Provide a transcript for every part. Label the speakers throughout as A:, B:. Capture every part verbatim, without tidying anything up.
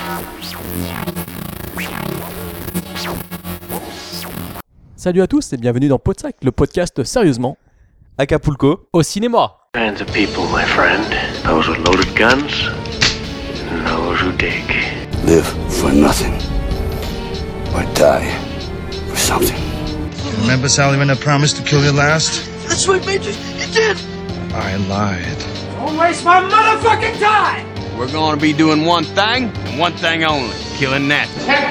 A: Salut à tous et bienvenue dans Podsac, le podcast sérieusement
B: Acapulco
C: au cinéma.
D: Kinds of people, my friend. Those with loaded guns, and those who dig.
E: Live for nothing, or die for something.
F: Remember, Sally, when I promised to kill you last?
G: That's what made you. You did.
F: I lied.
G: Don't waste my motherfucking time.
H: We're gonna be doing one thing, and one thing only: killing that.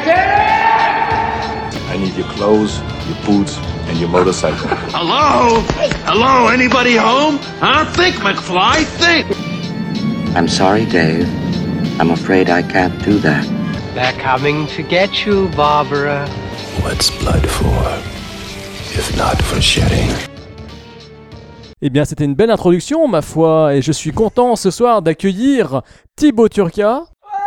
I: I need your clothes, your boots, and your motorcycle.
H: Hello? Hello? Anybody home? Huh? Think, McFly, think!
J: I'm sorry, Dave. I'm afraid I can't do that.
K: They're coming to get you, Barbara.
I: What's blood for, if not for shedding?
A: Eh bien, c'était une belle introduction, ma foi, et je suis content ce soir d'accueillir Thibaut Turca.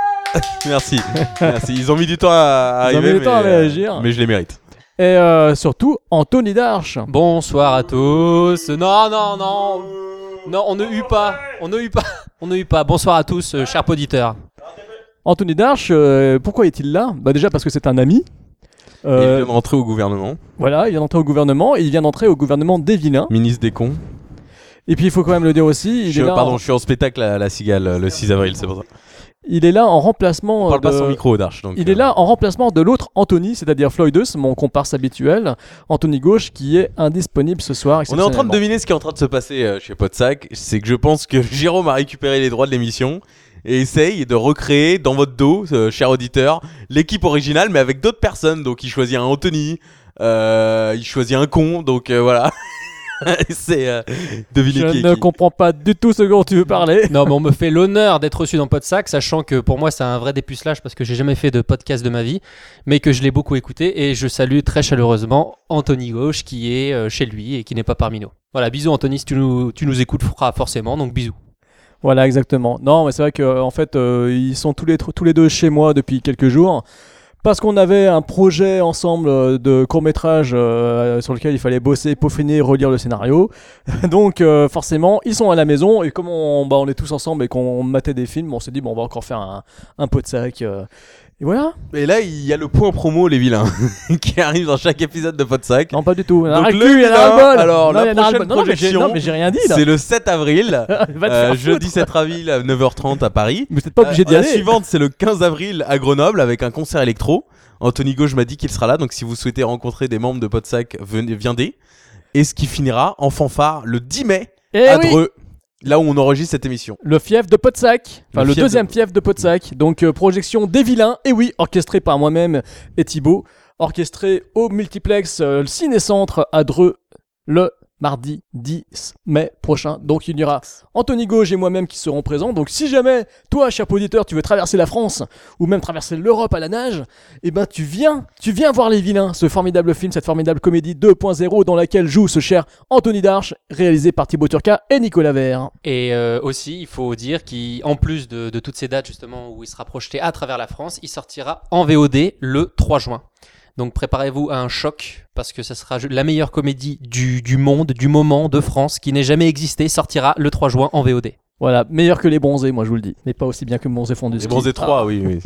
B: Merci, merci. Ils ont mis du temps à arriver,
A: Ils ont mis du temps
B: mais,
A: à réagir.
B: mais je les mérite.
A: Et euh, surtout, Anthony Darche.
C: Bonsoir à tous. Non, non, non. Non, on ne eut pas. On ne eut pas. On ne eut pas. Bonsoir à tous, euh, chers auditeurs.
A: Anthony Darche, euh, pourquoi est-il là ? Bah déjà parce que c'est un ami.
B: Euh, il vient d'entrer au gouvernement.
A: Voilà, il vient d'entrer au gouvernement, et il vient d'entrer au gouvernement des vilains.
B: Ministre des cons.
A: Et puis il faut quand même le dire aussi, il
B: je,
A: est là
B: Pardon,
A: en...
B: je suis en spectacle à la Cigale le six avril, c'est pour ça.
A: Il est là en remplacement.
B: On parle
A: de...
B: pas sans micro, Darche. Donc,
A: il
B: euh...
A: est là en remplacement de l'autre Anthony, c'est-à-dire Floydus, mon comparse habituel, Anthony Gauche, qui est indisponible ce soir.
B: On est en train de deviner ce qui est en train de se passer euh, chez Podsac. C'est que je pense que Jérôme a récupéré les droits de l'émission et essaye de recréer dans votre dos, euh, cher auditeur, l'équipe originale, mais avec d'autres personnes. Donc il choisit un Anthony, euh, il choisit un con, donc euh, voilà. C'est euh, deviner
A: Je
B: qui est
A: ne
B: qui.
A: comprends pas du tout ce dont tu veux parler.
C: Non, mais on me fait l'honneur d'être reçu dans Podsac, sachant que pour moi c'est un vrai dépucelage parce que j'ai jamais fait de podcast de ma vie, mais que je l'ai beaucoup écouté et je salue très chaleureusement Anthony Gauche qui est euh, chez lui et qui n'est pas parmi nous. Voilà, bisous Anthony, si tu nous, tu nous écoutes forcément, donc bisous.
A: Voilà, exactement. Non, mais c'est vrai qu'en fait, euh, ils sont tous les, tous les deux chez moi depuis quelques jours. Parce qu'on avait un projet ensemble de court-métrage euh, sur lequel il fallait bosser, peaufiner, relire le scénario. Donc euh, forcément, ils sont à la maison et comme on, bah, on est tous ensemble et qu'on matait des films, on s'est dit bon, on va encore faire un, un Podsac. Euh, et voilà.
B: Et là, il y a le point promo, les vilains, qui arrive dans chaque épisode de Podsac.
A: Non, pas du tout.
B: Donc
A: le
B: le
A: vilain,
B: vilain, alors
A: non,
B: la prochaine
A: non, non, mais j'ai,
B: projection,
A: non, mais j'ai rien dit là.
B: c'est le sept avril, euh, jeudi
A: foutre.
B: sept avril à neuf heures trente à Paris.
A: Mais vous n'êtes pas obligé d'y
B: euh,
A: aller.
B: La suivante, c'est le quinze avril à Grenoble avec un concert électro. Anthony Gauche m'a dit qu'il sera là, donc si vous souhaitez rencontrer des membres de Podsac, venez, viendez. Et ce qui finira en fanfare le dix mai
A: Eh
B: à
A: oui.
B: Dreux, là où on enregistre cette émission.
A: Le fief de Podsac, enfin
B: Le
A: le,
B: fief
A: deuxième
B: de-
A: fief de Podsac, donc euh, projection des vilains, et oui, orchestré par moi-même et Thibaut, orchestré au multiplex euh, le Ciné-Centre à Dreux le mardi dix mai prochain. Donc il y aura Anthony Gauche et moi-même qui seront présents. Donc si jamais toi, cher auditeur, tu veux traverser la France ou même traverser l'Europe à la nage, eh ben tu viens, tu viens voir Les Vilains, ce formidable film, cette formidable comédie deux point zéro dans laquelle joue ce cher Anthony Darche, réalisé par Thibaut Turca et Nicolas Vert.
C: Et euh, aussi, il faut dire qu'en plus de, de toutes ces dates justement où il sera projeté à travers la France, il sortira en V O D le trois juin. Donc préparez-vous à un choc parce que ça sera la meilleure comédie du, du monde, du moment, de France qui n'ait jamais existé, sortira le trois juin en V O D.
A: Voilà, meilleur que Les Bronzés, moi je vous le dis. Mais pas aussi bien que Bronzés font du
B: Les
A: ski.
B: Bronzés trois, oui, oui.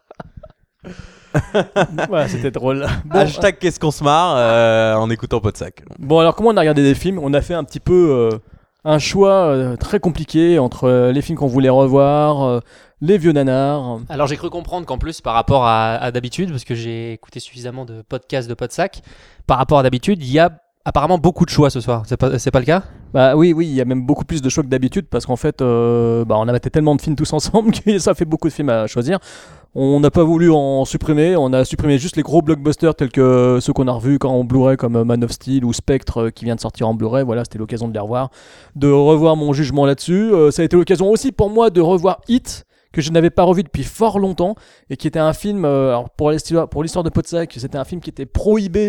A: Voilà, c'était drôle. Bon,
B: Hashtag qu'est-ce qu'on se marre euh, en écoutant Podsac.
A: bon, alors comment on a regardé des films ? On a fait un petit peu euh, un choix euh, très compliqué entre euh, les films qu'on voulait revoir, euh, les vieux nanars.
C: Alors j'ai cru comprendre qu'en plus par rapport à, à d'habitude, parce que j'ai écouté suffisamment de podcasts de Podsac, par rapport à d'habitude, il y a apparemment beaucoup de choix ce soir. C'est pas, c'est pas le cas ?
A: Bah oui, oui, il y a même beaucoup plus de choix que d'habitude parce qu'en fait, euh, bah, on a maté tellement de films tous ensemble que ça fait beaucoup de films à choisir. On n'a pas voulu en supprimer, on a supprimé juste les gros blockbusters tels que ceux qu'on a revus quand en Blu-ray comme Man of Steel ou Spectre qui vient de sortir en Blu-ray. Voilà, c'était l'occasion de les revoir, de revoir mon jugement là-dessus. Euh, ça a été l'occasion aussi pour moi de revoir Hit, que je n'avais pas revu depuis fort longtemps et qui était un film, euh, alors pour l'histoire, pour l'histoire de Podsac, c'était un film qui était prohibé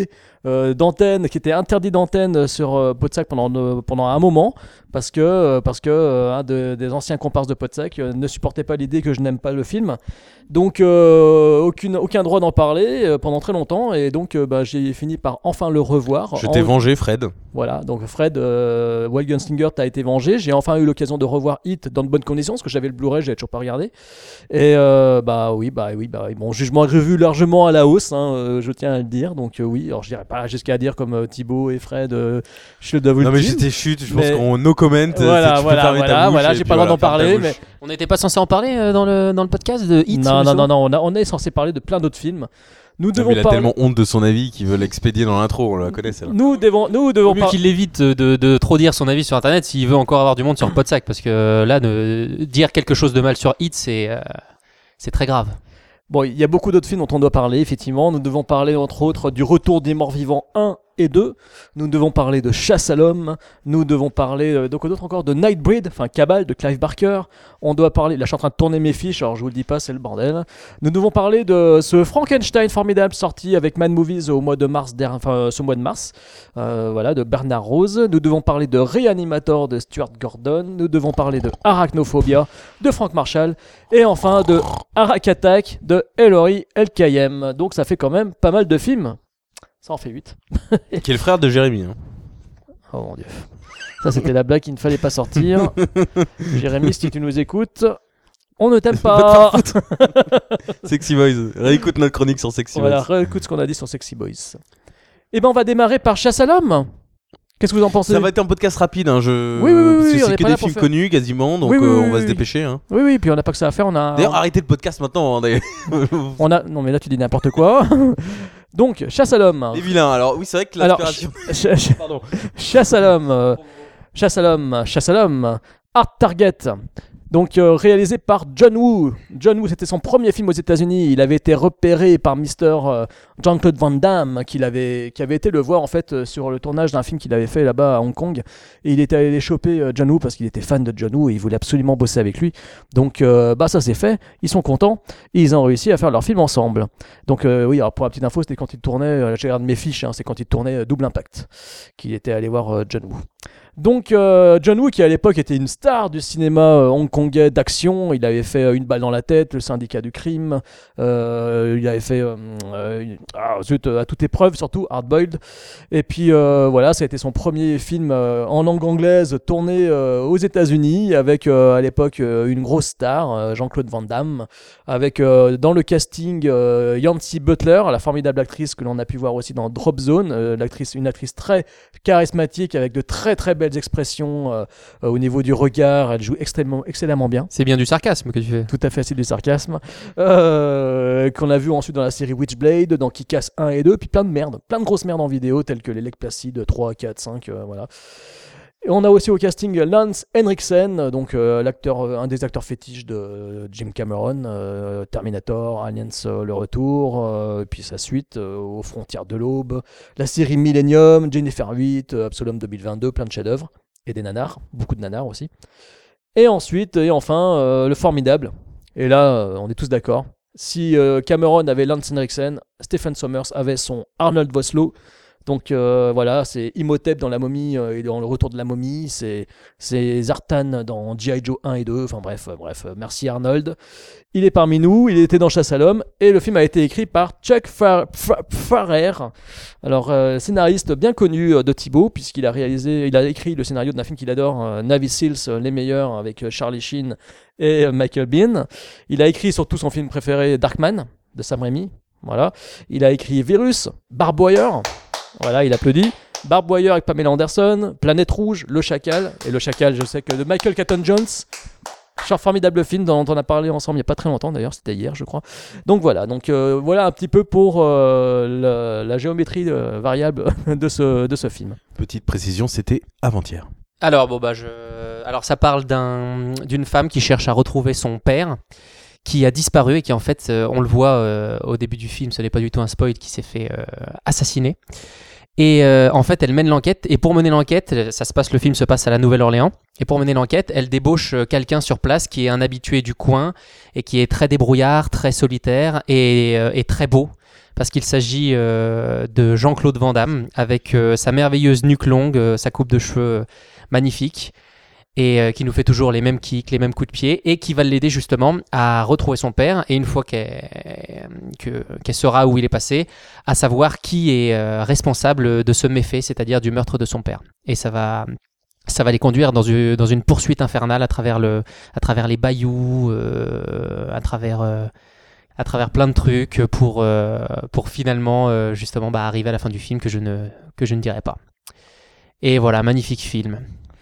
A: euh, d'antenne, qui était interdit d'antenne sur euh, Podsac pendant, euh, pendant un moment, parce que, euh, parce que euh, un de, des anciens comparses de Podsac euh, ne supportait pas l'idée que je n'aime pas le film. Donc, euh, aucune, aucun droit d'en parler euh, pendant très longtemps, et donc euh, bah, j'ai fini par enfin le revoir.
B: Je
A: en...
B: t'ai vengé, Fred.
A: Voilà, donc Fred, euh, Wild Gunslinger, t'as été vengé. J'ai enfin eu l'occasion de revoir Hit dans de bonnes conditions, parce que j'avais le Blu-ray, j'avais toujours pas regardé. Et euh, bah oui, bah oui, bah oui. Mon jugement est revu largement à la hausse, hein, euh, je tiens à le dire. Donc euh, oui, alors je dirais pas jusqu'à dire comme euh, Thibaut et Fred, euh, je le dois.
B: Non mais j'étais chute, je
A: mais...
B: pense qu'on no comment.
A: Voilà,
B: tu
A: voilà,
B: peux fermer
A: voilà,
B: ta bouche
A: voilà,
B: et
A: j'ai
B: puis
A: pas le droit
B: voilà,
A: d'en parler, mais
C: on n'était pas censé en parler euh, dans le dans le podcast de Hit.
A: Non, non, non, non, on, a, on est censé parler de plein d'autres films. Nous devons
B: il a
A: parler...
B: tellement honte de son avis qu'il veut l'expédier dans l'intro, on la connaît celle-là.
A: Nous devons, nous devons
C: mieux par... qu'il évite de, de, de trop dire son avis sur internet s'il veut encore avoir du monde sur le Podsac, parce que là, de dire quelque chose de mal sur Hit, c'est, euh, c'est très grave.
A: Bon, il y a beaucoup d'autres films dont on doit parler, effectivement. Nous devons parler, entre autres, du Retour des Morts Vivants un et deux. Nous devons parler de Chasse à l'homme. Nous devons parler, euh, donc d'autres encore, de Nightbreed, enfin Cabal, de Clive Barker. On doit parler, là je suis en train de tourner mes fiches, alors je vous le dis pas, c'est le bordel. Nous devons parler de ce Frankenstein formidable sorti avec Mad Movies au mois de mars, der... enfin ce mois de mars, euh, voilà, de Bernard Rose. Nous devons parler de Reanimator de Stuart Gordon. Nous devons parler de Arachnophobia de Frank Marshall. Et enfin de Arak Attack de Elori El Kayem. Donc ça fait quand même pas mal de films. Ça en fait huit.
B: Qui est le frère de Jérémy. Hein.
A: Oh mon dieu. Ça c'était la blague qu'il ne fallait pas sortir. Jérémy, si tu nous écoutes, on ne t'aime pas.
B: Sexy Boys. Réécoute notre chronique sur Sexy
A: voilà,
B: Boys.
A: Voilà, réécoute ce qu'on a dit sur Sexy Boys. Et ben on va démarrer par Chasse à l'homme. Qu'est-ce que vous en pensez ?
B: Ça va être un podcast rapide, hein, je...
A: oui, oui, oui,
B: parce que
A: oui,
B: c'est que des films
A: faire...
B: connus quasiment, donc
A: oui, oui,
B: euh, on
A: oui,
B: va
A: oui.
B: se dépêcher. Hein.
A: Oui, oui, puis on n'a pas que ça à faire, on a...
B: D'ailleurs, arrêtez le podcast maintenant, hein, d'ailleurs.
A: on a... Non mais là tu dis n'importe quoi. Donc, Chasse à l'homme.
B: Les vilains, alors oui c'est vrai que l'inspiration...
A: Alors, ch- ch- Pardon. Chasse à l'homme, euh, Chasse à l'homme, Chasse à l'homme, Art Target. Donc euh, réalisé par John Woo. John Woo, c'était son premier film aux États-Unis. Il avait été repéré par mister Euh, Jean-Claude Van Damme, qui avait, qui avait été le voir en fait euh, sur le tournage d'un film qu'il avait fait là-bas à Hong Kong. Et il était allé choper euh, John Woo parce qu'il était fan de John Woo et il voulait absolument bosser avec lui. Donc euh, bah ça s'est fait. Ils sont contents et ils ont réussi à faire leur film ensemble. Donc euh, oui, alors pour la petite info, c'était quand il tournait. Euh, je regarde mes fiches, hein, c'est quand il tournait euh, Double Impact qu'il était allé voir euh, John Woo. Donc euh, John Woo, qui à l'époque était une star du cinéma euh, hongkongais d'action, il avait fait euh, Une balle dans la tête, Le syndicat du crime, euh, il avait fait euh, euh, ah, zut, à toute épreuve, surtout Hard Boiled. Et puis euh, voilà, ça a été son premier film euh, en langue anglaise tourné euh, aux États-Unis avec euh, à l'époque euh, une grosse star, euh, Jean-Claude Van Damme, avec euh, dans le casting euh, Yancy Butler, la formidable actrice que l'on a pu voir aussi dans Drop Zone, euh, l'actrice, une actrice très charismatique avec de très très belles expressions euh, euh, au niveau du regard. Elle joue extrêmement, excellemment bien.
C: C'est bien du sarcasme que tu fais.
A: Tout à fait, c'est du sarcasme. Euh, qu'on a vu ensuite dans la série Witchblade, dans Kick-Ass un et deux, puis plein de merde, plein de grosses merdes en vidéo, telles que les Lake Placid trois, quatre, cinq, euh, voilà. Et on a aussi au casting Lance Henriksen, donc euh, l'acteur, euh, un des acteurs fétiches de euh, Jim Cameron, euh, Terminator, Aliens, euh, le retour, euh, puis sa suite, euh, Aux frontières de l'aube, la série Millennium, Jennifer huit, euh, Absalom deux mille vingt-deux, plein de chefs-d'œuvre, et des nanars, beaucoup de nanars aussi. Et ensuite, et enfin, euh, le formidable, et là, euh, on est tous d'accord, si euh, Cameron avait Lance Henriksen, Stephen Sommers avait son Arnold Vosloo. Donc euh, voilà, c'est Imhotep dans La Momie euh, et dans Le Retour de la Momie, c'est, c'est Zartan dans G I. Joe un et deux, enfin bref, euh, bref, euh, merci Arnold. Il est parmi nous, il était dans Chasse à l'homme, et le film a été écrit par Chuck Far- Far- Farrer, alors euh, scénariste bien connu euh, de Thibaut, puisqu'il a réalisé, il a écrit le scénario d'un film qu'il adore, euh, Navy Seals, euh, Les Meilleurs, avec euh, Charlie Sheen et euh, Michael Biehn. Il a écrit surtout son film préféré, Darkman, de Sam Raimi, voilà. Il a écrit Virus, Barbwire, voilà, il applaudit. Barbwire avec Pamela Anderson, Planète Rouge, Le Chacal. Et Le Chacal, je sais que de Michael Caton Jones. Un formidable film dont on a parlé ensemble il n'y a pas très longtemps d'ailleurs, c'était hier je crois. Donc voilà, donc euh, voilà un petit peu pour euh, la, la géométrie euh, variable de ce, de ce film.
B: Petite précision, c'était avant-hier.
C: Alors bon bah je, alors ça parle d'un, d'une femme qui cherche à retrouver son père, qui a disparu et qui en fait, euh, on le voit euh, au début du film, ce n'est pas du tout un spoil, qui s'est fait euh, assassiner. Et euh, en fait, elle mène l'enquête, et pour mener l'enquête, ça se passe, le film se passe à la Nouvelle-Orléans, et pour mener l'enquête, elle débauche quelqu'un sur place qui est un habitué du coin, et qui est très débrouillard, très solitaire, et, euh, et très beau, parce qu'il s'agit euh, de Jean-Claude Van Damme avec euh, sa merveilleuse nuque longue, euh, sa coupe de cheveux magnifique, et euh, qui nous fait toujours les mêmes kicks, les mêmes coups de pied, et qui va l'aider justement à retrouver son père, et une fois qu'elle, que, qu'elle saura où il est passé, à savoir qui est euh, responsable de ce méfait, c'est-à-dire du meurtre de son père. Et ça va... Ça va les conduire dans une, dans une poursuite infernale à travers, le, à travers les bayous, euh, à, travers, euh, à travers plein de trucs pour, euh, pour finalement euh, justement bah, arriver à la fin du film que je ne, que je ne dirai pas. Et voilà, magnifique film.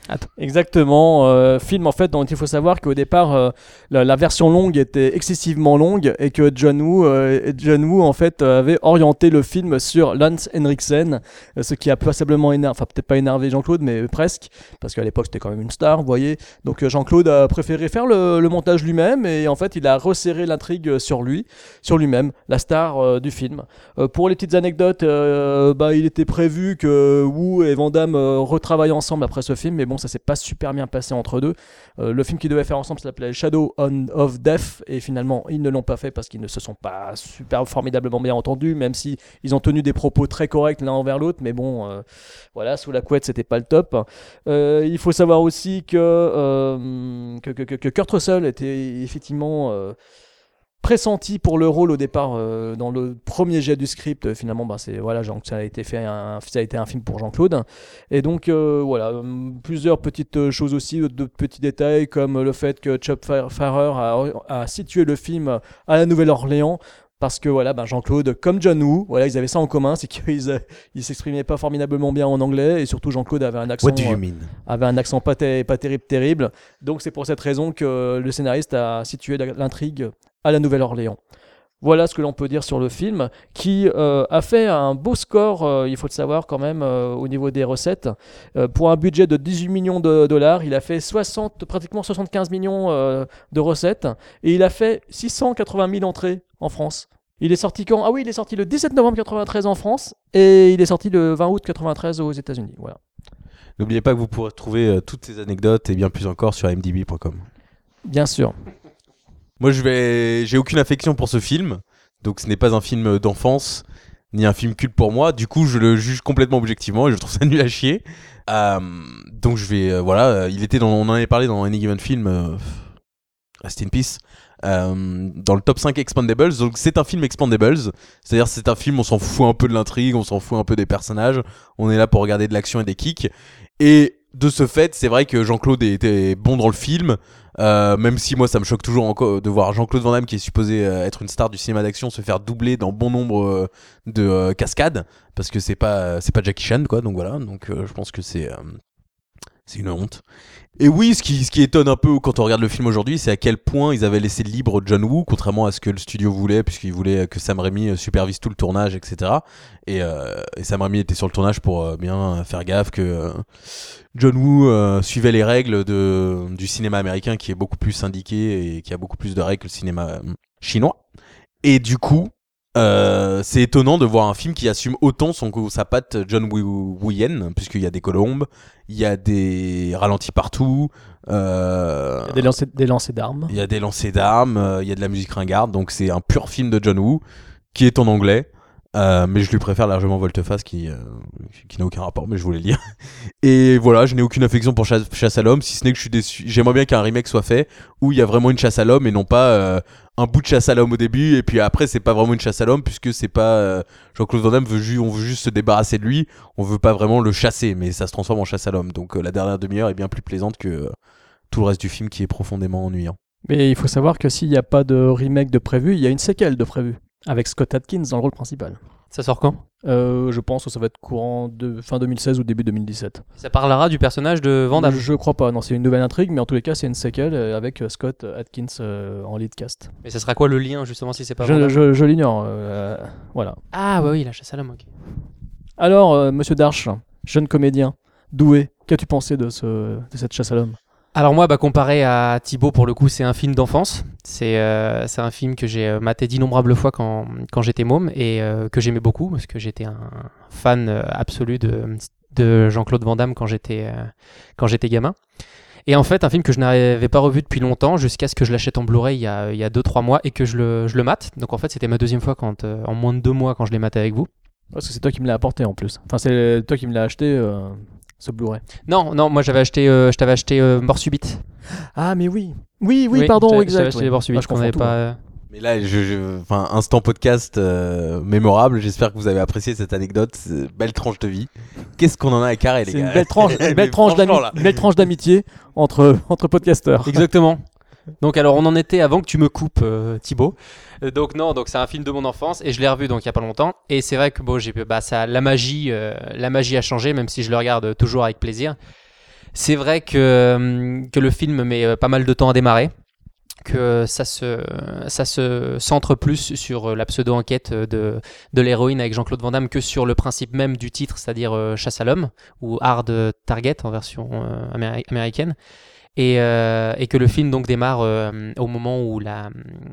A: Exactement, euh, film en fait dont il faut savoir qu'au départ euh, la, la version longue était excessivement longue et que John Woo, euh, John Woo en fait euh, avait orienté le film sur Lance Henriksen, euh, ce qui a passablement énervé, enfin peut-être pas énervé Jean-Claude mais presque, parce qu'à l'époque c'était quand même une star, vous voyez, donc euh, Jean-Claude a préféré faire le, le montage lui-même et en fait il a resserré l'intrigue sur lui, sur lui-même, la star euh, du film. Euh, pour les petites anecdotes, euh, bah, il était prévu que Woo et Van Damme euh, retravaillent ensemble après ce film, mais bon ça s'est pas super bien passé entre deux. Euh, le film qu'ils devaient faire ensemble s'appelait Shadow on, of Death et finalement ils ne l'ont pas fait parce qu'ils ne se sont pas super formidablement bien entendus, même si ils ont tenu des propos très corrects l'un envers l'autre, mais bon euh, voilà, sous la couette c'était pas le top. Euh, il faut savoir aussi que, euh, que, que, que Kurt Russell était effectivement euh, pressenti pour le rôle au départ euh, dans le premier jet du script. Euh, finalement bah c'est voilà, genre, ça a été fait un, ça a été un film pour Jean-Claude et donc euh, voilà, euh, plusieurs petites choses aussi, de petits détails comme le fait que Chop Farrer a, a situé le film à la Nouvelle-Orléans parce que voilà, ben Jean-Claude, comme John Woo, voilà, ils avaient ça en commun, c'est qu'ils ils s'exprimaient pas formidablement bien en anglais et surtout Jean-Claude avait un accent,
B: What do you mean?
A: euh, avait un accent pas, ter- pas terrible, terrible. Donc c'est pour cette raison que le scénariste a situé l'intrigue à la Nouvelle-Orléans. Voilà ce que l'on peut dire sur le film, qui euh, a fait un beau score, euh, il faut le savoir quand même, euh, au niveau des recettes. Euh, pour un budget de dix-huit millions de dollars, il a fait soixante, pratiquement soixante-quinze millions euh, de recettes, et il a fait six cent quatre-vingt mille entrées en France. Il est sorti quand ? Ah oui, il est sorti le dix-sept novembre quatre-vingt-treize en France, et il est sorti le vingt août quatre-vingt-treize aux États-Unis. Voilà.
B: N'oubliez pas que vous pourrez trouver euh, toutes ces anecdotes et bien plus encore sur i m d b point com.
A: Bien sûr.
B: Moi, je vais, j'ai aucune affection pour ce film, donc ce n'est pas un film d'enfance ni un film culte pour moi. Du coup, je le juge complètement objectivement et je trouve ça nul à chier. Euh, donc, je vais, euh, voilà, il était dans, on en avait parlé dans Any Given Film, euh, Rest in Peace, euh, dans le top cinq Expendables. Donc, c'est un film Expendables, c'est-à-dire c'est un film, on s'en fout un peu de l'intrigue, on s'en fout un peu des personnages. On est là pour regarder de l'action et des kicks. Et de ce fait, c'est vrai que Jean-Claude était bon dans le film. Euh, même si moi ça me choque toujours encore de voir Jean-Claude Van Damme, qui est supposé euh, être une star du cinéma d'action, se faire doubler dans bon nombre euh, de euh, cascades, parce que c'est pas c'est pas Jackie Chan quoi. Donc voilà, donc euh, je pense que c'est euh, c'est une honte. Et oui, ce qui, ce qui étonne un peu quand on regarde le film aujourd'hui, c'est à quel point ils avaient laissé libre John Woo, contrairement à ce que le studio voulait, puisqu'il voulait que Sam Raimi supervise tout le tournage, et cetera. Et, euh, et Sam Raimi était sur le tournage pour euh, bien faire gaffe que euh, John Woo euh, suivait les règles de, du cinéma américain, qui est beaucoup plus syndiqué et qui a beaucoup plus de règles que le cinéma euh, chinois. Et du coup, Euh, c'est étonnant de voir un film qui assume autant son, sa patte John Woo-yen, puisqu'il y a des colombes, il y a des ralentis partout, euh,
A: il y a des lancers, des lancers d'armes,
B: il y a des lancers d'armes, euh, il y a de la musique ringarde, donc c'est un pur film de John Woo qui est en anglais. Euh, mais je lui préfère largement Volteface qui, euh, qui n'a aucun rapport, mais je voulais le dire. Et voilà, je n'ai aucune affection pour Chasse, chasse à l'homme, si ce n'est que je suis déçu. J'aimerais bien qu'un remake soit fait où il y a vraiment une chasse à l'homme et non pas euh, un bout de chasse à l'homme au début et puis après c'est pas vraiment une chasse à l'homme, puisque c'est pas euh, Jean-Claude Van Damme veut ju- on veut juste se débarrasser de lui, on veut pas vraiment le chasser, mais ça se transforme en chasse à l'homme. Donc euh, la dernière demi-heure est bien plus plaisante que euh, tout le reste du film qui est profondément ennuyant.
A: Mais il faut savoir que s'il n'y a pas de remake de prévu, il y a une séquelle de prévu, avec Scott Adkins dans le rôle principal.
C: Ça sort quand ?
A: euh, Je pense que ça va être courant de fin deux mille seize ou début deux mille dix-sept.
C: Ça parlera du personnage de Van Damme ?
A: Je crois pas, non, c'est une nouvelle intrigue, mais en tous les cas, c'est une séquelle avec Scott Adkins euh, en lead cast.
C: Mais ça sera quoi le lien, justement, si c'est pas
A: Je,
C: Van Damme ?
A: je, je l'ignore, euh, voilà.
C: Ah, bah oui, la chasse à l'homme, ok.
A: Alors, euh, monsieur Darche, jeune comédien, doué, qu'as-tu pensé de, ce, de cette chasse à l'homme ?
C: Alors moi, bah, comparé à Thibaut, pour le coup, c'est un film d'enfance. C'est, euh, c'est un film que j'ai maté d'innombrables fois quand, quand j'étais môme et euh, que j'aimais beaucoup parce que j'étais un fan absolu de, de Jean-Claude Van Damme quand j'étais, euh, quand j'étais gamin. Et en fait, un film que je n'avais pas revu depuis longtemps, jusqu'à ce que je l'achète en Blu-ray il y a, il y a deux trois mois et que je le, je le mate. Donc en fait, c'était ma deuxième fois quand, euh, en moins de deux mois quand je l'ai maté avec vous.
A: Parce que c'est toi qui me l'as apporté en plus. Enfin, c'est toi qui me l'as acheté, euh, ce Blu-ray.
C: Non, non, moi j'avais acheté, euh, je t'avais acheté euh, Mort Subite.
A: Ah, mais oui. Oui, oui,
C: Oui,
A: pardon,
C: j'avais-
A: exact.
C: j'avais acheté
A: oui.
C: Mort Subite
A: Ah, je
C: qu'on
A: confonds
C: n'avait
A: tout,
C: pas.
A: hein.
C: euh,
B: Mais là, je, je- enfin, instant podcast euh, mémorable. J'espère que vous avez apprécié cette anecdote. C'est- Belle tranche de vie. Qu'est-ce qu'on en a à carrer, les
A: C'est
B: gars
A: une belle tranche, une
B: Mais
A: belle tranche,
B: franchement,
A: d'ami-
B: là.
A: une belle tranche d'amitié entre, entre podcasteurs.
C: Exactement. Donc alors on en était avant que tu me coupes euh, Thibaut. Euh, donc non, donc c'est un film de mon enfance et je l'ai revu donc il y a pas longtemps et c'est vrai que bon j'ai bah ça la magie euh, la magie a changé même si je le regarde toujours avec plaisir. C'est vrai que euh, que le film met euh, pas mal de temps à démarrer, que ça se ça se centre plus sur euh, la pseudo-enquête de de l'héroïne avec Jean-Claude Van Damme que sur le principe même du titre, c'est-à-dire euh, Chasse à l'homme ou Hard Target en version euh, améri- américaine. Et, euh, et que le film donc démarre euh, au moment où la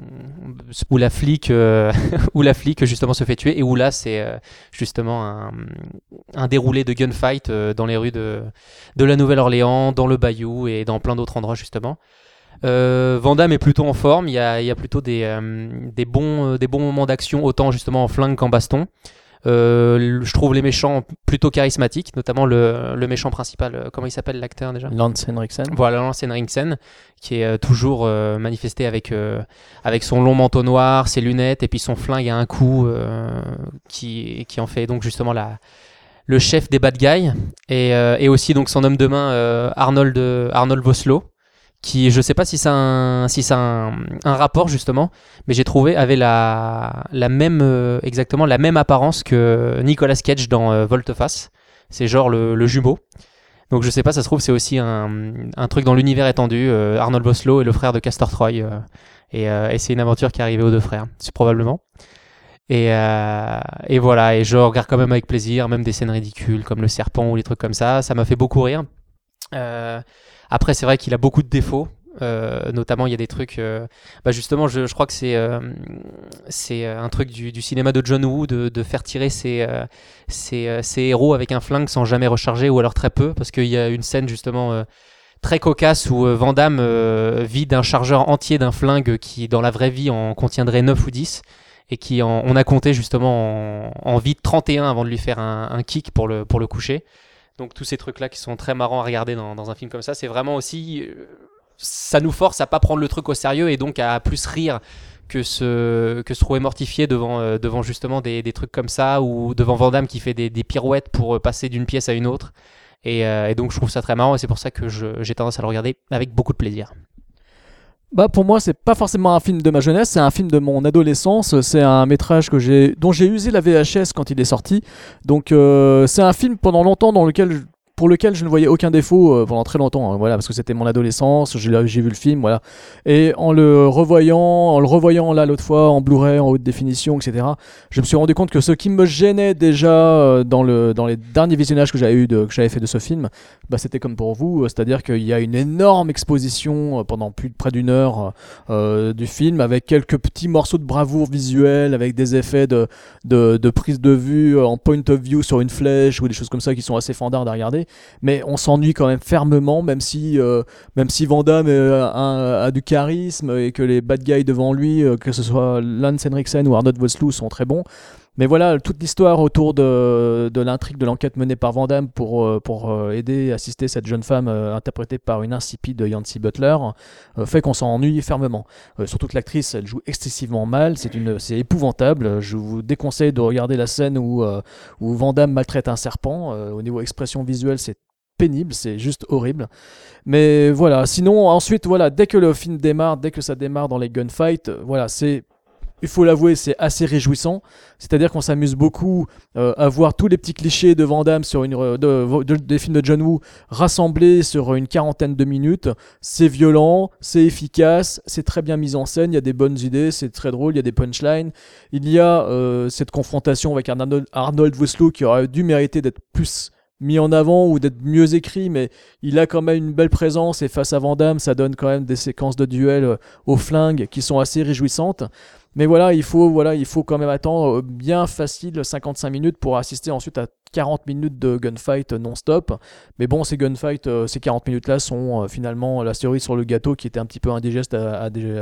C: où la flic euh, où la flic justement se fait tuer et où là c'est euh, justement un, un déroulé de gunfight euh, dans les rues de de la Nouvelle-Orléans, dans le Bayou et dans plein d'autres endroits justement. Euh, Van Damme est plutôt en forme, il y a il y a plutôt des euh, des bons euh, des bons moments d'action autant justement en flingue qu'en baston. Euh, je trouve les méchants plutôt charismatiques, notamment le, le méchant principal, euh, comment il s'appelle l'acteur déjà ?
A: Lance Henriksen.
C: Voilà, Lance Henriksen, qui est euh, toujours euh, manifesté avec, euh, avec son long manteau noir, ses lunettes et puis son flingue à un coup, euh, qui, qui en fait donc justement la, le chef des bad guys, et, euh, et aussi donc son homme de main euh, Arnold, Arnold Vosloo, qui je sais pas si ça a un, si ça a un, un rapport justement, mais j'ai trouvé avait la, la même euh, exactement la même apparence que Nicolas Cage dans euh, Volte-Face. C'est genre le, le jumeau. Donc je sais pas, ça se trouve c'est aussi un, un truc dans l'univers étendu. euh, Arnold Vosloo est le frère de Castor Troy euh, et, euh, et c'est une aventure qui est arrivée aux deux frères, c'est probablement. Et, euh, et voilà, et je regarde quand même avec plaisir, même des scènes ridicules comme le serpent ou les trucs comme ça. Ça m'a fait beaucoup rire. Euh, Après, c'est vrai qu'il a beaucoup de défauts. Euh, notamment, il y a des trucs. Euh, bah justement, je, je crois que c'est euh, c'est un truc du, du cinéma de John Woo de, de faire tirer ses, euh, ses, euh, ses héros avec un flingue sans jamais recharger ou alors très peu, parce qu'il y a une scène justement euh, très cocasse où euh, Van Damme euh, vide un chargeur entier d'un flingue qui, dans la vraie vie, en contiendrait neuf ou dix. Et qui en, on a compté justement en, en vide trente et un avant de lui faire un, un kick pour le, pour le coucher. Donc tous ces trucs-là qui sont très marrants à regarder dans, dans un film comme ça, c'est vraiment aussi... Euh, ça nous force à pas prendre le truc au sérieux et donc à plus rire que se, que se trouver mortifié devant, euh, devant justement des, des trucs comme ça ou devant Van Damme qui fait des, des pirouettes pour euh, passer d'une pièce à une autre. Et, euh, et donc je trouve ça très marrant et c'est pour ça que je, j'ai tendance à le regarder avec beaucoup de plaisir.
A: Bah pour moi c'est pas forcément un film de ma jeunesse, c'est un film de mon adolescence, c'est un métrage que j'ai dont j'ai usé la V H S quand il est sorti. Donc euh, c'est un film pendant longtemps dans lequel je, pour lequel je ne voyais aucun défaut euh, pendant très longtemps, hein, voilà, parce que c'était mon adolescence, j'ai, j'ai vu le film, voilà. Et en le revoyant, en le revoyant là l'autre fois en Blu-ray, en haute définition, et cetera, je me suis rendu compte que ce qui me gênait déjà euh, dans, le, dans les derniers visionnages que j'avais, eu de, que j'avais fait de ce film, bah, c'était comme pour vous, euh, c'est-à-dire qu'il y a une énorme exposition euh, pendant plus de près d'une heure euh, du film, avec quelques petits morceaux de bravoure visuelle, avec des effets de, de, de prise de vue euh, en point of view sur une flèche ou des choses comme ça qui sont assez fandardes à regarder. Mais on s'ennuie quand même fermement, même si, euh, même si Van Damme euh, a, a du charisme et que les bad guys devant lui, euh, que ce soit Lance Henriksen ou Arnold Vosloo, sont très bons. Mais voilà, toute l'histoire autour de, de l'intrigue de l'enquête menée par Van Damme pour, euh, pour euh, aider, assister cette jeune femme euh, interprétée par une insipide Yancy Butler euh, fait qu'on s'ennuie fermement. Euh, surtout que l'actrice, elle joue excessivement mal, c'est, une, c'est épouvantable. Je vous déconseille de regarder la scène où, euh, où Van Damme maltraite un serpent. Euh, au niveau expression visuelle, c'est pénible, c'est juste horrible. Mais voilà, sinon ensuite voilà, dès que le film démarre, dès que ça démarre dans les gunfights, voilà, c'est, il faut l'avouer, c'est assez réjouissant. C'est-à-dire qu'on s'amuse beaucoup euh, à voir tous les petits clichés de Van Damme sur une, de, de, de, des films de John Woo rassemblés sur une quarantaine de minutes. C'est violent, c'est efficace, c'est très bien mis en scène, il y a des bonnes idées, c'est très drôle, il y a des punchlines. Il y a euh, cette confrontation avec Arnold, Arnold Vosloo qui aurait dû mériter d'être plus mis en avant ou d'être mieux écrit, mais il a quand même une belle présence et face à Van Damme, ça donne quand même des séquences de duel au flingue qui sont assez réjouissantes. Mais voilà, il faut, voilà, il faut quand même attendre bien facile cinquante-cinq minutes pour assister ensuite à quarante minutes de gunfight non-stop. Mais bon, ces gunfights, euh, ces quarante minutes-là sont euh, finalement la cerise sur le gâteau qui était un petit peu indigeste à, à,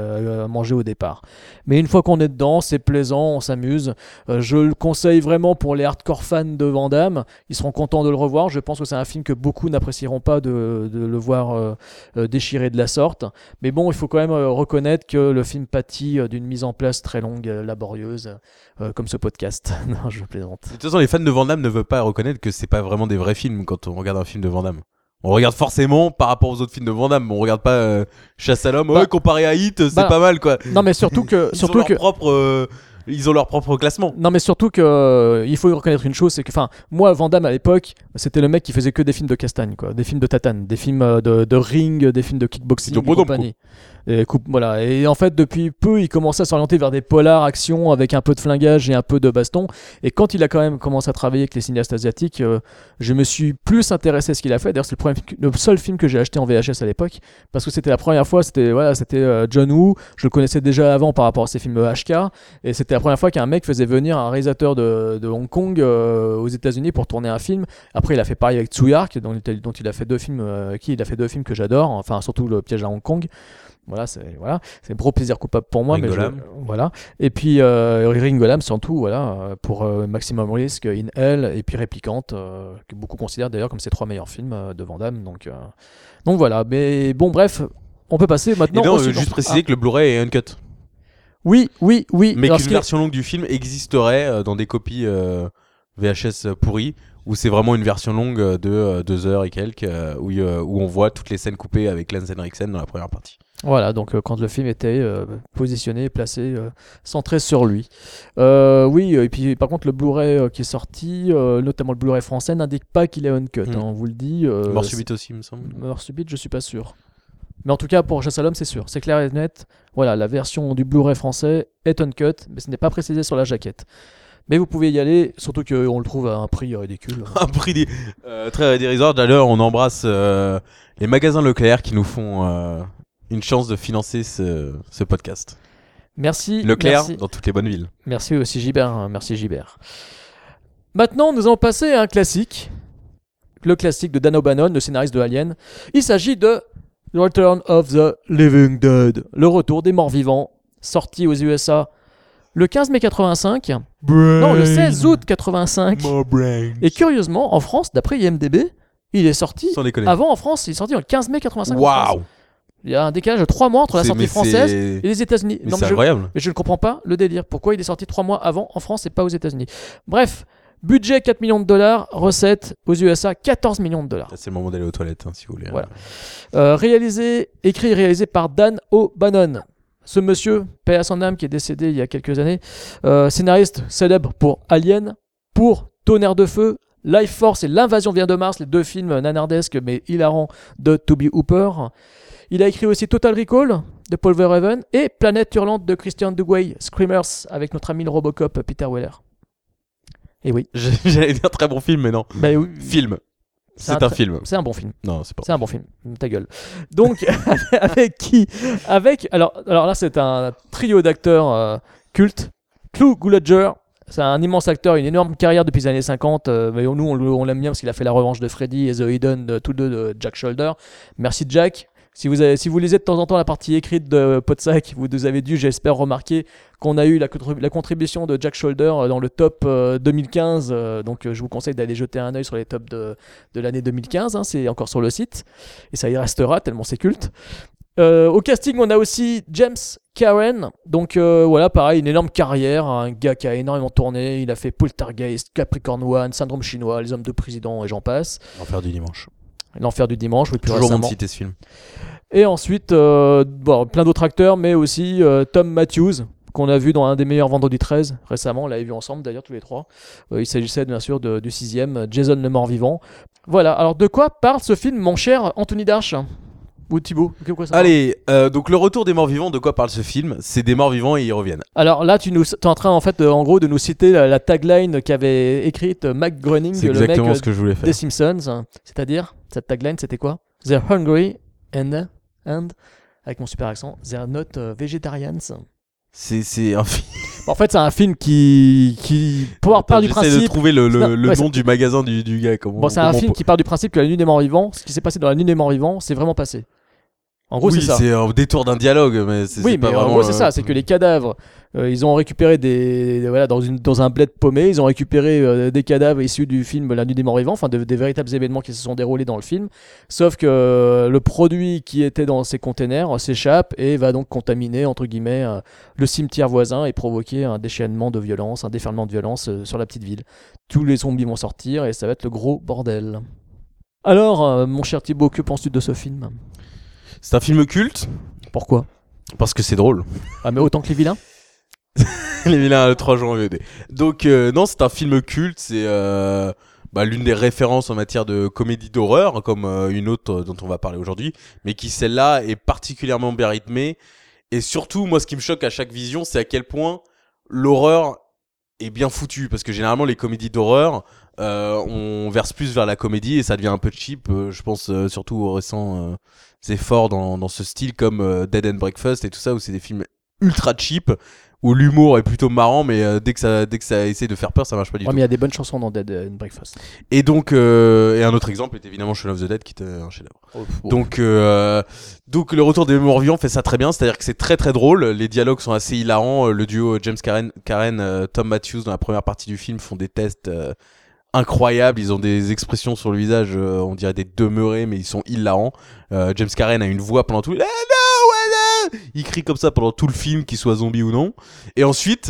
A: à manger au départ. Mais une fois qu'on est dedans, c'est plaisant, on s'amuse. Euh, je le conseille vraiment pour les hardcore fans de Van Damme. Ils seront contents de le revoir. Je pense que c'est un film que beaucoup n'apprécieront pas de, de le voir euh, euh, déchiré de la sorte. Mais bon, il faut quand même euh, reconnaître que le film pâtit euh, d'une mise en place très longue, euh, laborieuse, euh, comme ce podcast. Non, je plaisante.
B: De toute façon, les fans de Van Damme ne veulent pas reconnaître que c'est pas vraiment des vrais films quand on regarde un film de Van Damme. On regarde forcément par rapport aux autres films de Van Damme. On regarde pas euh, Chasse à l'homme. Bah, ouais, comparé à Hit, c'est
A: bah,
B: pas mal quoi.
A: Non, mais surtout que.
B: Ils
A: surtout
B: ont leur
A: que...
B: propre. Euh... Ils ont leur propre classement.
A: Non, mais surtout que euh, il faut reconnaître une chose, c'est que, enfin, moi, Van Damme à l'époque, c'était le mec qui faisait que des films de castagne, quoi, des films de tatane, des films euh, de, de ring, des films de kickboxing, et compagnie. Et, coupe, voilà. Et en fait, depuis peu, il commençait à s'orienter vers des polars, action, avec un peu de flingage et un peu de baston. Et quand il a quand même commencé à travailler avec les cinéastes asiatiques, euh, je me suis plus intéressé à ce qu'il a fait. D'ailleurs, c'est le, premier, le seul film que j'ai acheté en V H S à l'époque, parce que c'était la première fois. C'était voilà, c'était euh, John Woo. Je le connaissais déjà avant par rapport à ses films H K, et c'était la première fois qu'un mec faisait venir un réalisateur de, de Hong Kong euh, aux États-Unis pour tourner un film. Après, il a fait pareil avec Tsuyark, dont, dont il a fait deux films, euh, qui il a fait deux films que j'adore. Enfin, surtout Le Piège à Hong Kong. Voilà, c'est voilà, c'est un gros plaisir coupable pour moi.
B: Ringolam.
A: Mais je, voilà. Et puis euh, Ringolam surtout, voilà, pour euh, Maximum Risk, In Hell et puis Réplicante, euh, que beaucoup considèrent d'ailleurs comme ses trois meilleurs films euh, de Van Damme. Donc, euh, donc voilà. Mais bon, bref, on peut passer maintenant.
B: Et non,
A: au
B: euh,
A: suivant.
B: juste préciser
A: Ah.
B: que le Blu-ray est uncut.
A: Oui, oui, oui.
B: Mais
A: Alors,
B: qu'une
A: ce qui-
B: version longue du film existerait euh, dans des copies euh, V H S pourries, où c'est vraiment une version longue euh, de euh, deux heures et quelques, euh, où, euh, où on voit toutes les scènes coupées avec Lance Henriksen dans la première partie.
A: Voilà, donc euh, quand le film était euh, positionné, placé, euh, centré sur lui. Euh, oui, euh, et puis par contre le Blu-ray euh, qui est sorti, euh, notamment le Blu-ray français, n'indique pas qu'il est uncut,
B: Mm.
A: hein, on vous le dit. euh,
B: Mort
A: c'est-
B: subite aussi, il me semble.
A: Mort subite, je suis pas sûr. Mais en tout cas, pour Chasse à l'homme, c'est sûr. C'est clair et net. Voilà, la version du Blu-ray français est uncut, mais ce n'est pas précisé sur la jaquette. Mais vous pouvez y aller, surtout qu'on le trouve à un prix ridicule.
B: Un prix dé- euh, très dérisoire. D'ailleurs, on embrasse euh, les magasins Leclerc qui nous font euh, une chance de financer ce, ce podcast.
A: Merci.
B: Leclerc
A: merci.
B: dans toutes les bonnes villes.
A: Merci aussi Gilbert, hein, merci Gilbert. Maintenant, nous allons passer à un classique, le classique de Dan O'Bannon, le scénariste de Alien. Il s'agit de The Return of the Living Dead, le retour des morts vivants, sorti aux U S A le quinze mai quatre-vingt-cinq, non le seize août quatre-vingt-cinq, et curieusement en France, d'après I M D B, il est sorti
B: Sans déconner.
A: avant en France, il est sorti le quinze mai quatre-vingt-cinq. en
B: Waouh!
A: France. Il y a un décalage de trois mois entre la
B: C'est-
A: sortie
B: mais
A: française
B: c'est-
A: et les États-Unis.
B: Mais
A: Non,
B: c'est
A: mais je-
B: incroyable.
A: mais je ne comprends pas le délire. Pourquoi il est sorti trois mois avant en France et pas aux États-Unis? Bref, budget quatre millions de dollars, recettes aux U S A quatorze millions de dollars.
B: Là, c'est le moment d'aller aux toilettes, hein, si vous voulez.
A: Voilà. Euh, réalisé, écrit et réalisé par Dan O'Bannon. Ce monsieur, paix à son âme, qui est décédé il y a quelques années, euh, scénariste célèbre pour Alien, pour Tonnerre de Feu, Life Force et L'Invasion vient de Mars, les deux films nanardesques mais hilarants de Toby Hooper. Il a écrit aussi Total Recall de Paul Verhoeven et Planète Hurlante de Christian Duguay, Screamers, avec notre ami le Robocop Peter Weller. Et oui.
B: J'allais dire très bon film, mais non.
A: Bah oui.
B: Film. C'est un,
A: tr-
B: film.
A: C'est un bon film.
B: Non, c'est pas.
A: C'est un bon film. Ta gueule. Donc, avec qui Avec. Alors, alors là, c'est un trio d'acteurs euh, cultes. Clu Gulager. C'est un immense acteur, une énorme carrière depuis les années cinquante. Euh, mais nous, on, le- on l'aime bien parce qu'il a fait La Revanche de Freddy et The Hidden, de, tous deux de Jack Shoulder. Merci Jack. Si vous, avez, si vous lisez de temps en temps la partie écrite de Podsac, vous nous avez dû, j'espère, remarquer qu'on a eu la, contribu- la contribution de Jack Shoulder euh, dans le top euh, deux mille quinze. euh, donc euh, je vous conseille d'aller jeter un œil sur les tops de, de l'année deux mille quinze. Hein, c'est encore sur le site. Et ça y restera tellement c'est culte. Euh, au casting, on a aussi James Karen. Donc euh, voilà, pareil, une énorme carrière. Un gars qui a énormément tourné. Il a fait Poltergeist, Capricorn One, Syndrome chinois, Les Hommes de Président et j'en passe.
B: L'enfer du dimanche.
A: L'enfer du dimanche, oui, plus
B: Toujours bon de
A: récemment.
B: citer ce film.
A: Et ensuite, euh, bon, plein d'autres acteurs, mais aussi euh, Tom Matthews, qu'on a vu dans un des meilleurs Vendredi treize récemment. On l'avait vu ensemble d'ailleurs, tous les trois. Euh, il s'agissait bien sûr de- du sixième, Jason le mort-vivant. Voilà, alors de quoi parle ce film, mon cher Anthony Darche ou Thibaut? De quoi ça parle?
B: Allez, euh, donc le retour des morts vivants, de quoi parle ce film? C'est des morts vivants et ils reviennent.
A: Alors là, tu nous, es en train en fait, de- en gros, de nous citer la, la tagline qu'avait écrite Mac Groening,
B: C'est
A: le mec
B: exactement
A: euh,
B: ce que je voulais faire.
A: des Simpsons. hein. C'est-à-dire, cette tagline, c'était quoi? They're hungry and, and avec mon super accent, they're not uh, vegetarians.
B: C'est, c'est un film.
A: En fait, c'est un film qui, qui part, part du
B: J'essaie
A: principe.
B: de trouver le, le,
A: Non,
B: le
A: ouais,
B: nom
A: c'est-
B: du magasin du, du gars. Comment,
A: Bon, c'est
B: comment
A: un
B: on
A: film
B: peut-
A: qui part du principe que la nuit des morts vivants, ce qui s'est passé dans la nuit des morts vivants, c'est vraiment passé. En gros,
B: oui,
A: c'est ça.
B: c'est un détour d'un dialogue, mais c'est,
A: Oui,
B: c'est pas
A: mais en
B: vraiment.
A: gros, c'est
B: euh,
A: ça. C'est que les cadavres, euh, ils ont récupéré des, voilà, dans une, dans un bled paumé, ils ont récupéré euh, des cadavres issus du film La Nuit des Morts Vivants, enfin de- des véritables événements qui se sont déroulés dans le film. Sauf que euh, le produit qui était dans ces containers euh, s'échappe et va donc contaminer entre guillemets euh, le cimetière voisin et provoquer un déchaînement de violence, un déferlement de violence euh, sur la petite ville. Tous les zombies vont sortir et ça va être le gros bordel. Alors, euh, mon cher Thibaut, que penses-tu de ce film ?
B: C'est un film culte
A: Pourquoi ?
B: parce que c'est drôle.
A: Ah, mais autant que les vilains ?
B: Les vilains, le trois juin en V O D. Donc, euh, non, c'est un film culte. C'est euh, bah, l'une des références en matière de comédie d'horreur, comme euh, une autre euh, dont on va parler aujourd'hui, mais qui, celle-là, est particulièrement bien rythmée. Et surtout, moi, ce qui me choque à chaque vision, c'est à quel point l'horreur est bien foutue. Parce que généralement, les comédies d'horreur, euh, on verse plus vers la comédie et ça devient un peu cheap. Euh, je pense euh, surtout aux récents euh, efforts dans, dans ce style, comme euh, Dead and Breakfast et tout ça, où c'est des films ultra cheap, où l'humour est plutôt marrant, mais euh, dès que ça dès que ça essaie de faire peur, ça marche pas du
A: Ouais,
B: tout.
A: mais il y a des bonnes chansons dans Dead and Breakfast.
B: Et donc, euh, et un autre exemple est évidemment Shaun of the Dead, qui était un chef-d'œuvre.
A: Oh, oh.
B: Donc, euh, donc le retour des morts vivants fait ça très bien, c'est-à-dire que c'est très très drôle, les dialogues sont assez hilarants, le duo James Karen, Karen euh, Tom Matthews dans la première partie du film font des tests euh, incroyables, ils ont des expressions sur le visage, euh, on dirait des demeurés, mais ils sont hilarants. Euh, James Karen a une voix pendant tout. Eh, no, voilà il crie comme ça pendant tout le film, qu'il soit zombie ou non. Et ensuite,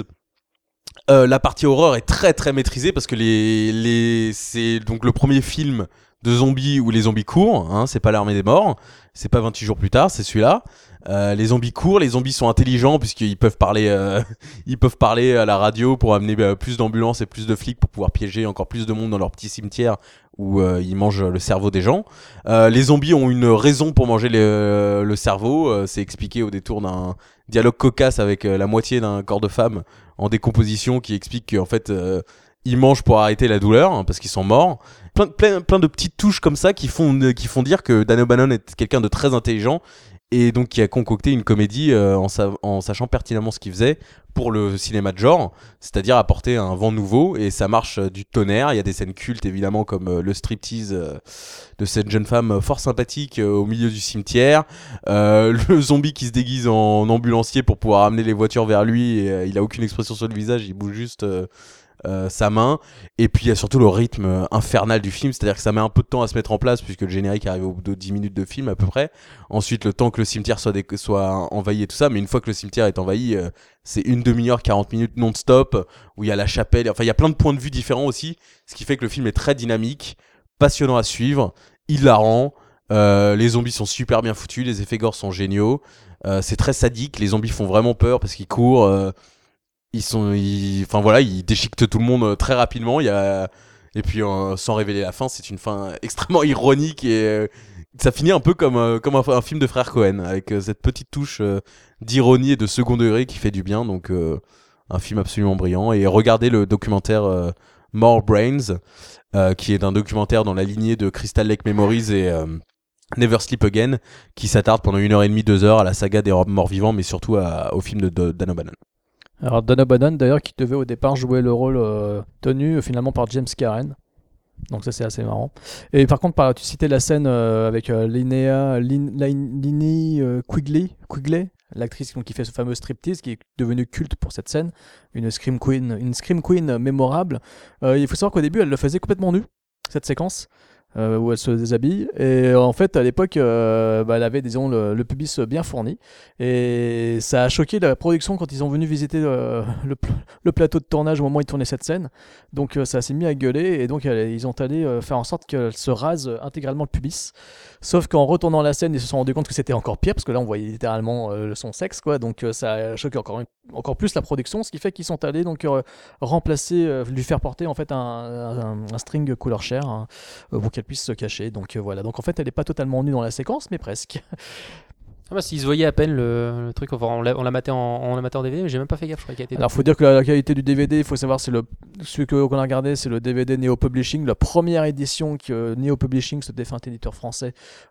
B: euh, la partie horreur est très très maîtrisée parce que les les c'est donc le premier film de zombies où les zombies courent. Hein, c'est pas l'Armée des morts, c'est pas vingt-huit jours plus tard, c'est celui-là. Euh, les zombies courent, les zombies sont intelligents puisqu'ils peuvent parler, euh, ils peuvent parler à la radio pour amener bah, plus d'ambulances et plus de flics pour pouvoir piéger encore plus de monde dans leur petit cimetière où euh, ils mangent le cerveau des gens. Euh, les zombies ont une raison pour manger les, euh, le cerveau, euh, c'est expliqué au détour d'un dialogue cocasse avec euh, la moitié d'un corps de femme en décomposition qui explique qu'en fait euh, ils mangent pour arrêter la douleur hein, parce qu'ils sont morts. Plein, plein, plein de petites touches comme ça qui font, qui font dire que Dan O'Bannon est quelqu'un de très intelligent et donc qui a concocté une comédie euh, en, sa- en sachant pertinemment ce qu'il faisait pour le cinéma de genre, c'est-à-dire apporter un vent nouveau, et ça marche euh, du tonnerre. Il y a des scènes cultes évidemment comme euh, le striptease euh, de cette jeune femme euh, fort sympathique euh, au milieu du cimetière, euh, le zombie qui se déguise en ambulancier pour pouvoir amener les voitures vers lui, et euh, il a aucune expression sur le visage, il bouge juste euh, euh, sa main. Et puis il y a surtout le rythme euh, infernal du film, c'est-à-dire que ça met un peu de temps à se mettre en place puisque le générique arrive au bout de dix minutes de film à peu près. Ensuite le temps que le cimetière soit, dé- soit envahi et tout ça, mais une fois que le cimetière est envahi, euh, c'est une demi-heure, quarante minutes non-stop où il y a la chapelle, enfin il y a plein de points de vue différents aussi, ce qui fait que le film est très dynamique, passionnant à suivre, hilarant. Euh, les zombies sont super bien foutus, les effets gore sont géniaux, euh, c'est très sadique, les zombies font vraiment peur parce qu'ils courent, euh, ils sont, ils... enfin voilà, ils déchiquetent tout le monde euh, très rapidement. Il y a, et puis euh, sans révéler la fin, c'est une fin extrêmement ironique et euh, ça finit un peu comme euh, comme un, un film de frère Cohen avec euh, cette petite touche euh, d'ironie et de second degré qui fait du bien. Donc euh, un film absolument brillant. Et regardez le documentaire euh, More Brains, euh, qui est un documentaire dans la lignée de Crystal Lake Memories et euh, Never Sleep Again, qui s'attarde pendant une heure et demie, deux heures à la saga des morts vivants, mais surtout à, au film de, de Dan O'Bannon.
A: Alors Dan O'Bannon d'ailleurs qui devait au départ jouer le rôle euh, tenu euh, finalement par James Karen. Donc ça c'est assez marrant. Et par contre par, tu citais la scène euh, avec euh, Linnea Lin, Lin, Linnea euh, Quigley, Quigley, l'actrice donc, qui fait ce fameux striptease qui est devenue culte pour cette scène, une scream queen, une scream queen mémorable. Euh, il faut savoir qu'au début elle le faisait complètement nue cette séquence. Euh, où elle se déshabille, et en fait à l'époque euh, bah, elle avait disons le, le pubis bien fourni, et ça a choqué la production quand ils sont venus visiter euh, le, le plateau de tournage au moment où ils tournaient cette scène. Donc euh, ça s'est mis à gueuler, et donc elle, ils ont allé euh, faire en sorte qu'elle se rase intégralement le pubis, sauf qu'en retournant la scène ils se sont rendus compte que c'était encore pire parce que là on voyait littéralement euh, son sexe quoi, donc euh, ça a choqué encore, encore plus la production, ce qui fait qu'ils sont allés donc euh, remplacer, euh, lui faire porter en fait un, un, un string couleur chair hein, pour qu'elle puisse se cacher. Donc euh, voilà, donc en fait elle n'est pas totalement nue dans la séquence mais presque.
C: Ah bah, s'il se voyait à peine le, le truc, enfin, on, l'a, on l'a maté en, on l'a maté en D V D, mais j'ai même pas fait gaffe, je crois qu'il a été.
A: Alors, faut dire que la, la qualité du D V D, il faut savoir, c'est le celui que, qu'on a regardé, c'est le D V D Neo Publishing, la première édition que euh, Neo Publishing, ce défunt éditeur français,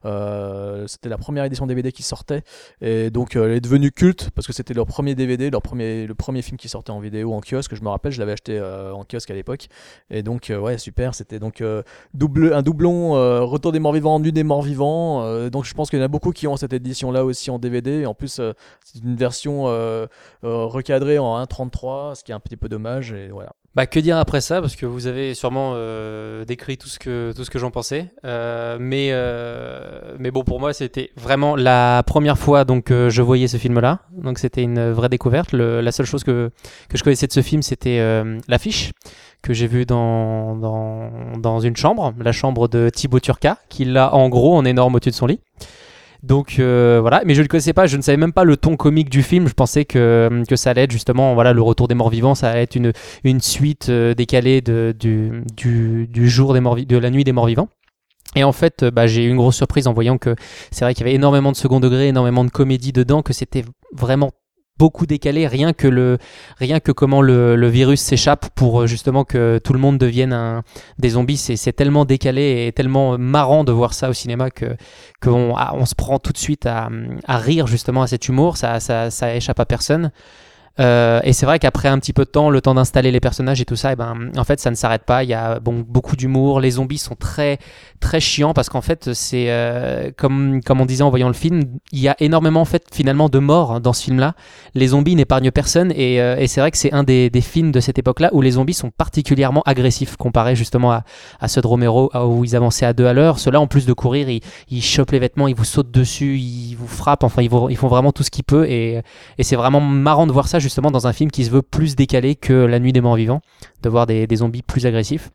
A: euh, c'était la première édition D V D qui sortait, et donc euh, elle est devenue culte parce que c'était leur premier D V D, leur premier, le premier film qui sortait en vidéo en kiosque. Je me rappelle, je l'avais acheté euh, en kiosque à l'époque, et donc euh, ouais, super, c'était donc euh, double, un doublon euh, Retour des morts vivants, Nuit des morts vivants, euh, donc je pense qu'il y en a beaucoup qui ont cette édition là aussi en D V D, et en plus euh, c'est une version euh, euh, recadrée en un trente-trois, ce qui est un petit peu dommage, et voilà.
C: Bah que dire après ça, parce que vous avez sûrement euh, décrit tout ce que tout ce que j'en pensais, euh, mais euh, mais bon, pour moi c'était vraiment la première fois donc euh, je voyais ce film-là, donc c'était une vraie découverte. Le, la seule chose que que je connaissais de ce film, c'était euh, l'affiche que j'ai vue dans dans dans une chambre, la chambre de Thibaut Turca, qui l'a en gros en énorme au-dessus de son lit. Donc euh, voilà, mais je ne le connaissais pas, je ne savais même pas le ton comique du film. Je pensais que, que ça allait être justement voilà, le retour des morts vivants, ça allait être une, une suite euh, décalée de, du, du, du jour des morts, de la nuit des morts vivants. Et en fait, bah, j'ai eu une grosse surprise en voyant que c'est vrai qu'il y avait énormément de second degré, énormément de comédie dedans, que c'était vraiment beaucoup décalé, rien que le rien que comment le, le virus s'échappe pour justement que tout le monde devienne un, des zombies, c'est, c'est tellement décalé et tellement marrant de voir ça au cinéma que qu'on on se prend tout de suite à, à rire justement à cet humour, ça ça ça échappe à personne. Euh, et c'est vrai qu'après un petit peu de temps, le temps d'installer les personnages et tout ça, et ben en fait ça ne s'arrête pas. Il y a bon beaucoup d'humour. Les zombies sont très très chiants parce qu'en fait c'est euh, comme comme on disait en voyant le film, il y a énormément en fait finalement de morts dans ce film-là. Les zombies n'épargnent personne et, euh, et c'est vrai que c'est un des, des films de cette époque-là où les zombies sont particulièrement agressifs comparé justement à, à ceux de Romero où ils avançaient à deux à l'heure. Ceux-là en plus de courir, ils, ils chopent les vêtements, ils vous sautent dessus, ils vous frappent. Enfin ils, vous, ils font vraiment tout ce qu'ils peuvent et, et c'est vraiment marrant de voir ça justement dans un film qui se veut plus décalé que La Nuit des Morts Vivants, de voir des, des zombies plus agressifs.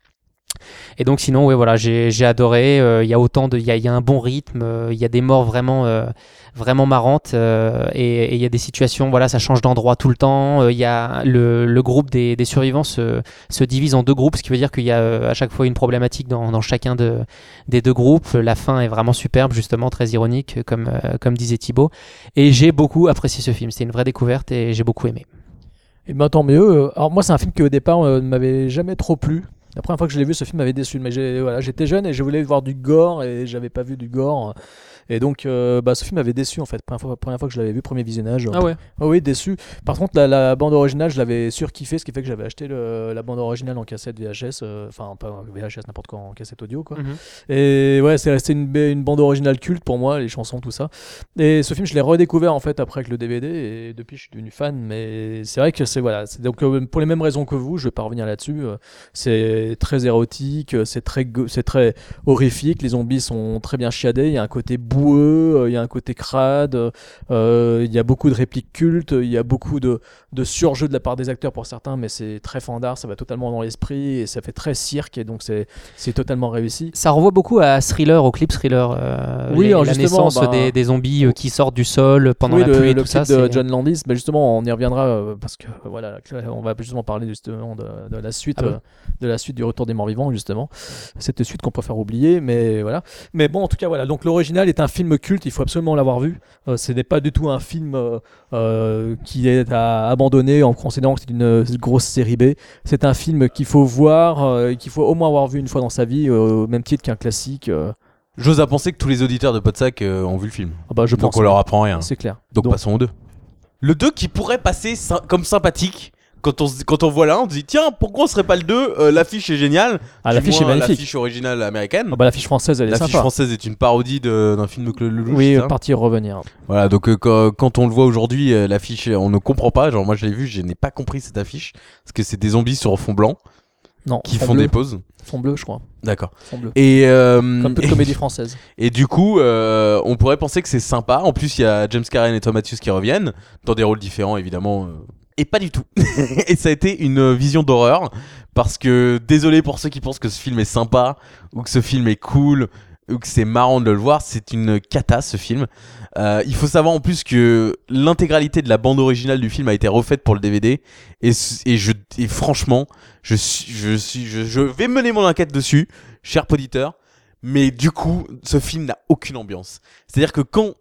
C: Et donc sinon ouais voilà j'ai, j'ai adoré, il euh, y a autant de il y a, y a un bon rythme, il euh, y a des morts vraiment euh, vraiment marrantes euh, et il y a des situations voilà ça change d'endroit tout le temps, il euh, y a le, le groupe des, des survivants se, se divise en deux groupes, ce qui veut dire qu'il y a euh, à chaque fois une problématique dans, dans chacun de, des deux groupes. La fin est vraiment superbe justement, très ironique comme, euh, comme disait Thibaut, et j'ai beaucoup apprécié ce film, c'était une vraie découverte et j'ai beaucoup aimé.
A: Et ben tant mieux. Alors moi c'est un film qui au départ euh, ne m'avait jamais trop plu. La première fois que je l'ai vu, ce film m'avait déçu. Mais j'ai, voilà, j'étais jeune et je voulais voir du gore et j'avais pas vu du gore. Et donc, euh, bah, ce film m'avait déçu en fait. Première fois, première fois que je l'avais vu, premier visionnage.
C: Ah ouais.
A: Ah oui, déçu. Par contre, la, la bande originale, je l'avais surkiffé, ce qui fait que j'avais acheté le, la bande originale en cassette V H S. Enfin, euh, pas en V H S, n'importe quoi, en cassette audio, quoi. Mm-hmm. Et ouais, c'est resté une, une bande originale culte pour moi, les chansons, tout ça. Et ce film, je l'ai redécouvert en fait après avec le D V D. Et depuis, je suis devenu fan. Mais c'est vrai que c'est voilà. C'est, donc, euh, pour les mêmes raisons que vous, je vais pas revenir là-desdessus. Euh, c'est très érotique, c'est très, c'est très horrifique. Les zombies sont très bien chiadés. Il y a un côté boueux. Il y a un côté crade, euh, il y a beaucoup de répliques cultes, il y a beaucoup de, de surjeux de la part des acteurs pour certains, mais c'est très fandard, ça va totalement dans l'esprit et ça fait très cirque et donc c'est, c'est totalement réussi.
C: Ça renvoie beaucoup à Thriller, au clip Thriller, euh,
A: oui,
C: les,
A: alors
C: la naissance
A: bah,
C: des, des zombies euh, qui sortent du sol pendant
A: oui,
C: la
A: le,
C: pluie et
A: le
C: tout ça.
A: Le clip de
C: c'est...
A: John Landis, bah justement on y reviendra euh, parce que euh, voilà, on va justement parler justement de, de la suite, ah bon euh, de la suite du Retour des Morts Vivants justement, cette suite qu'on préfère oublier, mais voilà. Mais bon, en tout cas voilà, donc l'original est un film culte, il faut absolument l'avoir vu. Euh, ce n'est pas du tout un film euh, euh, qui est à abandonner en considérant que c'est une euh, grosse série B. C'est un film qu'il faut voir, euh, qu'il faut au moins avoir vu une fois dans sa vie, euh, au même titre qu'un classique. Euh.
B: J'ose à penser que tous les auditeurs de Podsac euh, ont vu le film.
A: Ah bah, je
B: Donc
A: pense
B: on leur apprend rien.
A: C'est clair.
B: Donc, Donc passons au deux. Le deux qui pourrait passer sy- comme sympathique. Quand on, quand on voit là, on se dit tiens, pourquoi on serait pas le deux euh, L'affiche est géniale.
A: Ah, l'affiche est magnifique.
B: L'affiche originale américaine.
A: Ah bah, l'affiche française, elle est
B: l'affiche
A: sympa.
B: L'affiche française est une parodie de, d'un film de Claude Lelouch.
A: Oui, partir revenir.
B: Voilà, donc euh, quand, quand on le voit aujourd'hui, euh, l'affiche, on ne comprend pas. Genre moi, je l'ai vu, je n'ai pas compris cette affiche parce que c'est des zombies sur fond blanc.
A: Non.
B: Qui
A: fond
B: font
A: bleu.
B: des pauses.
A: Fond bleu, je crois.
B: D'accord.
A: Fond bleu.
B: Et euh,
A: comme toute comédie française.
B: Et du coup, euh, on pourrait penser que c'est sympa. En plus, il y a James Karen et Tom Matthews qui reviennent dans des rôles différents, évidemment. Euh... Et pas du tout. Et ça a été une vision d'horreur parce que désolé pour ceux qui pensent que ce film est sympa ou que ce film est cool ou que c'est marrant de le voir, c'est une cata ce film. Euh, il faut savoir en plus que l'intégralité de la bande originale du film a été refaite pour le D V D et, et, je, et franchement, je, suis, je, suis, je, je vais mener mon enquête dessus, cher poditeur, mais du coup, ce film n'a aucune ambiance. C'est-à-dire que quand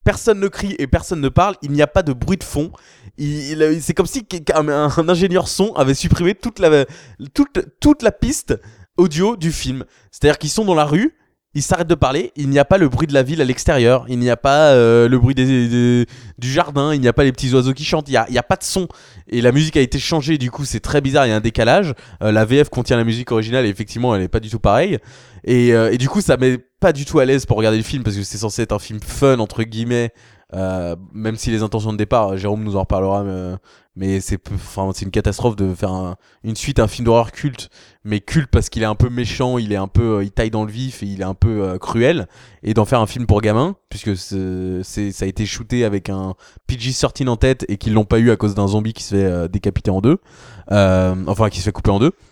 B: personne ne crie et personne ne parle, il n'y a pas de bruit de fond. Il, il, c'est comme si un, un, un ingénieur son avait supprimé toute la, toute, toute la piste audio du film. C'est-à-dire qu'ils sont dans la rue, ils s'arrêtent de parler, il n'y a pas le bruit de la ville à l'extérieur, il n'y a pas euh, le bruit des, des, du jardin, il n'y a pas les petits oiseaux qui chantent, il n'y a, il y a pas de son. Et la musique a été changée, du coup c'est très bizarre, il y a un décalage. Euh, la V F contient la musique originale et effectivement elle n'est pas du tout pareille. Et, euh, et du coup ça met pas du tout à l'aise pour regarder le film parce que c'est censé être un film fun entre guillemets. Euh, même si les intentions de départ, Jérôme nous en reparlera, mais, mais c'est, enfin, c'est une catastrophe de faire un, une suite à un film d'horreur culte, mais culte parce qu'il est un peu méchant, il est un peu, il taille dans le vif et il est un peu euh, cruel, et d'en faire un film pour gamins, puisque c'est, c'est, ça a été shooté avec un P G treize en tête et qu'ils l'ont pas eu à cause d'un zombie qui se fait euh, décapiter en deux, euh, enfin qui se fait couper en deux.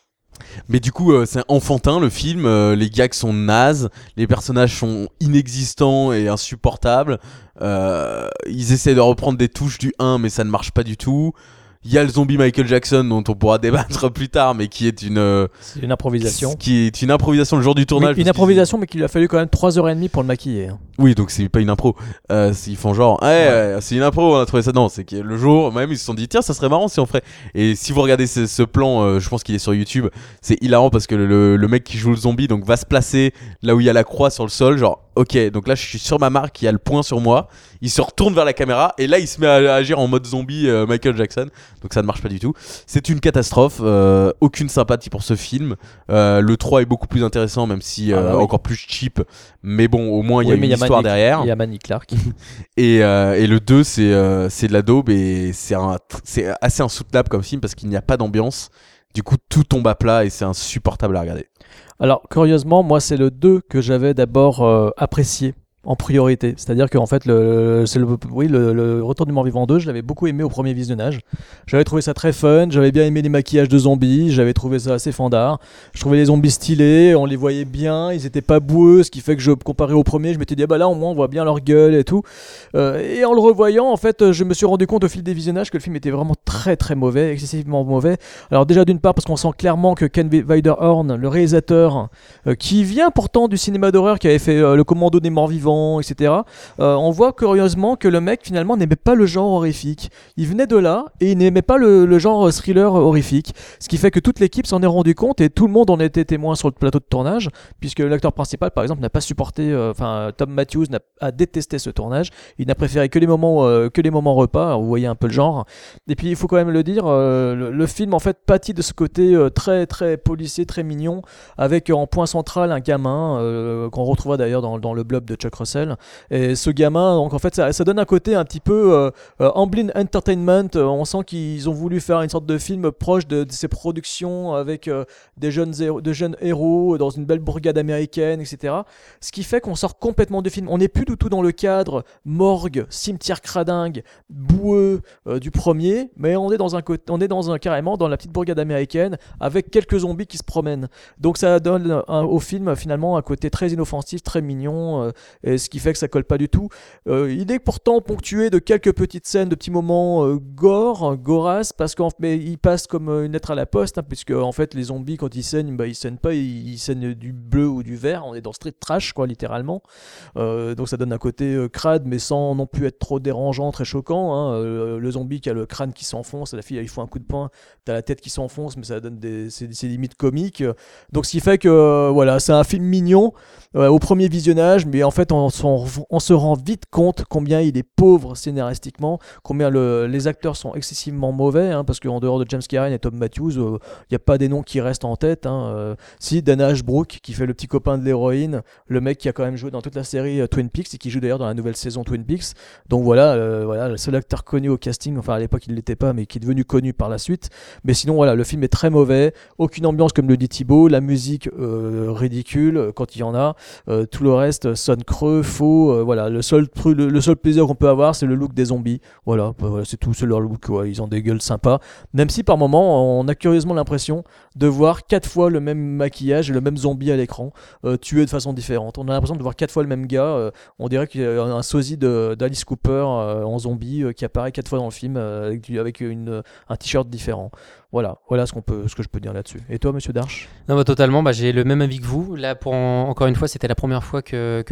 B: Mais du coup euh, c'est enfantin le film, euh, les gags sont nazes, les personnages sont inexistants et insupportables, euh, ils essaient de reprendre des touches du un mais ça ne marche pas du tout. Il y a le zombie Michael Jackson dont on pourra débattre plus tard, mais qui est une euh,
A: c'est une improvisation.
B: Qui est une improvisation le jour du tournage.
A: Oui, une improvisation, mais qu'il a fallu quand même trois heures trente pour le maquiller. Hein.
B: Oui, donc c'est pas une impro. Euh, ils font genre, eh, ouais, ouais. c'est une impro, on a trouvé ça. Non, c'est que le jour même ils se sont dit, tiens, ça serait marrant si on ferait. Et si vous regardez ce, ce plan, euh, je pense qu'il est sur YouTube, c'est hilarant parce que le, le, le mec qui joue le zombie donc va se placer là où il y a la croix sur le sol, genre. Ok, donc là je suis sur ma marque, il y a le point sur moi, il se retourne vers la caméra et là il se met à, à agir en mode zombie euh, Michael Jackson, donc ça ne marche pas du tout. C'est une catastrophe, euh, aucune sympathie pour ce film. Euh, le trois est beaucoup plus intéressant même si euh, ah bah oui. encore plus cheap, mais bon au moins il oui, y a une y a histoire
A: Manny,
B: derrière.
A: Il y a Manny Clark.
B: et, euh, et le deux c'est, euh, c'est de la daube et c'est, un, c'est assez insoutenable comme film parce qu'il n'y a pas d'ambiance. Du coup tout tombe à plat et c'est insupportable à regarder.
A: Alors, curieusement, moi, c'est le deux que j'avais d'abord euh, apprécié en priorité. C'est-à-dire qu'en fait, le, c'est le, oui, le, le Retour du Mort-Vivant deux, je l'avais beaucoup aimé au premier visionnage. J'avais trouvé ça très fun, j'avais bien aimé les maquillages de zombies, j'avais trouvé ça assez fandard. Je trouvais les zombies stylés, on les voyait bien, ils étaient pas boueux, ce qui fait que je comparais au premier, je m'étais dit, ah bah là, au moins, on voit bien leur gueule et tout. Euh, et en le revoyant, en fait, je me suis rendu compte au fil des visionnages que le film était vraiment très très mauvais, excessivement mauvais. Alors déjà, d'une part, parce qu'on sent clairement que Ken Weiderhorn, le réalisateur, euh, qui vient pourtant du cinéma d'horreur, qui avait fait euh, Le Commando des Morts-Vivants, et cetera. Euh, on voit curieusement que le mec finalement n'aimait pas le genre horrifique. Il venait de là et il n'aimait pas le, le genre thriller horrifique. Ce qui fait que toute l'équipe s'en est rendu compte et tout le monde en était témoin sur le plateau de tournage, puisque l'acteur principal par exemple n'a pas supporté, enfin euh, Tom Matthews n'a, a détesté ce tournage. Il n'a préféré que les moments, euh, que les moments repas. Alors, vous voyez un peu le genre. Et puis il faut quand même le dire, euh, le, le film en fait pâtit de ce côté euh, très très policier, très mignon, avec en point central un gamin euh, qu'on retrouvera d'ailleurs dans, dans le blob de Chuck Russell. Et ce gamin, donc en fait, ça, ça donne un côté un petit peu euh, euh, Amblin Entertainment. Euh, on sent qu'ils ont voulu faire une sorte de film proche de, de ces productions avec euh, des jeunes, héros, de jeunes héros dans une belle bourgade américaine, et cetera. Ce qui fait qu'on sort complètement du film. On n'est plus du tout dans le cadre morgue, cimetière cradingue, boueux euh, du premier, mais on est dans un on est dans un carrément dans la petite bourgade américaine avec quelques zombies qui se promènent. Donc ça donne un, au film finalement un côté très inoffensif, très mignon. Euh, Et ce qui fait que ça colle pas du tout. Euh, il est pourtant ponctué de quelques petites scènes, de petits moments euh, gore, gorasse, parce qu'en mais il passe comme une lettre à la poste, hein, puisque en fait les zombies quand ils saignent, bah ils saignent pas, ils, ils saignent du bleu ou du vert. On est dans street trash quoi, littéralement. Euh, donc ça donne un côté euh, crade, mais sans non plus être trop dérangeant, très choquant. Hein. Euh, le zombie qui a le crâne qui s'enfonce, la fille il faut un coup de poing, t'as la tête qui s'enfonce, mais ça donne des c'est, c'est limites comiques. Donc ce qui fait que euh, voilà, c'est un film mignon euh, au premier visionnage, mais en fait on On, on se rend vite compte combien il est pauvre scénaristiquement, combien le, les acteurs sont excessivement mauvais, hein, parce qu'en dehors de James Karen et Tom Matthews, il euh, n'y a pas des noms qui restent en tête. Hein, euh, si, Dana Ashbrook, qui fait le petit copain de l'héroïne, le mec qui a quand même joué dans toute la série euh, Twin Peaks et qui joue d'ailleurs dans la nouvelle saison Twin Peaks. Donc voilà, euh, voilà le seul acteur connu au casting, enfin à l'époque il ne l'était pas, mais qui est devenu connu par la suite. Mais sinon, voilà, le film est très mauvais, aucune ambiance comme le dit Thibaut, la musique euh, ridicule quand il y en a, euh, tout le reste sonne creux, faux. Euh, voilà, le seul truc, le, le seul plaisir qu'on peut avoir, c'est le look des zombies. Voilà, bah, voilà c'est tout, c'est leur look. Ouais, ils ont des gueules sympas. Même si par moment, on a curieusement l'impression de voir quatre fois le même maquillage et le même zombie à l'écran, euh, tué de façon différente. On a l'impression de voir quatre fois le même gars. Euh, on dirait qu'il y a un sosie de, d'Alice Cooper euh, en zombie euh, qui apparaît quatre fois dans le film euh, avec, du, avec une, un t-shirt différent. Voilà, voilà ce qu'on peut, ce que je peux dire là-dessus. Et toi, Monsieur Darche ?
C: Non, bah, totalement. Bah, j'ai le même avis que vous. Là, pour en, encore une fois, c'était la première fois que, que je voyais ce film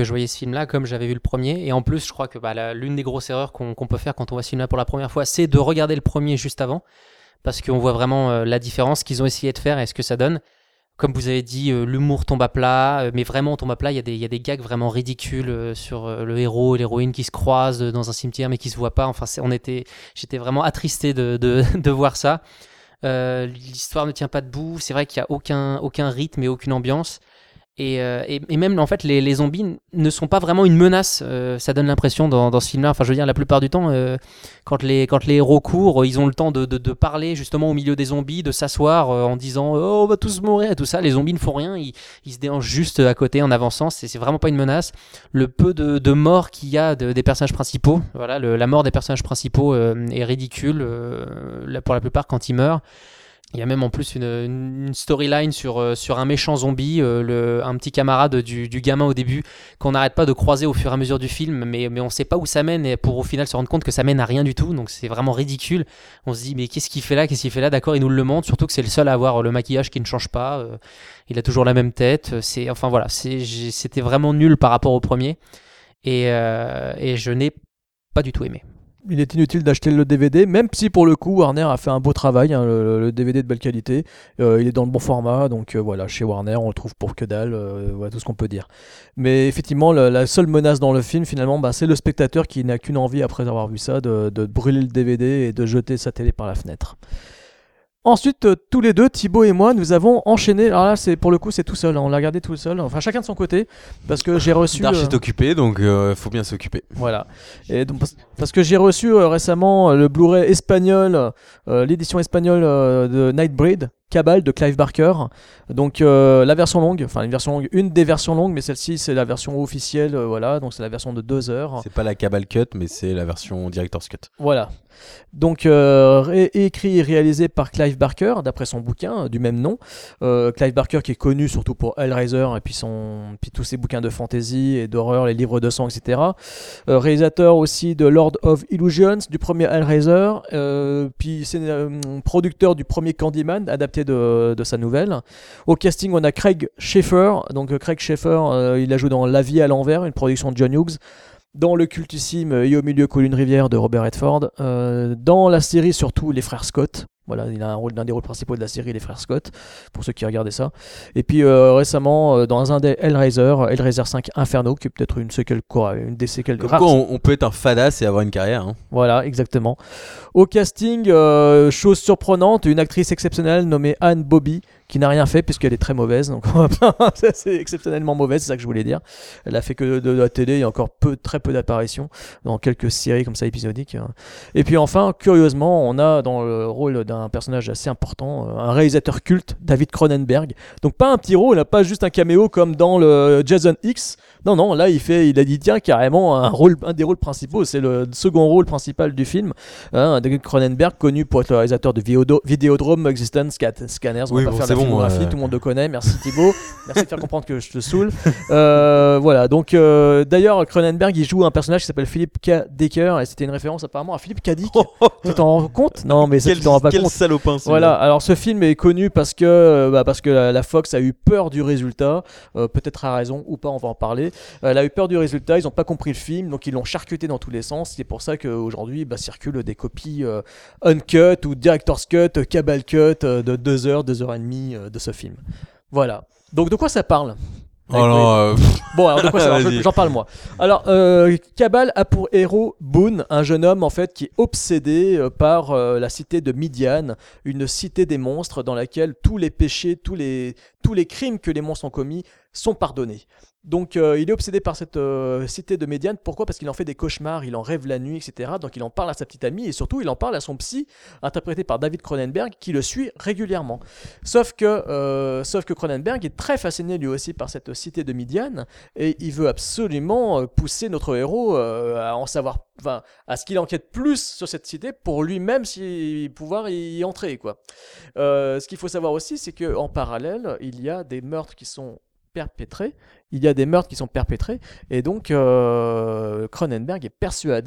C: film-là comme j'avais vu le premier. Et en plus, je crois que bah, la, l'une des grosses erreurs qu'on, qu'on peut faire quand on voit ce film-là pour la première fois, c'est de regarder le premier juste avant. Parce qu'on voit vraiment euh, la différence qu'ils ont essayé de faire et ce que ça donne. Comme vous avez dit, euh, l'humour tombe à plat, euh, mais vraiment on tombe à plat. Il y a des, il y a des gags vraiment ridicules euh, sur euh, le héros et l'héroïne qui se croisent euh, dans un cimetière mais qui se voient pas. Enfin, c'est, on était, j'étais vraiment attristé de, de, de voir ça. Euh, l'histoire ne tient pas debout. C'est vrai qu'il y a aucun, aucun rythme et aucune ambiance. Et, euh, et, et même en fait les, les zombies ne sont pas vraiment une menace, euh, ça donne l'impression dans, dans ce film là, enfin je veux dire la plupart du temps euh, quand, les, quand les héros courent ils ont le temps de, de, de parler justement au milieu des zombies, de s'asseoir euh, en disant oh on va tous mourir et tout ça, les zombies ne font rien, ils, ils se dérangent juste à côté en avançant, c'est, c'est vraiment pas une menace. Le peu de, de morts qu'il y a de, des personnages principaux, voilà, le, la mort des personnages principaux euh, est ridicule euh, pour la plupart quand ils meurent. Il y a même en plus une, une storyline sur, euh, sur un méchant zombie, euh, le, un petit camarade du, du gamin au début, qu'on n'arrête pas de croiser au fur et à mesure du film, mais, mais on ne sait pas où ça mène, et pour au final se rendre compte que ça mène à rien du tout, donc c'est vraiment ridicule. On se dit, mais qu'est-ce qu'il fait là, qu'est-ce qu'il fait là, d'accord, il nous le montre, surtout que c'est le seul à avoir le maquillage qui ne change pas, euh, il a toujours la même tête, c'est, enfin voilà, c'est, c'était vraiment nul par rapport au premier, et, euh, et je n'ai pas du tout aimé.
A: Il est inutile d'acheter le D V D, même si pour le coup Warner a fait un beau travail, hein, le, le D V D de belle qualité, euh, il est dans le bon format, donc euh, voilà, chez Warner on le trouve pour que dalle, euh, voilà tout ce qu'on peut dire. Mais effectivement, le, la seule menace dans le film finalement, bah, c'est le spectateur qui n'a qu'une envie après avoir vu ça, de, de brûler le D V D et de jeter sa télé par la fenêtre. Ensuite, euh, tous les deux, Thibaut et moi, nous avons enchaîné. Alors là, c'est pour le coup, c'est tout seul. Hein, on l'a regardé tout seul. Enfin, chacun de son côté, parce que j'ai reçu.
B: Darch
A: euh...
B: est occupé, donc il euh, faut bien s'occuper.
A: Voilà. Et donc, parce que j'ai reçu euh, récemment euh, le Blu-ray espagnol, euh, l'édition espagnole euh, de Nightbreed, Cabal de Clive Barker. Donc euh, la version longue, enfin une version longue, une des versions longues, mais celle-ci c'est la version officielle. Euh, voilà, donc c'est la version de deux heures.
B: C'est pas la Cabal Cut, mais c'est la version Director's Cut. Voilà.
A: Donc euh, ré- écrit et réalisé par Clive Barker d'après son bouquin euh, du même nom. Euh, Clive Barker qui est connu surtout pour Hellraiser et puis son puis tous ses bouquins de fantasy et d'horreur, les livres de sang, et cetera. Euh, réalisateur aussi de Lord of Illusions, du premier Hellraiser, euh, puis c'est euh, producteur du premier Candyman adapté de, de sa nouvelle. Au casting on a Craig Schaeffer. Donc euh, Craig Schaeffer euh, il a joué dans La vie à l'envers, une production de John Hughes. Dans le cultissime Et au milieu coule une rivière de Robert Redford, euh, dans la série surtout Les Frères Scott, voilà, il a un rôle d'un des rôles principaux de la série Les Frères Scott, pour ceux qui regardaient ça. Et puis euh, récemment euh, dans un des Hellraiser, Hellraiser cinq Inferno, qui est peut-être une séquelle, quoi, une des séquelles
B: Donc
A: rares.
B: on, on peut être un fadass et avoir une carrière. Hein.
A: Voilà, exactement. Au casting, euh, chose surprenante, une actrice exceptionnelle nommée Anne Bobby, qui n'a rien fait puisqu'elle est très mauvaise, donc c'est exceptionnellement mauvaise, c'est ça que je voulais dire. Elle a fait que de, de la télé, il y a encore peu, très peu d'apparitions dans quelques séries comme ça épisodiques. Et puis enfin, curieusement, on a dans le rôle d'un personnage assez important, un réalisateur culte, David Cronenberg. Donc pas un petit rôle, pas juste un caméo comme dans le Jason X. Non, non, là il fait, il a dit tiens carrément un rôle, un des rôles principaux, c'est le second rôle principal du film. Hein, David Cronenberg, connu pour être le réalisateur de Vidéodo- Vidéodrome, Existence, Scanners. On
B: oui,
A: va
B: bon,
A: pas faire la
B: bon,
A: filmographie,
B: euh...
A: tout le monde le connaît. Merci Thibaut, merci de faire comprendre que je te saoule. Euh, voilà, donc euh, d'ailleurs Cronenberg il joue un personnage qui s'appelle Philip K. Dicker et c'était une référence apparemment à Philippe K. Dick. Tu t'en rends compte? Non, mais ça,
B: quel,
A: tu t'en rends pas
B: quel
A: compte.
B: Salopin,
A: voilà, alors ce film est connu parce que, bah, parce que la, la Fox a eu peur du résultat, euh, peut-être à raison ou pas, on va en parler. Elle a eu peur du résultat, ils n'ont pas compris le film, donc ils l'ont charcuté dans tous les sens. C'est pour ça qu'aujourd'hui bah, circulent des copies euh, uncut ou director's cut, cabal cut euh, de deux heures, deux heures et demie euh, de ce film. Voilà. Donc de quoi ça parle?
B: Oh non, euh...
A: Bon, alors de quoi ça parle? J'en parle moi. Alors, euh, Cabal a pour héros Boone, un jeune homme en fait qui est obsédé euh, par euh, la cité de Midian, une cité des monstres dans laquelle tous les péchés, tous les tous les crimes que les monstres ont commis sont pardonnés. Donc euh, il est obsédé par cette euh, cité de Médiane. Pourquoi? Parce qu'il en fait des cauchemars, il en rêve la nuit, et cetera. Donc il en parle à sa petite amie et surtout il en parle à son psy, interprété par David Cronenberg, qui le suit régulièrement. Sauf que, euh, sauf que Cronenberg est très fasciné lui aussi par cette cité de Midian et il veut absolument pousser notre héros euh, à en savoir, enfin, à ce qu'il enquête plus sur cette cité pour lui-même si, pouvoir y entrer, quoi. Euh, ce qu'il faut savoir aussi, c'est qu'en parallèle, il y a des meurtres qui sont perpétrés, il y a des meurtres qui sont perpétrés, et donc euh, Cronenberg est persuadé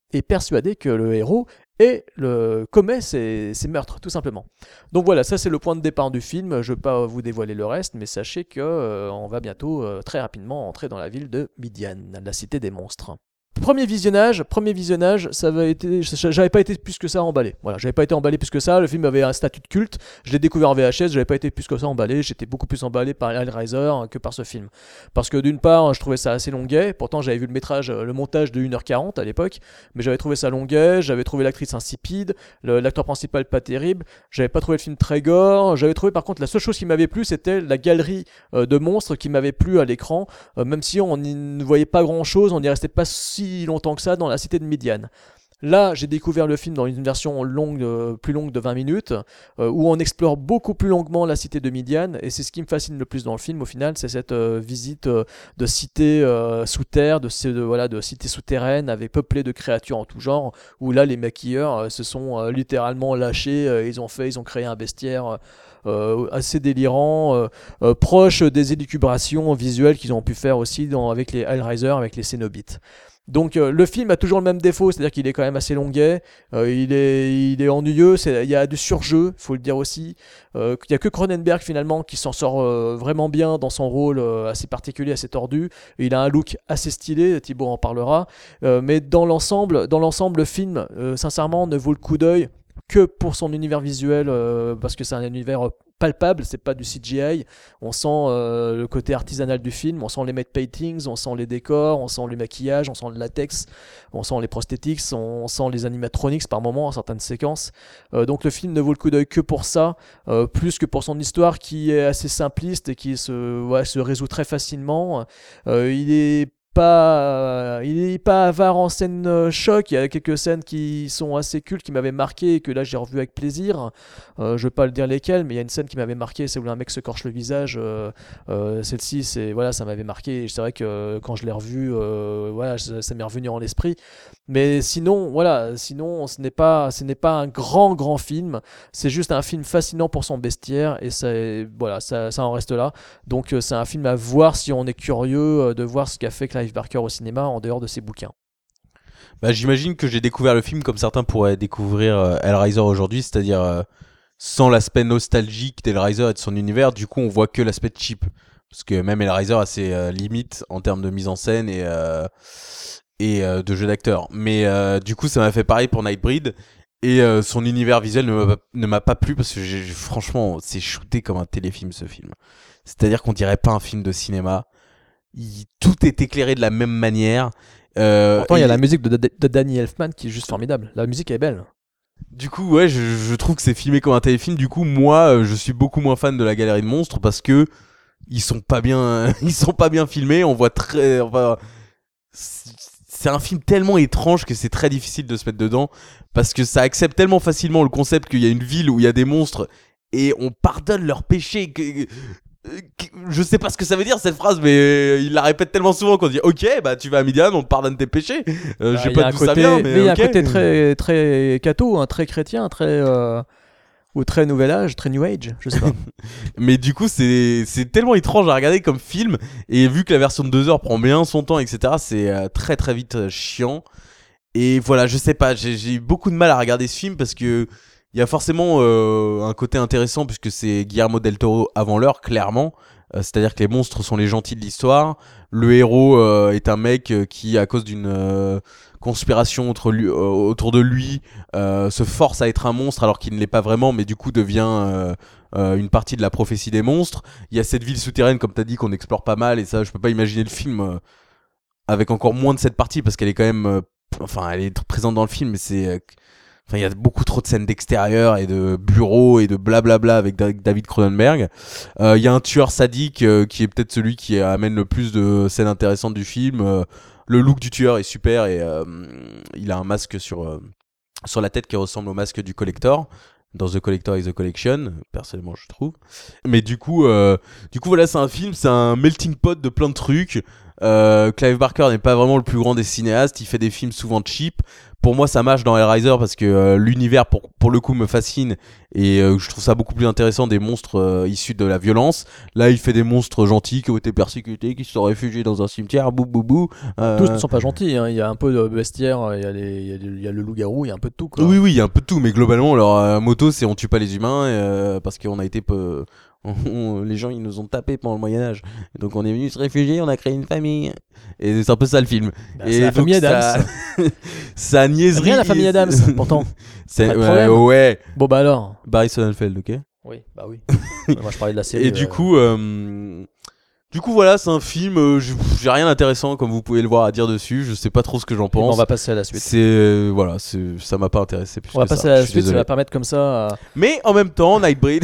A: est persuadé que le héros et le, commet ces, ces meurtres, tout simplement. Donc voilà, ça c'est le point de départ du film. Je ne vais pas vous dévoiler le reste, mais sachez qu'on euh, va bientôt, euh, très rapidement, entrer dans la ville de Midian, la cité des monstres. Premier visionnage, premier visionnage, ça avait été, j'avais pas été plus que ça emballé. Voilà, j'avais pas été emballé plus que ça. Le film avait un statut de culte. Je l'ai découvert en V H S, j'avais pas été plus que ça emballé. J'étais beaucoup plus emballé par Hellraiser que par ce film. Parce que d'une part, je trouvais ça assez longuet. Pourtant, j'avais vu le métrage, le montage de une heure quarante à l'époque, mais j'avais trouvé ça longuet. J'avais trouvé l'actrice insipide, le, l'acteur principal pas terrible. J'avais pas trouvé le film très gore. J'avais trouvé par contre la seule chose qui m'avait plu, c'était la galerie euh, de monstres qui m'avait plu à l'écran. Euh, même si on ne voyait pas grand chose, on n'y restait pas si longtemps que ça dans la cité de Midian. Là, j'ai découvert le film dans une version longue, euh, plus longue de vingt minutes, euh, où on explore beaucoup plus longuement la cité de Midian, et c'est ce qui me fascine le plus dans le film, au final, c'est cette euh, visite euh, de cité euh, sous terre, de, de, voilà, de cité souterraine, avec peuplée de créatures en tout genre, où là, les maquilleurs euh, se sont euh, littéralement lâchés, euh, ils ont fait, ils ont créé un bestiaire euh, assez délirant, euh, euh, proche des élucubrations visuelles qu'ils ont pu faire aussi dans, avec les Hellraiser, avec les Cénobites. Donc euh, le film a toujours le même défaut, c'est-à-dire qu'il est quand même assez longuet, euh, il, est, il est ennuyeux, c'est, il y a du surjeu, il faut le dire aussi. Euh, il n'y a que Cronenberg finalement qui s'en sort euh, vraiment bien dans son rôle euh, assez particulier, assez tordu. Et il a un look assez stylé, Thibaut en parlera. Euh, mais dans l'ensemble, dans l'ensemble, le film, euh, sincèrement, ne vaut le coup d'œil que pour son univers visuel, euh, parce que c'est un univers palpable, c'est pas du C G I. On sent euh, le côté artisanal du film, on sent les matte paintings, on sent les décors, on sent les maquillages, on sent le latex, on sent les prosthetics, on sent les animatronics par moments, en certaines séquences. Euh, donc le film ne vaut le coup d'œil que pour ça, euh, plus que pour son histoire qui est assez simpliste et qui se, ouais, se résout très facilement. Euh, il est Pas, il est pas avare en scène euh, choc. Il y a quelques scènes qui sont assez cultes, qui m'avaient marqué et que là j'ai revu avec plaisir. Euh, je vais pas le dire lesquelles, mais il y a une scène qui m'avait marqué, c'est où un mec se corche le visage. Euh, euh, celle-ci, c'est voilà, ça m'avait marqué. Et c'est vrai que euh, quand je l'ai revu, euh, voilà, ça, ça m'est revenu en l'esprit. Mais sinon, voilà, sinon, ce n'est pas, ce n'est pas un grand grand film. C'est juste un film fascinant pour son bestiaire et ça, voilà, ça, ça en reste là. Donc euh, c'est un film à voir si on est curieux euh, de voir ce qu'a fait Clive Barker au cinéma en dehors de ses bouquins.
B: Bah, j'imagine que j'ai découvert le film comme certains pourraient découvrir euh, Hellraiser aujourd'hui, c'est-à-dire euh, sans l'aspect nostalgique d'Hellraiser et de son univers. Du coup, on voit que l'aspect cheap, parce que même Hellraiser a ses euh, limites en termes de mise en scène et euh, et euh, de jeu d'acteur. Mais euh, du coup, ça m'a fait pareil pour Nightbreed. Et euh, son univers visuel ne m'a, ne m'a pas plu parce que j'ai, franchement, c'est shooté comme un téléfilm ce film. C'est-à-dire qu'on dirait pas un film de cinéma. Il, tout est éclairé de la même manière. Euh,
A: Pourtant, il y a la musique de, de, de Danny Elfman qui est juste formidable. La musique est belle.
B: Du coup, ouais, je, je trouve que c'est filmé comme un téléfilm. Du coup, moi, je suis beaucoup moins fan de la Galerie de Monstres parce que ils sont pas bien, ils sont pas bien filmés. On voit très, enfin, c'est un film tellement étrange que c'est très difficile de se mettre dedans parce que ça accepte tellement facilement le concept qu'il y a une ville où il y a des monstres et on pardonne leurs péchés. Que, je sais pas ce que ça veut dire cette phrase, mais il la répète tellement souvent qu'on dit ok, bah tu vas à Midian, on te pardonne tes péchés. Euh, bah, je sais pas d'où ça vient, mais il
A: y a
B: okay.
A: un côté très très catho, hein, très chrétien, très euh, ou très nouvel âge, très new age, je sais pas.
B: Mais du coup, c'est c'est tellement étrange à regarder comme film, et vu que la version de deux heures prend bien son temps, et cetera. C'est euh, très très vite euh, chiant. Et voilà, je sais pas, j'ai, j'ai eu beaucoup de mal à regarder ce film parce que il y a forcément euh, un côté intéressant puisque c'est Guillermo del Toro avant l'heure, clairement. Euh, c'est-à-dire que les monstres sont les gentils de l'histoire. Le héros euh, est un mec euh, qui, à cause d'une euh, conspiration autour, lui, euh, autour de lui, euh, se force à être un monstre alors qu'il ne l'est pas vraiment, mais du coup devient euh, euh, une partie de la prophétie des monstres. Il y a cette ville souterraine, comme tu as dit, qu'on explore pas mal, et ça, je peux pas imaginer le film euh, avec encore moins de cette partie parce qu'elle est quand même... Euh, enfin, elle est présente dans le film, mais c'est... Euh, Enfin, il y a beaucoup trop de scènes d'extérieur et de bureaux et de blablabla avec David Cronenberg. Il euh, y a un tueur sadique euh, qui est peut-être celui qui amène le plus de scènes intéressantes du film. Euh, le look du tueur est super et euh, il a un masque sur, euh, sur la tête qui ressemble au masque du Collector. Dans The Collector is the Collection, personnellement je trouve. Mais du coup, euh, du coup voilà, c'est un film, c'est un melting pot de plein de trucs. Euh, Clive Barker n'est pas vraiment le plus grand des cinéastes, il fait des films souvent cheap. Pour moi, ça marche dans Hellraiser parce que euh, l'univers, pour, pour le coup, me fascine et euh, je trouve ça beaucoup plus intéressant des monstres euh, issus de la violence. Là, il fait des monstres gentils qui ont été persécutés, qui se sont réfugiés dans un cimetière, bou bou bou. Euh...
A: Tous ne sont pas gentils, hein. Il y a un peu de bestiaire, il y a, les, il y a, les, il y a le loup-garou, il y a un peu de tout, quoi.
B: Oui, oui, il y a un peu de tout, mais globalement, leur euh, motto, c'est on tue pas les humains euh, parce qu'on a été peu. On, on, les gens ils nous ont tapé pendant le Moyen-Âge, donc on est venu se réfugier, on a créé une famille, et c'est un peu ça le film.
A: Bah,
B: et
A: c'est la
B: donc,
A: famille Adams.
B: Ça, ça niaiserie.
A: Rien la famille Adams, pourtant.
B: C'est
A: pas de
B: ouais,
A: problème.
B: ouais.
A: Bon bah alors.
B: Barry Sonnenfeld, ok.
A: Oui, bah oui. Moi je parlais de la série.
B: Et du
A: euh...
B: coup, euh, du coup voilà, c'est un film. Euh, j'ai rien d'intéressant comme vous pouvez le voir à dire dessus. Je sais pas trop ce que j'en pense.
A: Bon, on va passer à la suite.
B: C'est euh, voilà, c'est ça m'a pas intéressé plus
A: on va
B: que
A: passer
B: ça.
A: à la
B: Je suis
A: suite, ça
B: désolé.
A: va permettre comme ça. À...
B: Mais en même temps, Nightbreed.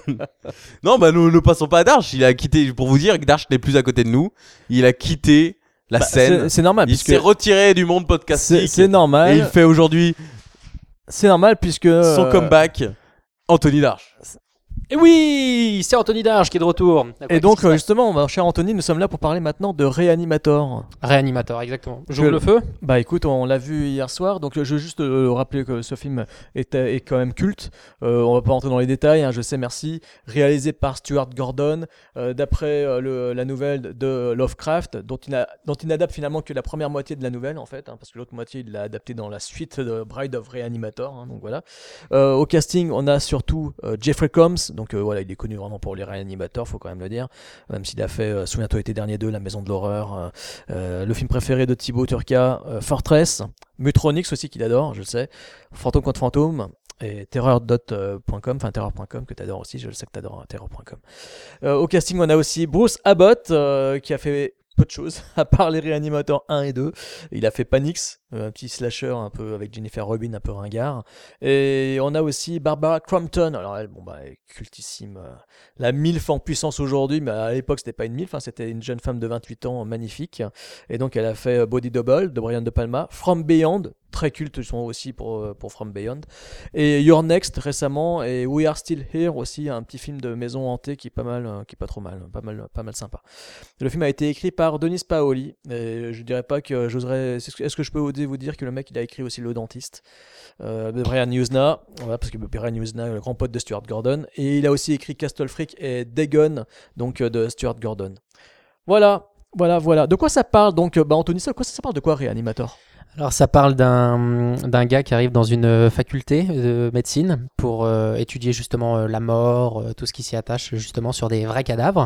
B: non, bah nous ne passons pas à Darsh. Il a quitté, pour vous dire que Darsh n'est plus à côté de nous. Il a quitté la
A: bah,
B: scène.
A: C'est, c'est normal.
B: Il s'est retiré du monde podcastique.
A: C'est, c'est normal.
B: Et il fait aujourd'hui.
A: C'est normal puisque.
B: Son
A: euh...
B: comeback, Anthony Darsh.
C: Et oui, c'est Anthony Darsh qui est de retour.
A: Et donc, euh, justement, mon cher Anthony, nous sommes là pour parler maintenant de Reanimator.
C: Reanimator, exactement. J'ouvre le feu.
A: Bah écoute, on l'a vu hier soir, donc je veux juste euh, rappeler que ce film est, est quand même culte. Euh, on va pas rentrer dans les détails, hein, je sais, merci. Réalisé par Stuart Gordon, euh, d'après euh, le, la nouvelle de Lovecraft, dont il, a, dont il n'adapte finalement que la première moitié de la nouvelle, en fait, hein, parce que l'autre moitié, il l'a adapté dans la suite de Bride of Reanimator, hein, donc voilà. Euh, au casting, on a surtout euh, Jeffrey Combs, donc euh, voilà, il est connu vraiment pour les réanimateurs, faut quand même le dire, même s'il a fait euh, Souviens-toi l'été dernier deux, La Maison de l'horreur, euh, euh, le film préféré de Thibaut Turca, euh, Fortress, Mutronix aussi qu'il adore, je le sais, Fantôme contre Fantôme, et terreur point com, enfin terreur point com que t'adores aussi, je le sais que t'adores hein, terreur point com. Euh, au casting, on a aussi Bruce Abbott euh, qui a fait peu de choses, à part les Réanimateurs un et deux. Il a fait Panix, un petit slasher un peu avec Jennifer Rubin, un peu ringard. Et on a aussi Barbara Crampton. Alors elle, bon bah, elle est cultissime. Euh, la milf en puissance aujourd'hui, mais à l'époque c'était pas une milf, hein, c'était une jeune femme de vingt-huit ans magnifique. Et donc elle a fait Body Double de Brian De Palma, From Beyond, très culte ils sont aussi pour, pour From Beyond, et Your Next récemment, et We Are Still Here aussi, un petit film de maison hantée qui est pas mal, qui est pas trop mal, pas mal, pas mal sympa. Le film a été écrit par Denis Paoli, et je dirais pas que j'oserais, est-ce que je peux oser vous dire que le mec il a écrit aussi Le Dentiste euh, de Brian Yuzna, voilà, parce que Brian Yuzna, le grand pote de Stuart Gordon, et il a aussi écrit Castle Freak et Dagon, donc de Stuart Gordon. Voilà, voilà, voilà. De quoi ça parle donc, bah Anthony, ça, quoi ça, ça parle de quoi Reanimator ?
C: Alors ça parle d'un, d'un gars qui arrive dans une faculté de médecine pour euh, étudier justement euh, la mort, euh, tout ce qui s'y attache justement sur des vrais cadavres,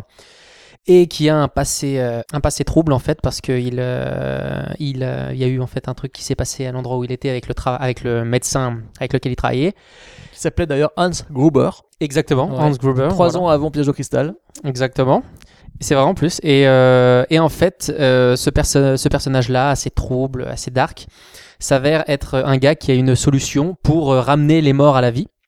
C: et qui a un passé, euh, un passé trouble en fait, parce qu'il euh, il, euh, il y a eu en fait un truc qui s'est passé à l'endroit où il était avec le, tra- avec le médecin avec lequel il travaillait.
A: Qui s'appelait d'ailleurs Hans Gruber.
C: Exactement, ouais. Hans Gruber.
A: Trois
C: voilà.
A: ans avant Piège au cristal.
C: Exactement. C'est vrai en plus. Et, euh, et en fait, euh, ce, perso- ce personnage-là, assez trouble, assez dark, s'avère être un gars qui a une solution pour euh, ramener les morts à la vie,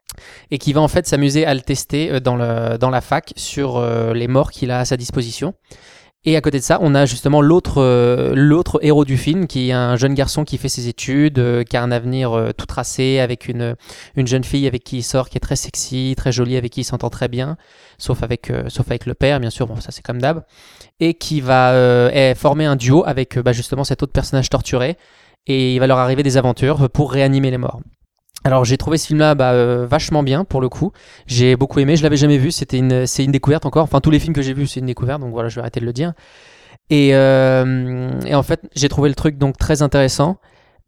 C: et qui va en fait s'amuser à le tester euh, dans, le, dans la fac sur euh, les morts qu'il a à sa disposition. Et à côté de ça, on a justement l'autre, euh, l'autre héros du film, qui est un jeune garçon qui fait ses études, euh, qui a un avenir euh, tout tracé, avec une, une jeune fille avec qui il sort, qui est très sexy, très jolie, avec qui il s'entend très bien, sauf avec, euh, sauf avec le père, bien sûr, bon ça c'est comme d'hab, et qui va euh, former un duo avec euh, bah, justement cet autre personnage torturé, et il va leur arriver des aventures pour réanimer les morts. Alors j'ai trouvé ce film-là bah, euh, vachement bien pour le coup, j'ai beaucoup aimé, je l'avais jamais vu, c'était une, c'est une découverte encore, enfin tous les films que j'ai vus c'est une découverte, donc voilà je vais arrêter de le dire. Et, euh, et en fait j'ai trouvé le truc donc très intéressant,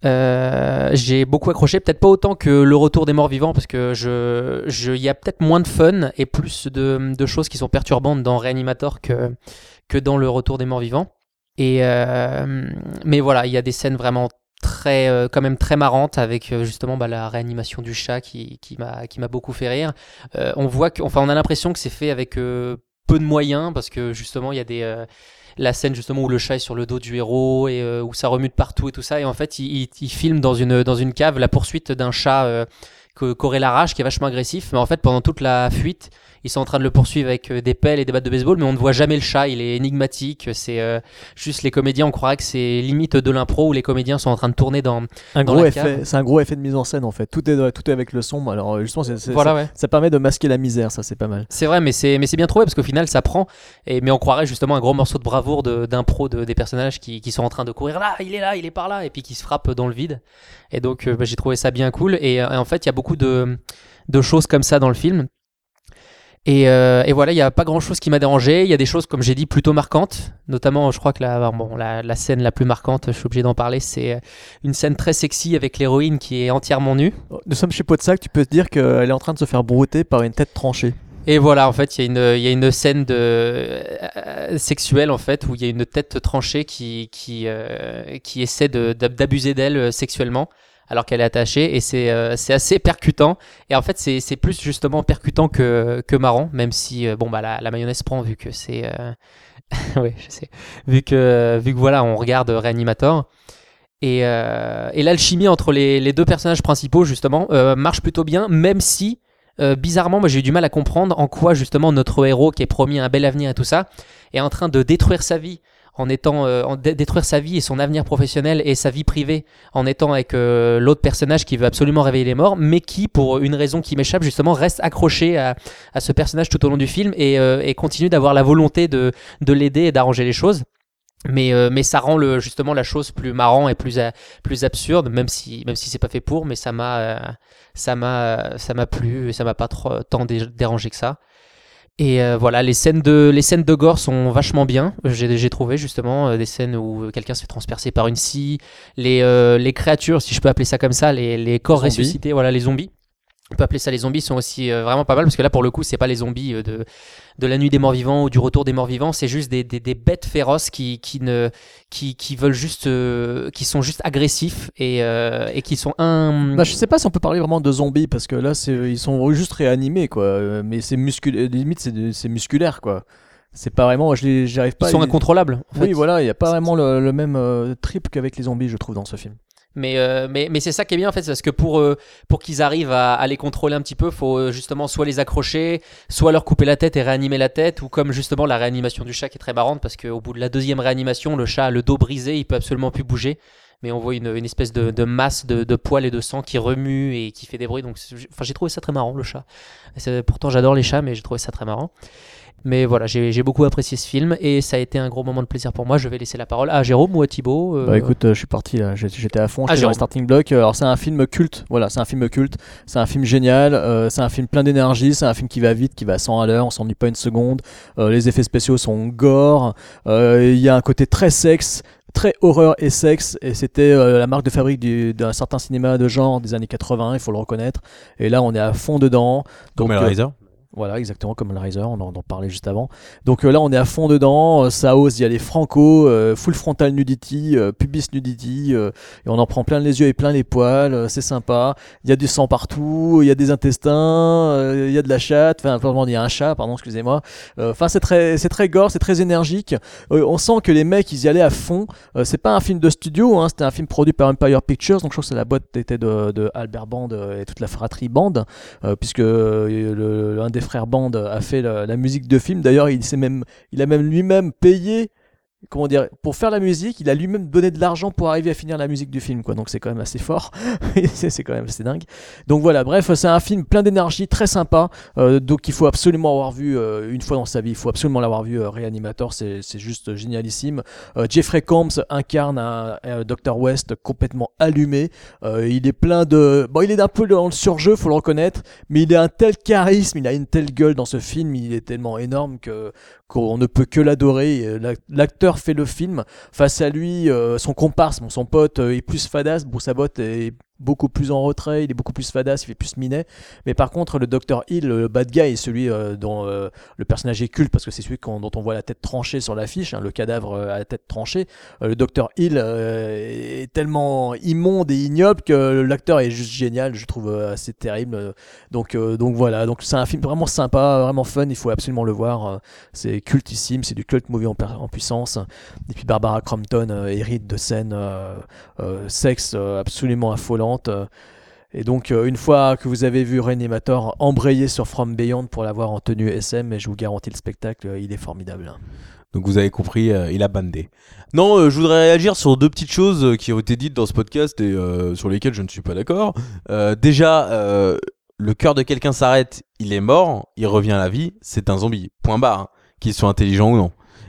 C: euh, j'ai beaucoup accroché, peut-être pas autant que Le Retour des Morts Vivants, parce que je, je, y a peut-être moins de fun et plus de, de choses qui sont perturbantes dans Reanimator que, que dans Le Retour des Morts Vivants. Et, euh, mais voilà, il y a des scènes vraiment très euh, quand même très marrante avec euh, justement bah, la réanimation du chat qui, qui m'a qui m'a beaucoup fait rire. Euh, on voit que enfin on a l'impression que c'est fait avec euh, peu de moyens, parce que justement il y a des euh, la scène justement où le chat est sur le dos du héros et euh, où ça remue de partout et tout ça, et en fait il, il, il filme dans une dans une cave la poursuite d'un chat euh, que qu'aurait la rage, qui est vachement agressif, mais en fait pendant toute la fuite ils sont en train de le poursuivre avec des pelles et des battes de baseball, mais on ne voit jamais le chat, il est énigmatique, c'est euh, juste les comédiens, on croirait que c'est limite de l'impro où les comédiens sont en train de tourner dans,
A: un
C: dans
A: gros
C: la
A: effet,
C: cave.
A: c'est un gros effet de mise en scène en fait, tout est, tout est avec le son, alors justement c'est, c'est,
C: voilà,
A: ça,
C: ouais.
A: ça permet de masquer la misère, ça c'est pas mal.
C: C'est vrai, mais c'est, mais c'est bien trouvé parce qu'au final ça prend, et, mais on croirait justement un gros morceau de Bravo bravoure de, d'impro de, des personnages qui, qui sont en train de courir là, il est là, il est par là, et puis qui se frappent dans le vide. Et donc, euh, bah, j'ai trouvé ça bien cool. Et, et en fait, il y a beaucoup de, de choses comme ça dans le film. Et, euh, et voilà, il n'y a pas grand chose qui m'a dérangé. Il y a des choses, comme j'ai dit, plutôt marquantes. Notamment, je crois que la, bon, la, la scène la plus marquante, je suis obligé d'en parler, c'est une scène très sexy avec l'héroïne qui est entièrement nue.
A: Nous sommes chez Podsac, tu peux te dire qu'elle est en train de se faire brouter par une tête tranchée.
C: Et voilà, en fait, il y a une, il y a une scène de, euh, sexuelle, en fait, où il y a une tête tranchée qui, qui, euh, qui essaie de, d'abuser d'elle sexuellement, alors qu'elle est attachée, et c'est, euh, c'est assez percutant. Et en fait, c'est, c'est plus justement percutant que, que marrant, même si, euh, bon, bah, la, la mayonnaise prend, vu que c'est... Euh... oui, je sais. Vu que, vu que, voilà, on regarde Reanimator. Et, euh, et l'alchimie entre les, les deux personnages principaux, justement, euh, marche plutôt bien, même si... Euh, bizarrement, moi j'ai eu du mal à comprendre en quoi justement notre héros qui est promis un bel avenir et tout ça est en train de détruire sa vie en étant euh, en dé- détruire sa vie et son avenir professionnel et sa vie privée en étant avec euh, l'autre personnage qui veut absolument réveiller les morts, mais qui pour une raison qui m'échappe justement reste accroché à, à ce personnage tout au long du film et, euh, et continue d'avoir la volonté de, de l'aider et d'arranger les choses. Mais, euh, mais ça rend le, justement la chose plus marrant et plus, euh, plus absurde, même si, même si c'est pas fait pour, mais ça m'a, euh, ça m'a, ça m'a plu et ça m'a pas trop, tant dé- dérangé que ça. Et euh, voilà, les scènes de, les scènes de gore sont vachement bien. J'ai, j'ai trouvé justement euh, des scènes où quelqu'un se fait transpercer par une scie, les, euh, les créatures, si je peux appeler ça comme ça, les, les corps
A: Zombies.
C: ressuscités, voilà, les zombies. On peut appeler ça les zombies, sont aussi euh, vraiment pas mal parce que là pour le coup c'est pas les zombies euh, de de la nuit des morts vivants ou du retour des morts vivants, c'est juste des des, des bêtes féroces qui qui ne qui qui veulent juste euh, qui sont juste agressifs et euh, et qui sont un
A: Bah, je sais pas si on peut parler vraiment de zombies parce que là c'est ils sont juste réanimés quoi, euh, mais c'est musculaire, limite c'est de- c'est musculaire quoi. C'est pas vraiment, je les- j'arrive pas.
C: ils sont
A: à-
C: incontrôlables. En
A: Oui
C: fait.
A: voilà, il y a pas vraiment le, le même euh, trip qu'avec les zombies je trouve dans ce film.
C: Mais, euh, mais, mais c'est ça qui est bien en fait, c'est parce que pour, euh, pour qu'ils arrivent à, à les contrôler un petit peu, il faut euh, justement soit les accrocher, soit leur couper la tête et réanimer la tête, ou comme justement la réanimation du chat qui est très marrante, parce qu'au bout de la deuxième réanimation, le chat a le dos brisé, il peut absolument plus bouger, mais on voit une, une espèce de, de masse de, de poils et de sang qui remue et qui fait des bruits, donc c'est- enfin, j'ai trouvé ça très marrant le chat. C'est- pourtant j'adore les chats, mais j'ai trouvé ça très marrant. Mais voilà, j'ai, j'ai beaucoup apprécié ce film et ça a été un gros moment de plaisir pour moi. Je vais laisser la parole à Jérôme ou à Thibaut. euh,
A: Bah écoute, euh, je suis parti là, J'ai- j'étais à fond,
C: Ah,
A: j'étais dans
C: Jérôme.
A: le starting block. Alors c'est un film culte, voilà, c'est un film culte, c'est un film génial, euh, c'est un film plein d'énergie, c'est un film qui va vite, qui va à cent à l'heure, on s'ennuie pas une seconde. Euh, les effets spéciaux sont gore, euh, il y a un côté très sexe, très horreur et sexe, et c'était euh, la marque de fabrique du- d'un certain cinéma de genre des années quatre-vingts, il faut le reconnaître. Et là on est à fond dedans.
B: Comme
A: Donc, euh,
B: Hellraiser.
A: Voilà, exactement comme Hellraiser, on en, en parlait juste avant. Donc euh, là, on est à fond dedans, euh, ça ose, il y a les franco, euh, full frontal nudity, euh, pubis nudity, euh, et on en prend plein les yeux et plein les poils, euh, c'est sympa. Il y a du sang partout, il y a des intestins, euh, il y a de la chatte, enfin, pardon, il y a un chat, pardon, excusez-moi. Euh, Enfin, c'est très, c'est très gore, c'est très énergique. Euh, on sent que les mecs, ils y allaient à fond. Euh, c'est pas un film de studio, hein, c'était un film produit par Empire Pictures, donc je crois que la boîte était de, de Albert Band euh, et toute la fratrie Band, euh, puisque euh, le, l'un des frère Band a fait la, la musique de film. D'ailleurs, il s'est même, il a même lui-même payé, comment dire, pour faire la musique. Il a lui-même donné de l'argent pour arriver à finir la musique du film, quoi. Donc c'est quand même assez fort. c'est, c'est quand même assez dingue. Donc voilà, bref, c'est un film plein d'énergie, très sympa. Euh, donc il faut absolument avoir vu euh, une fois dans sa vie. Il faut absolument l'avoir vu. Euh, Reanimator, c'est, c'est juste génialissime. Euh, Jeffrey Combs incarne un, un docteur West complètement allumé. Euh, il est plein de, bon, il est un peu dans le surjeu, faut le reconnaître, mais il a un tel charisme, il a une telle gueule dans ce film, il est tellement énorme que qu'on ne peut que l'adorer. Et l'ac- L'acteur fait le film. Face à lui, euh, son comparse, bon, son pote, euh, est plus fadasse. Bon, sa botte est beaucoup plus en retrait, il est beaucoup plus fadasse, il fait plus minet. Mais par contre, le docteur Hill, le bad guy, est celui euh, dont euh, le personnage est culte parce que c'est celui qu'on- dont on voit la tête tranchée sur l'affiche, hein, le cadavre euh, à la tête tranchée. Euh, le docteur Hill euh, est tellement immonde et ignoble que l'acteur est juste génial, je trouve euh, assez terrible. Donc, euh, donc voilà, donc c'est un film vraiment sympa, vraiment fun, il faut absolument le voir. Euh, C'est cultissime, c'est du cult movie en, per- en puissance. Et puis Barbara Crampton euh, hérite de scènes euh, euh, sexe euh, absolument affolantes. euh. Et donc, euh, une fois que vous avez vu Reanimator, embrayez sur From Beyond pour l'avoir en tenue S M, et je vous garantis le spectacle, euh, il est formidable.
B: Donc vous avez compris, euh, il a bandé. Non, euh, je voudrais réagir sur deux petites choses euh, qui ont été dites dans ce podcast et euh, sur lesquelles je ne suis pas d'accord. Euh, déjà, euh, le cœur de quelqu'un s'arrête, il est mort, il revient à la vie, c'est un zombie. Point barre. Hein. Qu'ils soient intelligents ou non.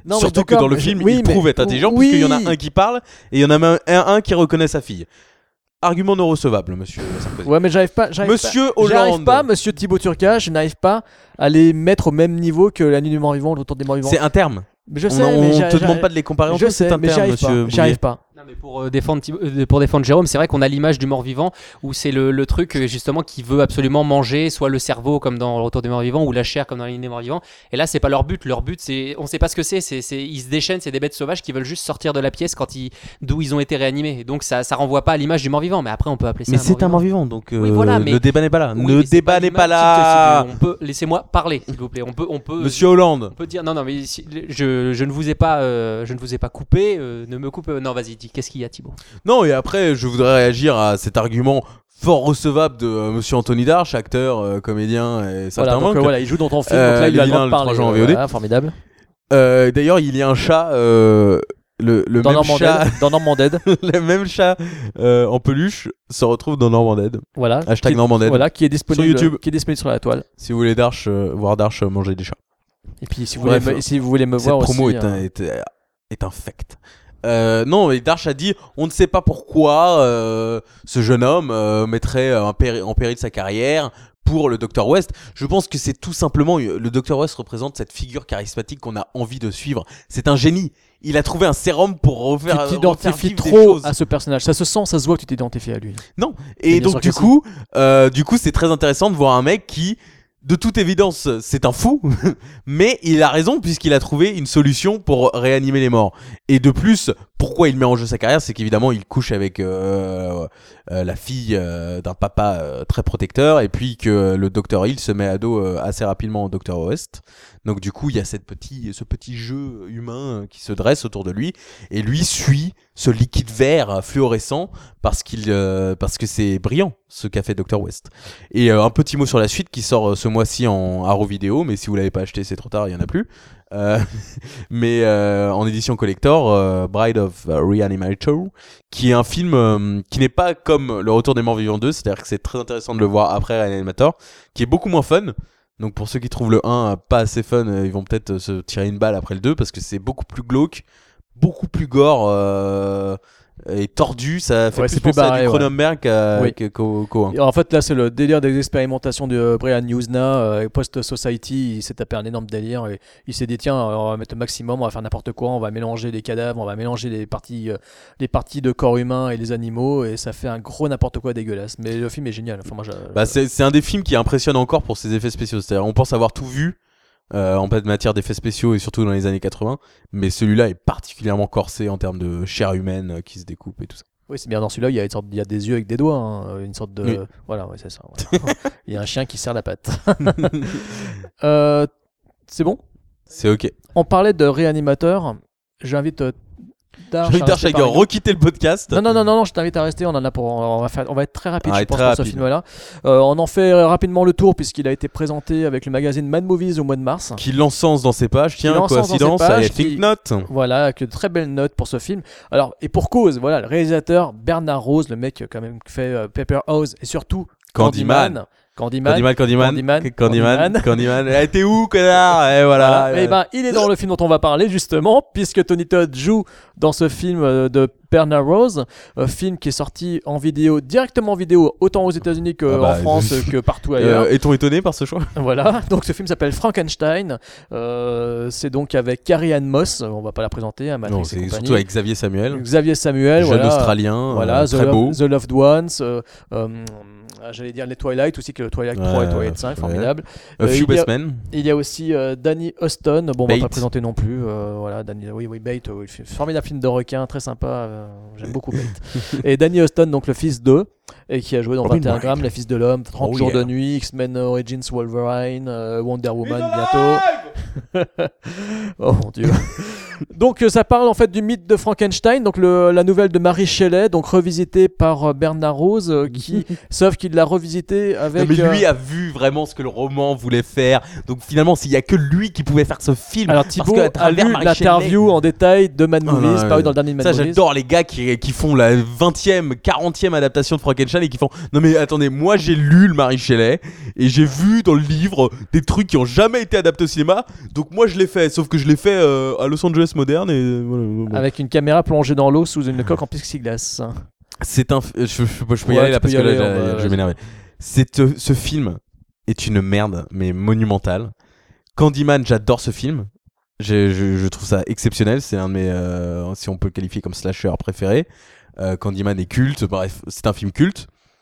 A: Non,
B: Surtout que dans le film,
A: oui,
B: il
A: mais...
B: prouve être intelligent,
A: oui.
B: puisqu'il y en a un qui parle et il y en a même un, un qui reconnaît sa fille. Argument non recevable, monsieur Sarkozy.
A: Ouais, mais j'arrive pas. J'arrive
B: Monsieur
A: pas,
B: Hollande.
A: J'arrive pas, monsieur Thibaut Turcas, je n'arrive pas à les mettre au même niveau que la nuit du mort-vivant, le retour des morts-vivants.
B: C'est un terme.
A: Je
B: on
A: sais,
B: on
A: mais
B: te
A: j'arrive-
B: demande pas de les comparer entre
A: Je
B: eux, c'est
A: sais,
B: un
A: mais
B: terme,
A: j'arrive
B: monsieur
A: pas.
B: Bouillet.
A: J'arrive pas.
C: Non, mais pour, euh, défendre, Thibaut- euh, pour défendre Jérôme, c'est vrai qu'on a l'image du mort-vivant où c'est le, le truc euh, justement qui veut absolument manger soit le cerveau comme dans le retour des morts-vivants ou la chair comme dans la ligne des morts-vivants. Et là, c'est pas leur but. Leur but, c'est. On sait pas ce que c'est. c'est, c'est ils se déchaînent, c'est des bêtes sauvages qui veulent juste sortir de la pièce quand ils, d'où ils ont été réanimés. Et donc ça, ça renvoie pas à l'image du mort-vivant. Mais après, on peut appeler ça
B: Mais
C: un
B: c'est un
C: mort-vivant.
B: mort-vivant, donc euh,
C: Oui, voilà, mais-
B: le débat n'est pas là.
C: Oui,
B: le
C: mais c'est
B: débat n'est
C: l'image,
B: pas là.
C: s'il te plaît. On peut laissez-moi parler, s'il vous plaît. On peut, on peut.
B: Monsieur Hollande.
C: On peut dire non, non, mais si- je, je ne vous ai pas, euh, je ne vous ai pas coupé. euh, ne me coupe. Non, vas-y, dis. Qu'est-ce qu'il y a, Thibaut?
B: Non, et après, je voudrais réagir à cet argument fort recevable de euh, monsieur Anthony Darche, acteur, euh, comédien et
A: Voilà,
B: certain
A: donc
B: manque.
A: euh, voilà, il joue dans ton film,
B: Euh,
A: donc là il
B: les
A: a le droit
B: vilains,
A: de
B: le
A: parler.
B: trois juin en
A: euh,
B: V O D.
A: voilà, formidable.
B: Euh, D'ailleurs, il y a un chat, euh, le, le
A: Dans
B: même
A: Normanded,
B: chat,
A: dans Normanded,
B: le même chat euh, en peluche se retrouve dans Normanded.
A: voilà.
B: Hashtag
A: qui,
B: Normanded.
A: Voilà, qui est disponible
B: Sur YouTube.
A: qui est disponible sur la toile.
B: Si vous voulez Darche, euh, voir Darche euh, manger des chats.
A: Et puis si vous
B: Bref,
A: voulez, me, si vous voulez me
B: Cette
A: voir
B: promo
A: aussi,
B: est,
A: euh,
B: un, est, est infecte. Euh, non, mais Darche a dit on ne sait pas pourquoi euh, ce jeune homme euh, mettrait en, péri- en péril sa carrière pour le docteur West. Je pense que c'est tout simplement le docteur West représente cette figure charismatique qu'on a envie de suivre. C'est un génie. Il a trouvé un sérum pour refaire.
A: tu
B: refaire
A: t'identifies
B: vivre des
A: trop
B: choses.
A: à ce personnage. Ça se sent, ça se voit que tu t'identifies à lui.
B: Non.
A: Mais
B: Et
A: bien sûr
B: donc
A: que
B: du
A: si.
B: coup, euh, du coup, c'est très intéressant de voir un mec qui, de toute évidence, c'est un fou, mais il a raison puisqu'il a trouvé une solution pour réanimer les morts. Et de plus, pourquoi il met en jeu sa carrière, c'est qu'évidemment il couche avec euh, euh, la fille euh, d'un papa euh, très protecteur, et puis que le docteur Hill se met à dos euh, assez rapidement au docteur West. Donc du coup, il y a cette petit, ce petit jeu humain qui se dresse autour de lui, et lui suit ce liquide vert fluorescent parce qu'il, euh, parce que c'est brillant ce qu'a fait docteur West. Et euh, un petit mot sur la suite qui sort euh, ce mois-ci en Arrow Vidéo, mais si vous l'avez pas acheté, c'est trop tard, il y en a plus. Euh, mais euh, en édition collector, euh, Bride of Reanimator, qui est un film euh, qui n'est pas comme Le Retour des Morts Vivants deux, c'est-à-dire que c'est très intéressant de le voir après Reanimator, qui est beaucoup moins fun. Donc pour ceux qui trouvent le un pas assez fun, euh, ils vont peut-être euh, se tirer une balle après le deux, parce que c'est beaucoup plus glauque, beaucoup plus gore euh, et tordu. Ça fait
A: Ouais,
B: plus
A: c'est plus
B: penser à
A: barré,
B: du
A: ouais.
B: Cronenberg qu'à-
A: Oui.
B: qu'à- qu'au qu'au un.
A: Et en fait, là, c'est le délire des expérimentations de euh, Brian Usna, euh, Post-Society. Il s'est tapé un énorme délire et il s'est dit tiens, on va mettre le maximum, on va faire n'importe quoi, on va mélanger les cadavres, on va mélanger les parties, euh, les parties de corps humain et les animaux, et ça fait un gros n'importe quoi dégueulasse. Mais le film est génial. Enfin, moi, je-
B: Bah, c'est c'est un des films qui impressionne encore pour ses effets spéciaux. C'est-à-dire, on pense avoir tout vu euh, en matière d'effets spéciaux et surtout dans les années quatre-vingts, mais celui-là est particulièrement corsé en termes de chair humaine euh, qui se découpe et tout ça.
A: Oui, c'est bien dans celui-là, il y a, une sorte, il y a des yeux avec des doigts, hein, une sorte de...
B: Oui.
A: Voilà, ouais, c'est ça. Voilà. Il y a un chien qui serre la patte. Euh, c'est bon.
B: C'est ok.
A: On parlait de réanimateur. J'invite euh, Darche
B: J'invite
A: à
B: Darche
A: rester
B: à
A: parmi nous.
B: requitter le podcast.
A: Non, non, non, non, non, je t'invite à rester. On en a pour, on va faire, on va être très rapide,
B: Ah,
A: je
B: et
A: pense,
B: très
A: pour ce
B: rapide.
A: film-là. Euh, on en fait rapidement le tour puisqu'il a été présenté avec le magazine Mad Movies au mois de mars.
B: Qui l'encense dans ses pages. Tiens,
A: l'encense dans ses
B: coïncidence,
A: pages,
B: I think
A: qui-
B: not.
A: Voilà, avec de très belles notes pour ce film. Alors, et pour cause, voilà, le réalisateur Bernard Rose, le mec quand même qui fait euh, Paper House et surtout
B: Candyman.
A: Candyman.
B: Candyman, Candyman,
A: Candyman,
B: Candyman,
A: Candyman.
B: Candyman. Eh, t'es où, connard? Et voilà.
A: Voilà. Eh ben, il est dans le film dont on va parler justement, puisque Tony Todd joue dans ce film euh, de Bernard Rose, un film qui est sorti en vidéo, directement en vidéo, autant aux États-Unis qu'en
B: Ah bah,
A: France,
B: je-
A: que partout ailleurs.
B: Euh, Est-on étonné par ce choix?
A: Voilà, donc ce film s'appelle Frankenstein. Euh, c'est donc avec Carrie-Anne Moss, on va pas la présenter, hein, Matrix
B: Non,
A: et
B: c'est
A: compagnie.
B: surtout avec Xavier Samuel.
A: Xavier Samuel,
B: jeune
A: voilà.
B: Australien,
A: voilà,
B: euh,
A: The,
B: très
A: Lo-
B: beau.
A: The Loved Ones, euh, euh, j'allais dire les Twilight aussi, que le Twilight trois et
B: Ouais,
A: Twilight cinq,
B: ouais.
A: formidable.
B: A
A: Euh,
B: Few
A: il y a-
B: Best Men.
A: Il y a aussi euh, Danny Austin, bon on va
B: Bait.
A: pas le présenter non plus, euh, voilà, Danny, oui oui Bait, euh, oui, formidable film de requin, très sympa, euh, j'aime beaucoup Bait. Et Danny Austin, donc le fils de, et qui a joué dans
B: Robin
A: vingt et un
B: Wright.
A: grammes, Les Fils de l'Homme, trente
B: Oh
A: jours
B: yeah.
A: de nuit, X-Men Origins Wolverine, euh, Wonder Woman bientôt. Oh mon dieu. Donc euh, ça parle en fait du mythe de Frankenstein, donc le, la nouvelle de Mary Shelley, donc revisitée par euh, Bernard Rose, euh, qui, sauf qu'il l'a revisitée avec.
B: Non, mais lui
A: euh,
B: a vu vraiment ce que le roman voulait faire. Donc finalement, s'il y a que lui qui pouvait faire ce film.
A: Alors
B: parce
A: Thibaut
B: qu'à
A: a
B: travers
A: lu
B: Mary
A: l'interview
B: Shelley-
A: en détail de Mad
B: Oh,
A: Movies,
B: non,
A: paru
B: ouais.
A: dans le dernier Mad
B: Ça,
A: Movies.
B: j'adore les gars qui, qui font la vingtième, quarantième adaptation de Frankenstein et qui font non mais attendez, moi j'ai lu le Mary Shelley et j'ai vu dans le livre des trucs qui ont jamais été adaptés au cinéma, donc moi je l'ai fait, sauf que je l'ai fait euh, à Los Angeles moderne et voilà. Bon.
A: Avec une caméra plongée dans l'eau sous une coque en plexiglas.
B: C'est un, f- je, je, je peux y
A: Ouais,
B: aller
A: tu
B: là
A: peux
B: parce
A: y
B: que là,
A: aller,
B: là,
A: on va-
B: je vais
A: vas-y.
B: m'énerver. C'est euh, ce film est une merde mais monumentale. Candyman, j'adore ce film. Je, je, je trouve ça exceptionnel. C'est un de mes, euh, si on peut le qualifier comme slasher préféré. Euh, Candyman est culte. Bref, c'est un film culte.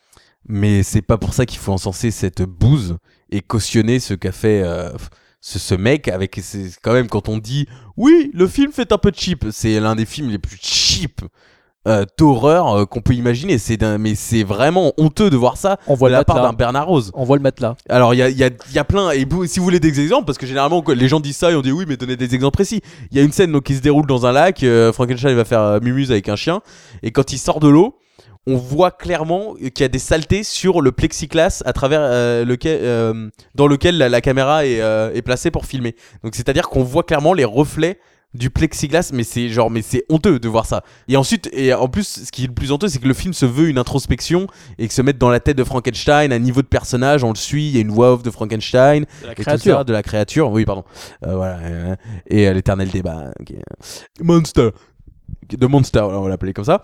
B: Mais c'est pas pour ça qu'il faut encenser cette bouse et cautionner ce qu'a fait euh, ce, ce mec. Avec, c'est quand même quand on dit oui, le film fait un peu cheap. C'est l'un des films les plus cheap euh, d'horreur euh, qu'on peut imaginer. C'est d'un, mais c'est vraiment honteux de voir ça
A: On voit
B: de
A: le
B: la part
A: matelas.
B: d'un Bernard Rose.
A: On voit le matelas.
B: Alors il y a, y, a, y a plein, et vous- si vous voulez des exemples, parce que généralement quand les gens disent ça et on dit oui mais donnez des exemples précis. Il y a une scène donc, qui se déroule dans un lac, euh, Frankenstein va faire euh, mumuse avec un chien, et quand il sort de l'eau, on voit clairement qu'il y a des saletés sur le plexiglas à travers euh, lequel, euh, dans lequel la, la caméra est, euh, est placée pour filmer. Donc c'est à dire qu'on voit clairement les reflets du plexiglas, mais c'est genre mais c'est honteux de voir ça. Et ensuite, et en plus ce qui est le plus honteux, c'est que le film se veut une introspection et que se mettre dans la tête de Frankenstein, un niveau de personnage, on le suit, il y a une voix off de Frankenstein
A: De la
B: et tout
A: créature.
B: ça, de la créature, oui pardon, euh, voilà, euh, et euh, l'éternel débat, ok. Monster, de Monster, on va l'appeler comme ça.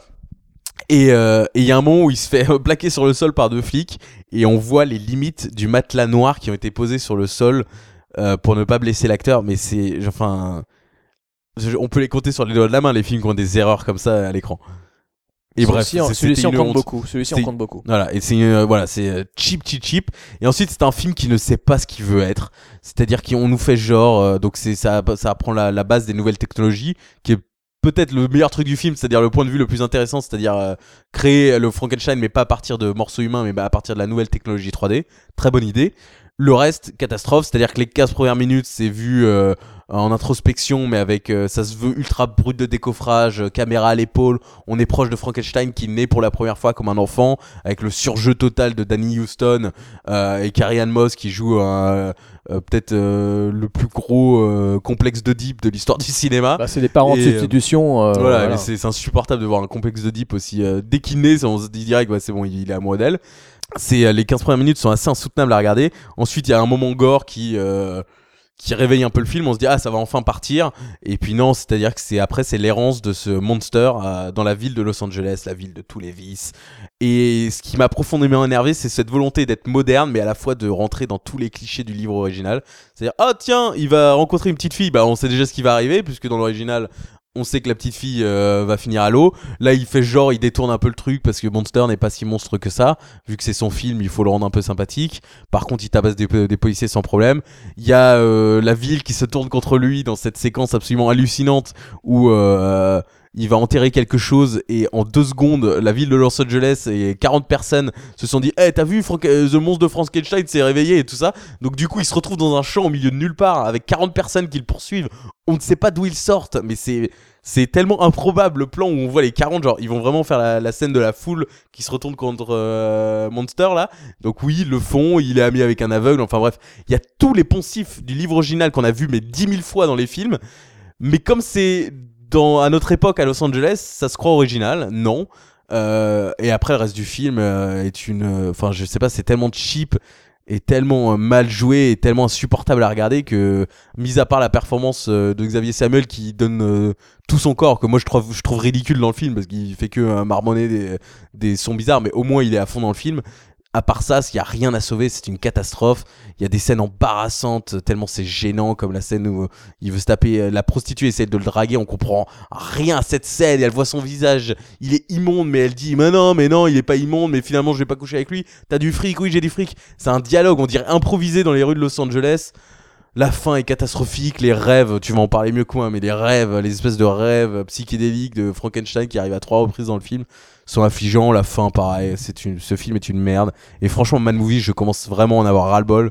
B: Et il euh, y a un moment où il se fait plaquer sur le sol par deux flics et on voit les limites du matelas noir qui ont été posés sur le sol euh, pour ne pas blesser l'acteur, mais c'est enfin je- on peut les compter sur les doigts de la main les films qui ont des erreurs comme ça à l'écran. Et bref,
A: celui-ci, en-
B: c'est-
A: celui-ci
B: c'était
A: en
B: une
A: compte
B: honte.
A: beaucoup. Celui-ci en
B: C'est-
A: compte beaucoup.
B: Voilà, et c'est euh, voilà, c'est euh, cheap, cheap, cheap. Et ensuite, c'est un film qui ne sait pas ce qu'il veut être. C'est-à-dire qu'on nous fait genre, euh, donc c'est ça, ça apprend la, la base des nouvelles technologies, qui est peut-être le meilleur truc du film, c'est-à-dire le point de vue le plus intéressant, c'est-à-dire euh, créer le Frankenstein, mais pas à partir de morceaux humains, mais bah, à partir de la nouvelle technologie trois D. Très bonne idée. Le reste, catastrophe, c'est-à-dire que les quinze premières minutes, c'est vu euh, en introspection, mais avec, euh, ça se veut ultra brut de décoffrage, euh, caméra à l'épaule. On est proche de Frankenstein qui naît pour la première fois comme un enfant, avec le surjeu total de Danny Houston euh, et Carrie-Anne Moss qui joue un, euh, peut-être euh, le plus gros euh, complexe d'Oedipe de l'histoire du cinéma.
A: Bah, c'est des parents de
B: Et, euh,
A: substitution. euh,
B: voilà,
A: voilà.
B: mais c'est, c'est insupportable de voir un complexe d'Oedipe aussi. Euh, dès qu'il naît, on se dit direct, ouais, c'est bon, il, il est amoureux d'elle. C'est, euh, les quinze premières minutes sont assez insoutenables à regarder. Ensuite, il y a un moment gore qui, euh, qui réveille un peu le film. On se dit, ah, ça va enfin partir. Et puis non, c'est-à-dire que c'est après, c'est l'errance de ce monster euh, dans la ville de Los Angeles, la ville de tous les vices. Et ce qui m'a profondément énervé, c'est cette volonté d'être moderne, mais à la fois de rentrer dans tous les clichés du livre original. C'est-à-dire, ah, tiens, il va rencontrer une petite fille. Bah, on sait déjà ce qui va arriver, puisque dans l'original, on sait que la petite fille euh, va finir à l'eau. Là, il fait genre, il détourne un peu le truc parce que Monster n'est pas si monstre que ça. Vu que c'est son film, il faut le rendre un peu sympathique. Par contre, il tabasse des, des policiers sans problème. Il y a euh, la ville qui se tourne contre lui dans cette séquence absolument hallucinante où euh, il va enterrer quelque chose et en deux secondes, la ville de Los Angeles et quarante personnes se sont dit, hey, t'as vu, Frank- euh, The Monstre de Frankenstein s'est réveillé et tout ça. Donc du coup, il se retrouve dans un champ au milieu de nulle part avec quarante personnes qui le poursuivent. On ne sait pas d'où ils sortent, mais c'est c'est tellement improbable le plan où on voit les quarante, genre ils vont vraiment faire la, la scène de la foule qui se retourne contre euh, Monster là. Donc oui, ils le font, il est ami avec un aveugle, enfin bref, il y a tous les poncifs du livre original qu'on a vu mais dix mille fois dans les films. Mais comme c'est dans, à notre époque à Los Angeles, ça se croit original, non. Euh, et après le reste du film euh, est une, enfin je sais pas, c'est tellement cheap est tellement euh, mal joué et tellement insupportable à regarder que, mis à part la performance euh, de Xavier Samuel qui donne euh, tout son corps, que moi je trouve, je trouve ridicule dans le film parce qu'il fait que euh, marmonner des, des sons bizarres, mais au moins il est à fond dans le film. À part ça, il n'y a rien à sauver, c'est une catastrophe. Il y a des scènes embarrassantes, tellement c'est gênant, comme la scène où il veut se taper, la prostituée essaie de le draguer, on comprend rien à cette scène, et elle voit son visage, il est immonde, mais elle dit, mais non, mais non, il est pas immonde, mais finalement je vais pas coucher avec lui, t'as du fric, oui j'ai du fric. C'est un dialogue, on dirait improvisé dans les rues de Los Angeles. La fin est catastrophique, les rêves, tu vas en parler mieux que moi, mais les rêves, les espèces de rêves psychédéliques de Frankenstein qui arrivent à trois reprises dans le film sont affligeants. La fin, pareil, c'est une, ce film est une merde. Et franchement, Mad Movie, je commence vraiment à en avoir ras-le-bol.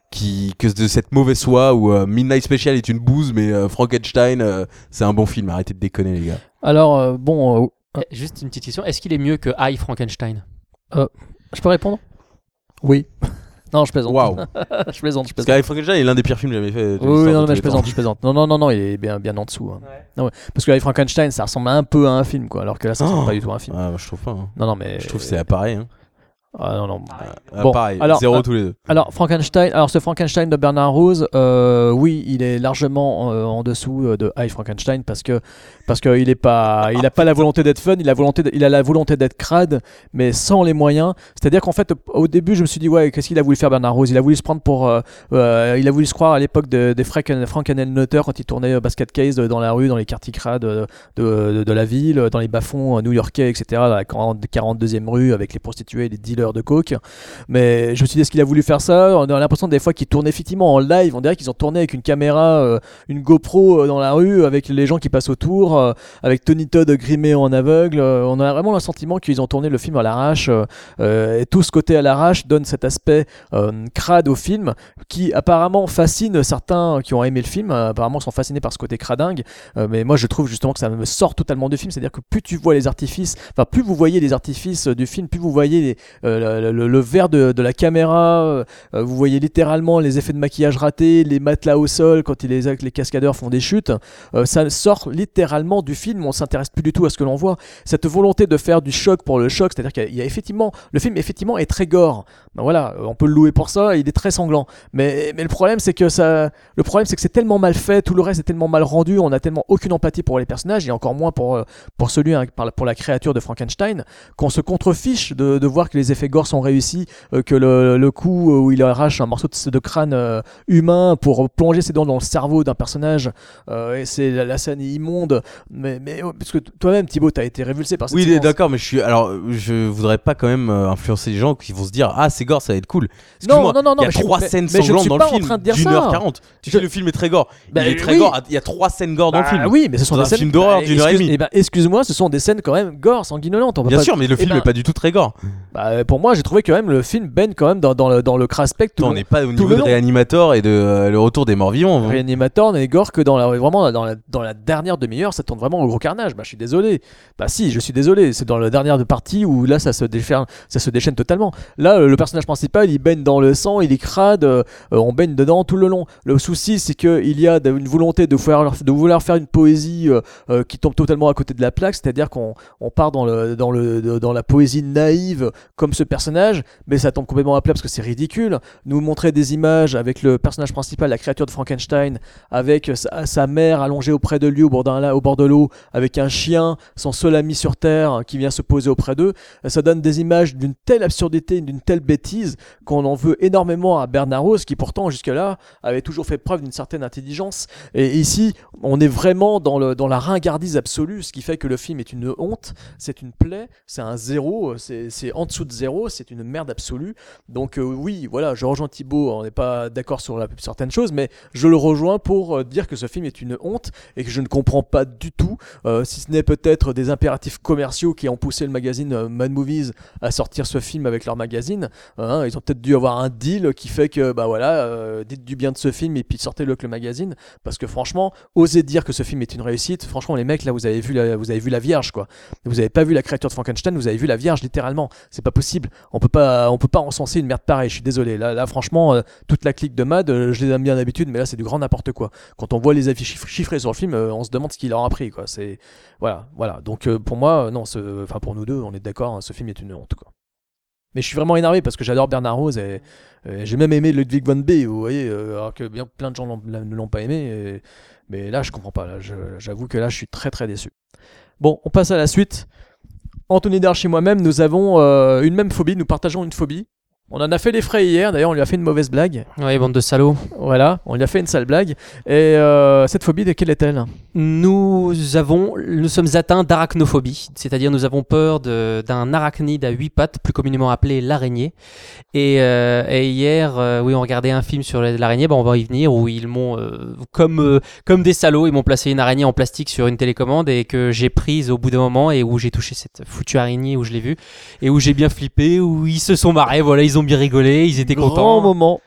B: qui que de cette mauvaise foi où euh, Midnight Special est une bouse, mais euh, Frankenstein euh, c'est un bon film. Arrêtez de déconner les gars.
A: Alors euh, bon, euh,
C: Eh, Juste une petite question, est-ce qu'il est mieux que I Frankenstein?
A: euh, je peux répondre? Oui. Non, je plaisante.
B: Waouh.
A: je plaisante, je
B: Parce
A: plaisante.
B: que Frankenstein est l'un des pires films jamais fait. de
A: Oui, oui,
B: l'histoire
A: non,
B: de
A: mais
B: tous
A: je
B: les
A: plaisante,
B: temps.
A: je plaisante. Non, non, non, non, il est bien, bien en dessous. Hein.
C: Ouais.
A: Non, ouais. Parce que avec Frankenstein, ça ressemble un peu à un film, quoi. Alors que là, ça ressemble
B: Oh.
A: pas du tout à un film.
B: Ah, moi, je trouve pas. Hein.
A: Non, non, mais.
B: Je trouve que c'est pareil. Hein.
A: Ah, non, non.
B: Ah,
A: Bon,
B: pareil.
A: alors,
B: Zéro
A: euh,
B: tous les deux.
A: Alors Frankenstein, alors ce Frankenstein de Bernard Rose, euh, oui, il est largement euh, en dessous euh, de High Frankenstein parce que parce que il est pas, il a pas la volonté d'être fun, il a la volonté, de- il a la volonté d'être crade, mais sans les moyens. C'est-à-dire qu'en fait, au début, je me suis dit ouais, qu'est-ce qu'il a voulu faire Bernard Rose? Il a voulu se prendre pour, euh, euh, il a voulu se croire à l'époque de, des Franken, Frankenheimer quand il tournait euh, Basket Case euh, dans la rue, dans les quartiers crades euh, de, de, de la ville, euh, dans les bas-fonds euh, new-yorkais, et cetera. Dans la quarante, quarante-deuxième rue avec les prostituées, et les dealers de coke. Mais je me suis dit, est-ce qu'il a voulu faire ça? On a l'impression des fois qu'il tournait effectivement en live. On dirait qu'ils ont tourné avec une caméra, euh, une GoPro euh, dans la rue, avec les gens qui passent autour, euh, avec Tony Todd grimé en aveugle. Euh, on a vraiment le sentiment qu'ils ont tourné le film à l'arrache. Euh, euh, et tout ce côté à l'arrache donne cet aspect euh, crade au film qui apparemment fascine certains qui ont aimé le film. Euh, apparemment sont fascinés par ce côté cradingue. Euh, mais moi, je trouve justement que ça me sort totalement du film. C'est-à-dire que plus tu vois les artifices, enfin plus vous voyez les artifices du film, plus vous voyez les, euh, le, le, le verre de, de la caméra, euh, vous voyez littéralement les effets de maquillage ratés, les matelas au sol quand les, les cascadeurs font des chutes, euh, ça sort littéralement du film, on s'intéresse plus du tout à ce que l'on voit. Cette volonté de faire du choc pour le choc, c'est-à-dire qu'il y a effectivement, le film effectivement est très gore, ben voilà, on peut le louer pour ça, il est très sanglant, mais, mais le problème c'est que ça, le problème c'est que c'est tellement mal fait, tout le reste est tellement mal rendu, on a tellement aucune empathie pour les personnages et encore moins pour, pour celui, hein, pour la créature de Frankenstein, qu'on se contrefiche de, de voir que les effets gore sont réussis, euh, que le, le coup où il arrache un morceau de, de crâne euh, humain pour plonger ses dents dans le cerveau d'un personnage, euh, et c'est la, la scène est immonde, mais, mais oh, parce que toi-même Thibaut t'as été révulsé par cette
B: Oui,
A: séquence.
B: d'accord, mais je suis. Alors, je voudrais pas quand même euh, influencer les gens qui vont se dire ah c'est gore, ça va être cool.
A: Non, non, non, non,
B: il y a
A: mais je
B: trois
A: suis-
B: scènes
A: mais- mais je ne
B: sanglantes
A: suis
B: dans
A: pas
B: le
A: en
B: film
A: train de dire
B: d'une
A: ça.
B: heure quarante. Tu
A: Je-
B: sais le film est très gore.
A: Bah,
B: il est très
A: oui.
B: gore. Il y a trois scènes gore dans
A: Bah
B: le film.
A: oui, mais ce sont
B: Dans
A: des
B: un
A: scènes
B: film d'horreur
A: bah,
B: d'une heure et
A: excuse-
B: demie.
A: eh ben, excuse-moi, ce sont des scènes quand même gore, sanguinolentes. On peut
B: Bien
A: pas-
B: sûr, mais le
A: eh
B: film
A: ben,
B: est pas du tout très gore.
A: bah, pour moi, j'ai trouvé que quand même le film baigne quand même dans, dans le dans le craspect tout
B: On
A: le
B: n'est pas au
A: tout
B: niveau
A: le
B: de
A: long.
B: Reanimator et de euh, le retour des morts vivants. hein.
A: Reanimator n'est gore que dans la vraiment dans la, dans la dernière demi-heure, ça tourne vraiment au gros carnage. Bah, je suis désolé. Bah si, je suis désolé. C'est dans la dernière de partie où là, ça se déchaîne, ça se déchaîne totalement. Là, le personnage principal, il baigne dans le sang, il est crade, euh, on baigne dedans tout le long. Le souci, c'est que il y a une volonté de vouloir, de vouloir faire une poésie euh, euh, qui tombe totalement à côté de la plaque, c'est-à-dire qu'on on part dans le dans le dans la poésie naïve comme ce personnage, mais ça tombe complètement à plat parce que c'est ridicule. Nous montrer des images avec le personnage principal, la créature de Frankenstein, avec sa, sa mère allongée auprès de lui au bord, d'un, au bord de l'eau, avec un chien, son seul ami sur terre qui vient se poser auprès d'eux, ça donne des images d'une telle absurdité, d'une telle bêtise qu'on en veut énormément à Bernard Rose qui pourtant jusque-là avait toujours fait preuve d'une certaine intelligence. Et ici, on est vraiment dans, le, dans la ringardise absolue, ce qui fait que le film est une honte, c'est une plaie, c'est un zéro, c'est, c'est en dessous de zéro, c'est une merde absolue. Donc euh, oui, voilà, je rejoins Thibaut, on n'est pas d'accord sur la, certaines choses, mais je le rejoins pour euh, dire que ce film est une honte et que je ne comprends pas du tout, euh, si ce n'est peut-être des impératifs commerciaux qui ont poussé le magazine euh, Mad Movies à sortir ce film avec leur magazine. Hein, ils ont peut-être dû avoir un deal qui fait que, bah voilà, euh, dites du bien de ce film et puis sortez-le avec le magazine, parce que franchement, osez dire que ce film est une réussite. Franchement, les mecs, là, vous avez vu la, vous avez vu la Vierge, quoi. Vous n'avez pas vu la créature de Frankenstein, vous avez vu la Vierge, littéralement. C'est pas possible. On peut pas, on peut pas encenser une merde pareille. Je suis désolé. Là, là, franchement, euh, toute la clique de Mad, euh, je les aime bien d'habitude, mais là, c'est du grand n'importe quoi. Quand on voit les affiches chiffr- chiffrées sur le film, euh, on se demande ce qu'il leur a pris, quoi. C'est, voilà, voilà. Donc euh, pour moi, euh, non, ce... enfin pour nous deux, on est d'accord. Hein, ce film est une honte, quoi. Mais je suis vraiment énervé parce que j'adore Bernard Rose et, et j'ai même aimé Ludwig van Beek, vous voyez, euh, alors que bien plein de gens l'ont- ne l'ont pas aimé. Et, mais là, je comprends pas. Là, je, j'avoue que là, je suis très très déçu. Bon, on passe à la suite. Anthony Darche et moi-même, nous avons euh, une même phobie. Nous partageons une phobie. On en a fait les frais hier. D'ailleurs, on lui a fait une mauvaise blague.
C: Ouais, bande de salauds.
A: Voilà, on lui a fait une sale blague. Et euh, cette phobie, de quelle est-elle ?
C: Nous avons, nous sommes atteints d'arachnophobie, c'est-à-dire nous avons peur de, d'un arachnide à huit pattes, plus communément appelé l'araignée. Et, euh, et hier, euh, oui, on regardait un film sur l'araignée, bah on va y venir, où ils m'ont, euh, comme euh, comme des salauds, ils m'ont placé une araignée en plastique sur une télécommande et que j'ai prise au bout d'un moment et où j'ai touché cette foutue araignée, où je l'ai vue et où j'ai bien flippé, où ils se sont marrés, voilà, ils ont bien rigolé, ils étaient
A: Grand
C: contents.
A: moment.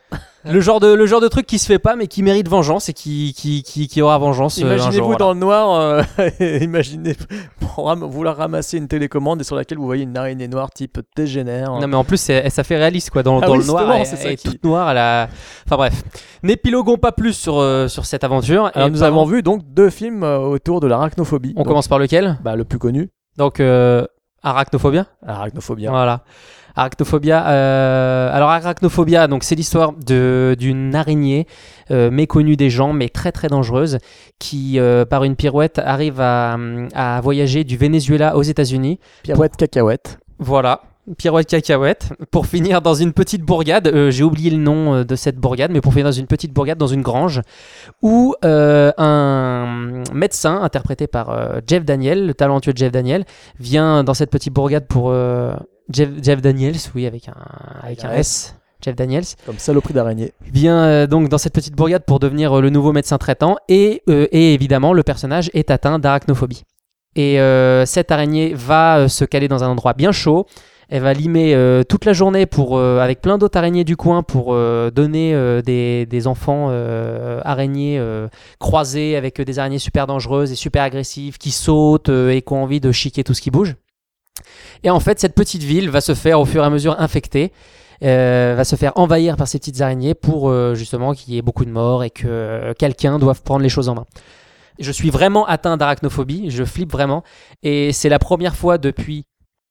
C: le genre de le genre de truc qui se fait pas mais qui mérite vengeance et qui qui qui, qui aura vengeance. euh, un
A: Imaginez-vous
C: jour, voilà.
A: dans le noir, euh, imaginez pour ram- vouloir ramasser une télécommande et sur laquelle vous voyez une araignée noire type Dégénère.
C: Non mais en plus c'est- ça fait réaliste quoi dans,
A: Ah
C: dans
A: oui,
C: le noir.
A: justement,
C: Elle,
A: c'est ça
C: elle est
A: qui-
C: toute noire. Elle a... Enfin bref, n'épiloguons pas plus sur euh, sur cette aventure.
A: Alors
C: Et
A: nous
C: pardon,
A: avons vu donc deux films euh, autour de l'arachnophobie.
C: On
A: Donc,
C: commence par lequel?
A: bah, le plus connu,
C: Donc euh, Arachnophobia.
A: Arachnophobia.
C: Voilà. Arachnophobia. euh, Alors Arachnophobia, donc c'est l'histoire de d'une araignée euh, méconnue des gens, mais très très dangereuse, qui euh, par une pirouette arrive à, à voyager du Venezuela aux États-Unis.
A: Pirouette cacahuète.
C: Voilà. Pirouette cacahuète, pour finir dans une petite bourgade, euh, j'ai oublié le nom euh, de cette bourgade, mais pour finir dans une petite bourgade, dans une grange, où euh, un médecin, interprété par euh, Jeff Daniels, le talentueux Jeff Daniels, vient dans cette petite bourgade pour... euh, Jeff, Jeff Daniels, oui, avec un, avec un S, Jeff Daniels,
A: Comme saloperie d'araignée.
C: vient euh, donc dans cette petite bourgade pour devenir euh, le nouveau médecin traitant, et, euh, et évidemment, le personnage est atteint d'arachnophobie. Et euh, cette araignée va euh, se caler dans un endroit bien chaud. Elle va limer euh, toute la journée pour, euh, avec plein d'autres araignées du coin pour euh, donner euh, des, des enfants euh, araignées euh, croisés avec euh, des araignées super dangereuses et super agressives qui sautent euh, et qui ont envie de chiquer tout ce qui bouge. Et en fait, cette petite ville va se faire au fur et à mesure infecter, euh, va se faire envahir par ces petites araignées pour euh, justement qu'il y ait beaucoup de morts et que euh, quelqu'un doive prendre les choses en main. Je suis vraiment atteint d'arachnophobie, je flippe vraiment. Et c'est la première fois depuis...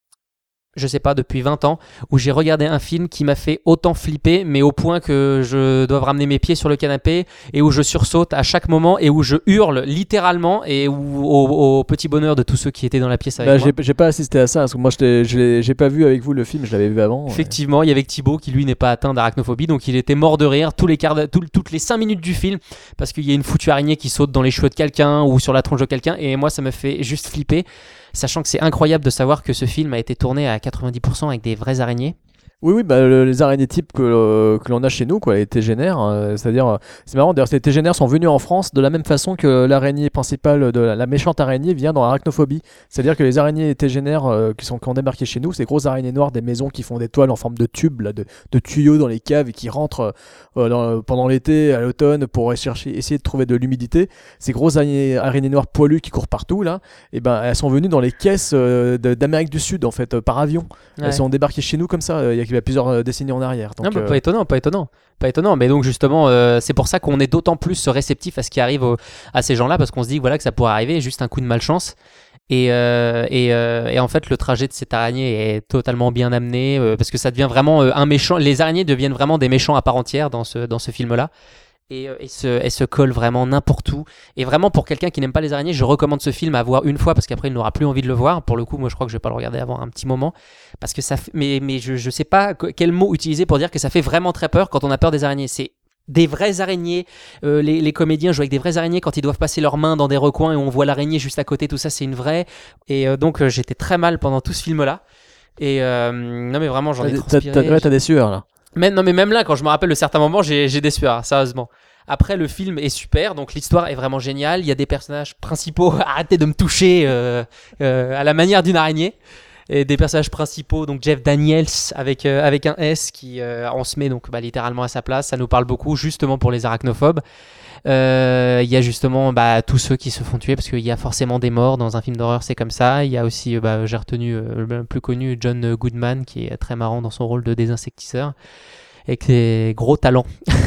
C: je sais pas, depuis vingt ans, où j'ai regardé un film qui m'a fait autant flipper, mais au point que je dois ramener mes pieds sur le canapé et où je sursaute à chaque moment et où je hurle littéralement et où, au, au petit bonheur de tous ceux qui étaient dans la pièce avec
A: Bah,
C: moi.
A: j'ai, j'ai pas assisté à ça, parce que moi je l'ai- je l'ai- j'ai pas vu avec vous le film, je l'avais vu avant. ouais.
C: Effectivement, il y avait Thibaut qui lui n'est pas atteint d'arachnophobie, donc il était mort de rire tous les quarts de- tout- toutes les cinq minutes du film parce qu'il y a une foutue araignée qui saute dans les cheveux de quelqu'un ou sur la tronche de quelqu'un, et moi ça me fait juste flipper, sachant que c'est incroyable de savoir que ce film a été tourné à quatre-vingt-dix pour cent avec des vraies araignées.
A: Oui, oui, bah, le- les araignées types que, euh, que l'on a chez nous, quoi, les tégénères, euh, c'est-à-dire, euh, c'est marrant, d'ailleurs, les tégénères sont venus en France de la même façon que l'araignée principale de la, la méchante araignée vient dans l'arachnophobie. C'est-à-dire que les araignées tégénères euh, qui, sont, qui ont débarqué chez nous, ces grosses araignées noires des maisons qui font des toiles en forme de tubes, là, de, de tuyaux dans les caves et qui rentrent euh, dans- pendant l'été, à l'automne, pour chercher, essayer de trouver de l'humidité. Ces grosses araignées, araignées noires poilues qui courent partout, là, et ben, elles sont venues dans les caisses euh, de- d'Amérique du Sud, en fait, euh, par avion.
C: Ouais.
A: Elles sont débarquées chez nous comme ça, euh, il y a- il y a plusieurs euh, décennies en arrière. Donc,
C: Non, bah,
A: euh,
C: pas étonnant, pas étonnant, pas étonnant. Mais donc justement, euh, c'est pour ça qu'on est d'autant plus réceptif à ce qui arrive au- à ces gens-là, parce qu'on se dit voilà que ça pourrait arriver, juste un coup de malchance. Et, euh, et, euh, et en fait, le trajet de cette araignée est totalement bien amené, euh, parce que ça devient vraiment euh, un méchant. Les araignées deviennent vraiment des méchants à part entière dans ce dans ce film-là. Et, euh, et, se, elle se colle vraiment n'importe où. Et vraiment, pour quelqu'un qui n'aime pas les araignées, je recommande ce film à voir une fois, parce qu'après, il n'aura plus envie de le voir. Pour le coup, moi, je crois que je vais pas le regarder avant un petit moment. Parce que ça fait... Mais, mais je, je sais pas que- quel mot utiliser pour dire que ça fait vraiment très peur quand on a peur des araignées. C'est des vraies araignées. Euh, les, les comédiens jouent avec des vraies araignées quand ils doivent passer leurs mains dans des recoins et on voit l'araignée juste à côté. Tout ça, c'est une vraie. Et euh, donc, euh, j'étais très mal pendant tout ce film-là. Et euh, non, mais vraiment, j'en ai
A: t'as,
C: transpiré.
A: t'as, ouais, t'as des sueurs, là.
C: Mais, non, mais même là, quand je me rappelle de certains moments, j'ai, j'ai des sueurs, sérieusement. Après, le film est super, donc l'histoire est vraiment géniale. Il y a des personnages principaux, arrêtez de me toucher euh, euh, à la manière d'une araignée. Et des personnages principaux, donc Jeff Daniels avec, euh, avec un S, qui euh, on se met donc bah, littéralement à sa place. Ça nous parle beaucoup, justement pour les arachnophobes. Euh, Il y a justement bah, tous ceux qui se font tuer, parce qu'il y a forcément des morts dans un film d'horreur, c'est comme ça. Il y a aussi, euh, bah, j'ai retenu euh, le plus connu, John Goodman, qui est très marrant dans son rôle de désinsectiseur, avec ses gros talents.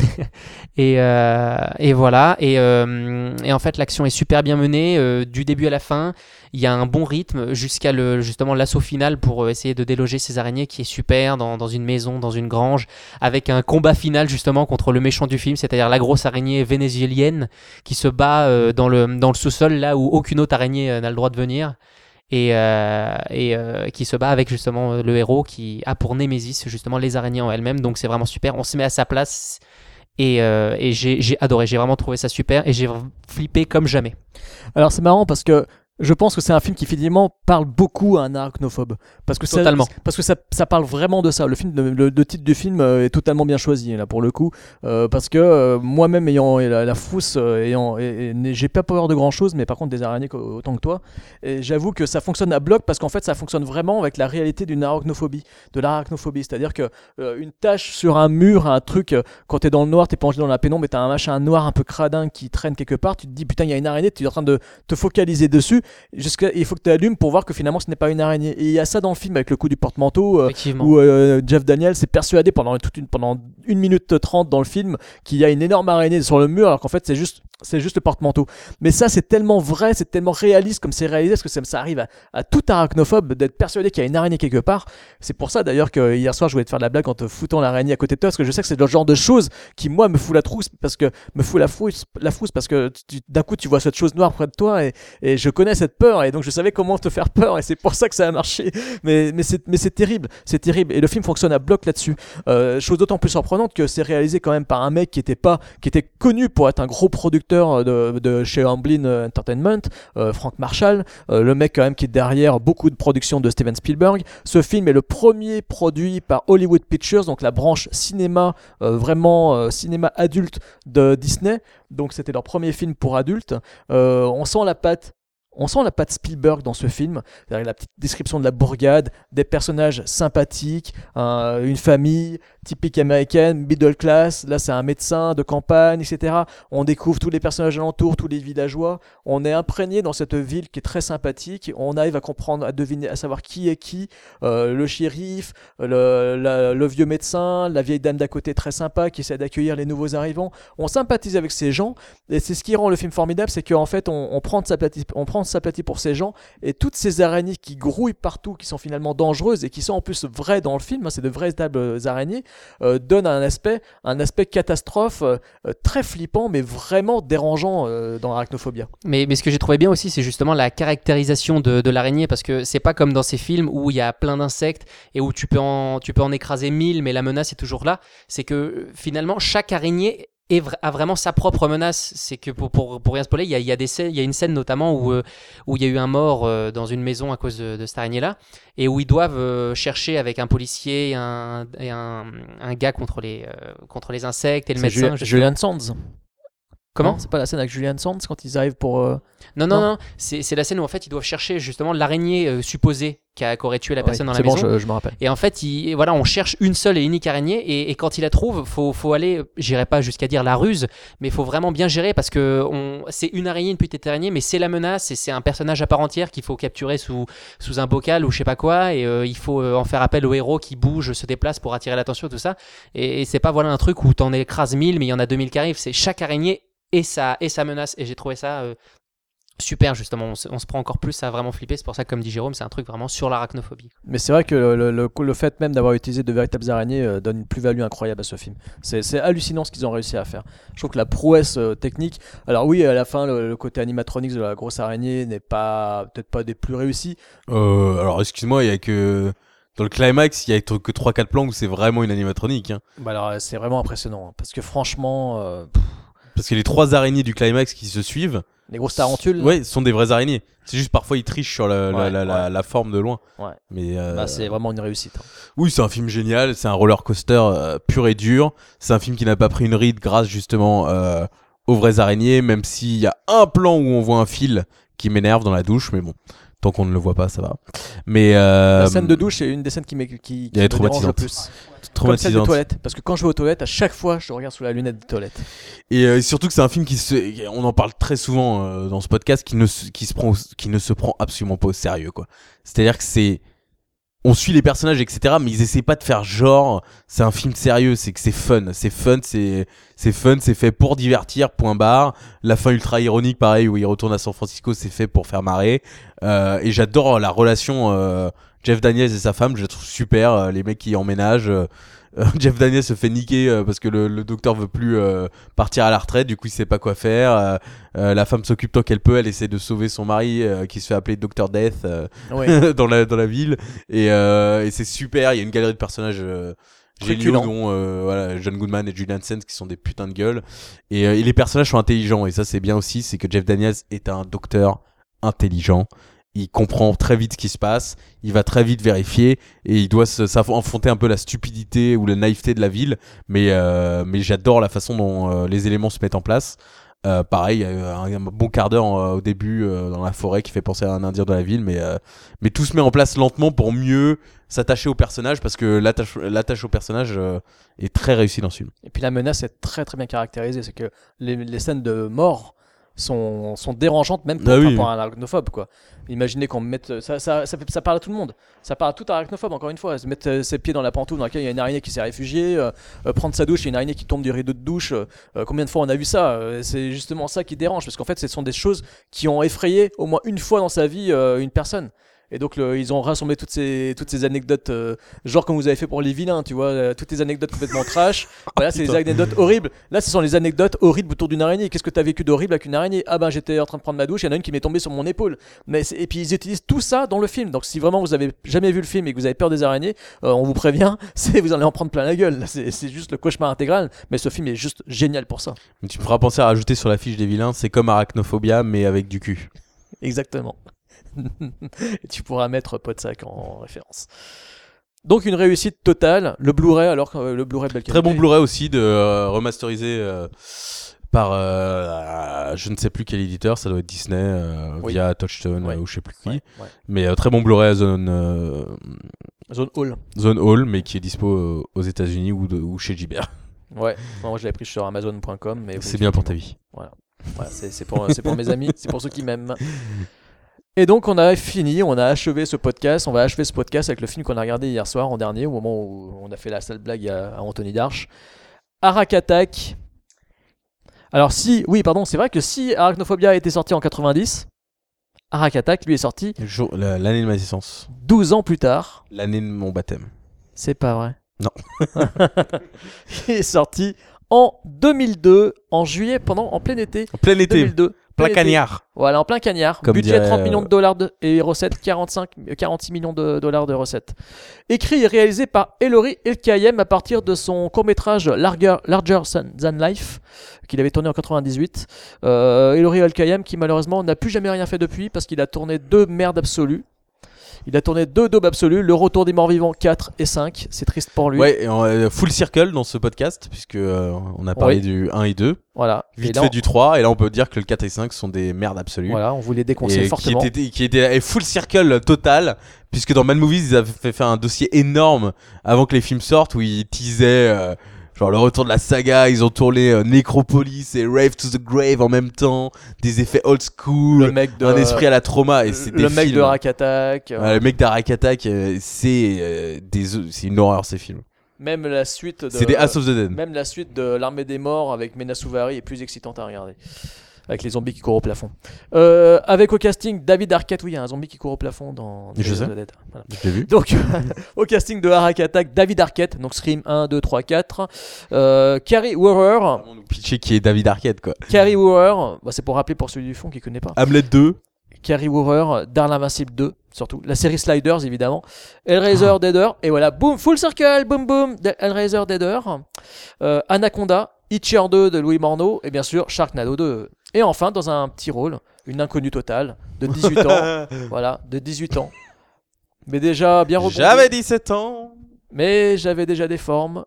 C: et, euh, et voilà. Et, euh, et en fait, l'action est super bien menée, euh, du début à la fin. Il y a un bon rythme jusqu'à le, justement l'assaut final pour essayer de déloger ces araignées, qui est super, dans, dans une maison, dans une grange, avec un combat final justement contre le méchant du film, c'est-à-dire la grosse araignée vénézuélienne qui se bat euh, dans le, dans le sous-sol, là où aucune autre araignée euh, n'a le droit de venir. Et, euh, et euh, qui se bat avec justement le héros qui a pour némésis justement les araignées en elles-mêmes. Donc c'est vraiment super, on se met à sa place et, euh, et j'ai, j'ai adoré, j'ai vraiment trouvé ça super et j'ai flippé comme jamais.
A: Alors c'est marrant parce que Je pense que c'est un film qui finalement parle beaucoup à un arachnophobe parce que
C: Totalement.
A: ça, parce que ça, ça parle vraiment de ça. Le film, le, le, le titre du film euh, est totalement bien choisi là pour le coup, euh, parce que euh, moi-même ayant la, la frousse, euh, ayant, et, et, j'ai pas peur de grand chose, mais par contre des araignées autant que toi. Et j'avoue que ça fonctionne à bloc parce qu'en fait ça fonctionne vraiment avec la réalité d'une arachnophobie, de l'arachnophobie, c'est-à-dire que euh, une tache sur un mur, un truc, euh, quand t'es dans le noir, t'es plongé dans la pénombre, et t'as un machin noir un peu cradin qui traîne quelque part, tu te dis putain il y a une araignée, tu es en train de te focaliser dessus. Jusqu'à, il faut que tu allumes pour voir que finalement ce n'est pas une araignée. Et il y a ça dans le film avec le coup du porte-manteau euh, où euh, Jeff Daniels s'est persuadé pendant, toute une, pendant une minute trente dans le film qu'il y a une énorme araignée sur le mur alors qu'en fait c'est juste, c'est juste le porte-manteau. Mais ça c'est tellement vrai, c'est tellement réaliste comme c'est réalisé parce que ça, ça arrive à, à tout arachnophobe d'être persuadé qu'il y a une araignée quelque part. C'est pour ça d'ailleurs que hier soir je voulais te faire de la blague en te foutant l'araignée à côté de toi parce que je sais que c'est le genre de choses qui moi me fout la trousse parce que me fout la frousse, la frousse parce que tu, d'un coup tu vois cette chose noire près de toi et, et je connais cette peur et donc je savais comment te faire peur et c'est pour ça que ça a marché. Mais, mais, c'est, mais c'est terrible, c'est terrible et le film fonctionne à bloc là-dessus. Euh, chose d'autant plus surprenante que c'est réalisé quand même par un mec qui était pas, qui était connu pour être un gros producteur de, de chez Amblin Entertainment, euh, Frank Marshall, euh, le mec quand même qui est derrière beaucoup de productions de Steven Spielberg. Ce film est le premier produit par Hollywood Pictures, donc la branche cinéma, euh, vraiment euh, cinéma adulte de Disney. Donc c'était leur premier film pour adultes. Euh, on sent la patte On sent la patte Spielberg dans ce film, avec la petite description de la bourgade, des personnages sympathiques, un, une famille typique américaine, middle class, là c'est un médecin de campagne, et cetera. On découvre tous les personnages alentours, tous les villageois, on est imprégné dans cette ville qui est très sympathique, on arrive à comprendre, à deviner, à savoir qui est qui, euh, le shérif, le, la, le vieux médecin, la vieille dame d'à côté très sympa qui essaie d'accueillir les nouveaux arrivants. On sympathise avec ces gens, et c'est ce qui rend le film formidable, c'est qu'en fait on, on prend de sympathie, on prend sympathie pour ces gens et toutes ces araignées qui grouillent partout, qui sont finalement dangereuses et qui sont en plus vraies dans le film, hein, c'est de véritables araignées, euh, donnent un aspect, un aspect catastrophe euh, très flippant mais vraiment dérangeant euh, dans l'arachnophobie.
C: Mais, mais ce que j'ai trouvé bien aussi, c'est justement la caractérisation de, de l'araignée, parce que c'est pas comme dans ces films où il y a plein d'insectes et où tu peux en, tu peux en écraser mille mais la menace est toujours là. C'est que finalement chaque araignée et a vraiment sa propre menace. C'est que pour, pour, pour rien spoiler, il y a, il y a des scènes, il y a une scène notamment où, euh, où il y a eu un mort euh, dans une maison à cause de, de cette araignée-là, et où ils doivent euh, chercher avec un policier et un, et un, un gars contre les, euh, contre les insectes et le
A: c'est
C: médecin.
A: Ju- Julian Sands.
C: Comment ?
A: Non, c'est pas la scène avec Julian Sands quand ils arrivent pour... Euh...
C: Non, non, non, non. C'est, c'est la scène où en fait ils doivent chercher justement l'araignée euh, supposée qui, a, qui aurait tué la personne
A: oui,
C: dans la
A: bon,
C: maison.
A: Je, je me rappelle.
C: Et en fait, il, voilà, on cherche une seule et unique araignée, et, et quand il la trouve, faut, faut aller, j'irai pas jusqu'à dire la ruse, mais il faut vraiment bien gérer parce que on, c'est une araignée, une petite araignée, mais c'est la menace et c'est un personnage à part entière qu'il faut capturer sous, sous un bocal ou je sais pas quoi, et euh, il faut euh, en faire appel au héros qui bouge, se déplace pour attirer l'attention, tout ça. Et, et c'est pas voilà un truc où t'en écrases mille, mais il y en a deux mille qui arrivent. C'est chaque araignée et sa, et sa menace, et j'ai trouvé ça euh, super justement, on se, on se prend encore plus, ça a vraiment flippé, c'est pour ça que comme dit Jérôme, c'est un truc vraiment sur l'arachnophobie.
A: Mais c'est vrai que le, le, le, le fait même d'avoir utilisé de véritables araignées euh, donne une plus-value incroyable à ce film. C'est, c'est hallucinant ce qu'ils ont réussi à faire. Je trouve que la prouesse euh, technique, alors oui à la fin le, le côté animatronics de la grosse araignée n'est pas, peut-être pas des plus réussis.
B: Euh, alors excuse-moi, il y a que... Dans le climax, il y a que trois quatre plans où c'est vraiment une animatronique. Hein.
A: Bah alors c'est vraiment impressionnant, hein, parce que franchement... Euh,
B: Parce que les trois araignées du climax qui se suivent...
A: Les grosses tarentules.
B: Ouais, ce sont des vraies araignées. C'est juste parfois ils trichent sur la,
A: ouais,
B: la,
A: ouais.
B: la, la forme de loin.
A: Ouais.
B: Mais euh...
A: bah, c'est vraiment une réussite. Hein.
B: Oui, c'est un film génial. C'est un roller coaster euh, pur et dur. C'est un film qui n'a pas pris une ride grâce justement euh, aux vraies araignées. Même s'il y a un plan où on voit un fil qui m'énerve dans la douche, mais bon. Tant qu'on ne le voit pas, ça va. Mais euh...
A: la scène de douche, c'est une des scènes qui, qui, qui me dérange le plus. Comme celle des toilettes, parce que quand je vais aux toilettes, à chaque fois, je regarde sous la lunette des toilettes.
B: Et euh, surtout que c'est un film qui se, on en parle très souvent euh, dans ce podcast, qui ne, qui se prend, qui ne se prend absolument pas au sérieux, quoi. C'est-à-dire que c'est, on suit les personnages, et cetera, mais ils essaient pas de faire genre, c'est un film sérieux, c'est que c'est fun, c'est fun, c'est, c'est fun, c'est fait pour divertir, point barre. La fin ultra ironique, pareil, où il retourne à San Francisco, c'est fait pour faire marrer. Euh, et j'adore la relation euh, Jeff Daniels et sa femme, je la trouve super. Euh, les mecs qui emménagent, euh, euh, Jeff Daniels se fait niquer euh, parce que le, le docteur veut plus euh, partir à la retraite, du coup il sait pas quoi faire. Euh, euh, la femme s'occupe tant qu'elle peut, elle essaie de sauver son mari euh, qui se fait appeler Docteur Death euh, oui. dans la dans la ville. Et, euh, et c'est super. Il y a une galerie de personnages. Euh, géniaux dont euh, voilà, John Goodman et Julian Sands qui sont des putains de gueules. Et, euh, et les personnages sont intelligents, et ça c'est bien aussi, c'est que Jeff Daniels est un docteur intelligent. Il comprend très vite ce qui se passe, il va très vite vérifier et il doit se, s'affronter un peu la stupidité ou la naïveté de la ville. Mais, euh, mais j'adore la façon dont euh, les éléments se mettent en place. Euh, pareil, un, un bon quart d'heure en, au début euh, dans la forêt qui fait penser à un indien de la ville, mais, euh, mais tout se met en place lentement pour mieux s'attacher au personnage parce que l'attache, l'attache au personnage euh, est très réussie dans ce film.
A: Et puis la menace est très très bien caractérisée, c'est que les, les scènes de mort sont, sont dérangeantes même pour,
B: ah
A: enfin,
B: oui.
A: pour un arachnophobe quoi. Imaginez qu'on mette ça, ça, ça, fait, ça parle à tout le monde, ça parle à tout arachnophobe encore une fois, se mettre euh, ses pieds dans la pantoufle dans laquelle il y a une araignée qui s'est réfugiée, euh, euh, prendre sa douche, il y a une araignée qui tombe du rideau de douche, euh, euh, combien de fois on a vu ça, euh, c'est justement ça qui dérange parce qu'en fait ce sont des choses qui ont effrayé au moins une fois dans sa vie euh, une personne. Et donc le, ils ont rassemblé toutes ces, toutes ces anecdotes, euh, genre comme vous avez fait pour les vilains, tu vois, euh, toutes les anecdotes complètement trash. Voilà, c'est les anecdotes horribles. Là, ce sont les anecdotes horribles autour d'une araignée. Qu'est-ce que tu as vécu d'horrible avec une araignée ? Ah ben j'étais en train de prendre ma douche, il y en a une qui m'est tombée sur mon épaule. Mais et puis ils utilisent tout ça dans le film. Donc si vraiment vous avez jamais vu le film et que vous avez peur des araignées, euh, on vous prévient, c'est vous allez en prendre plein la gueule. C'est, c'est juste le cauchemar intégral. Mais ce film est juste génial pour ça.
B: Mais tu me feras penser à rajouter sur la fiche des vilains, c'est comme Arachnophobia mais avec du cul.
A: Exactement. Et tu pourras mettre Podsac en référence. Donc une réussite totale. Le Blu-ray, alors que euh, le Blu-ray belle
B: Très
A: qualité.
B: bon Blu-ray aussi de euh, remasterisé euh, par euh, je ne sais plus quel éditeur, ça doit être Disney euh,
A: Oui.
B: via Touchstone
A: Ouais.
B: euh, ou je sais plus qui.
A: Ouais, ouais.
B: Mais euh, très bon Blu-ray à Zone euh,
A: Zone Hall.
B: Zone Hall, mais qui est dispo euh, aux États-Unis ou, de, ou chez Gibert.
A: Ouais. Moi je l'avais pris sur Amazon point com. Mais
B: C'est bien pour ta vie.
A: Voilà. Voilà, c'est, c'est, pour, c'est pour mes amis, c'est pour ceux qui m'aiment. Et donc on a fini, on a achevé ce podcast, on va achever ce podcast avec le film qu'on a regardé hier soir en dernier, au moment où on a fait la sale blague à, à Anthony Darche. Arak Attack. Alors si, oui pardon, c'est vrai que si Arachnophobia était sorti en quatre-vingt-dix, Arak Attack lui est sorti
B: Le jour, la- l'année de ma naissance.
A: douze ans plus tard.
B: L'année de mon baptême.
A: C'est pas vrai.
B: Non.
A: Il est sorti en deux mille deux, en juillet, pendant, en plein été.
B: En plein été.
A: deux mille deux.
B: Plein
A: été.
B: cagnard.
A: Voilà, en plein cagnard.
B: Comme
A: Budget
B: dirait,
A: trente millions de
B: euh,
A: dollars de, et recettes quarante-cinq, quarante-six millions de dollars de recettes. Écrit et réalisé par Elori Elkayem à partir de son court-métrage Larger, Larger Than Life, qu'il avait tourné en quatre-vingt-dix-huit. Euh, Elori Elkayem qui malheureusement n'a plus jamais rien fait depuis parce qu'il a tourné deux merdes absolues. Il a tourné deux daubes absolues, Le Retour des Morts Vivants quatre et cinq. C'est triste pour lui.
B: Ouais, et on, euh, full circle dans ce podcast, puisque euh, on a parlé
A: Oui.
B: du un et deux.
A: Voilà.
B: Vite
A: Et là,
B: fait
A: on-
B: du trois, et là on peut dire que le quatre et cinq sont des merdes absolues.
A: Voilà, on vous les déconseille
B: et
A: fortement.
B: Qui était, qui était et full circle total, puisque dans Mad Movies, ils avaient fait faire un dossier énorme avant que les films sortent, où ils teasaient euh, genre le retour de la saga, ils ont tourné euh, Necropolis et Rave to the Grave en même temps, des effets old school,
A: Le mec de-
B: un esprit à la trauma, et c'est
A: le
B: des
A: mec
B: films.
A: de Arak Attack. euh,
B: Ouais, le mec d'Arak Attack, euh, c'est, euh, des, c'est une horreur ces films.
A: Même la suite de,
B: C'est des House of the Dead.
A: Même la suite de l'Armée des Morts avec Mena Suvari est plus excitante à regarder. Avec les zombies qui courent au plafond. Euh, avec au casting David Arquette, oui, il y a un zombie qui court au plafond dans
B: Je
A: House
B: sais.
A: of the Dead. Voilà.
B: Je l'ai vu.
A: Donc, au casting de Arak Attack, David Arquette, donc Scream un, deux, trois, quatre. Euh, Carrie Wauer,
B: On nous pitcher qui est David Arquette, quoi.
A: Carrie Wauer, bah, c'est pour rappeler pour celui du fond qui connaît pas.
B: Hamlet deux.
A: Carrie Wauer, Dark Invincible deux, surtout. La série Sliders, évidemment. Hellraiser,
B: Ah.
A: Deader. Et voilà, boom, full circle, boom, boom. de- Hellraiser, Deader. Euh, Anaconda, Itcher deux de Louis Morneau. Et bien sûr, Sharknado deux. Et enfin, dans un petit rôle, une inconnue totale, de dix-huit ans. Voilà, de dix-huit ans. Mais déjà bien rebondi.
B: J'avais dix-sept ans.
A: Mais j'avais déjà des formes.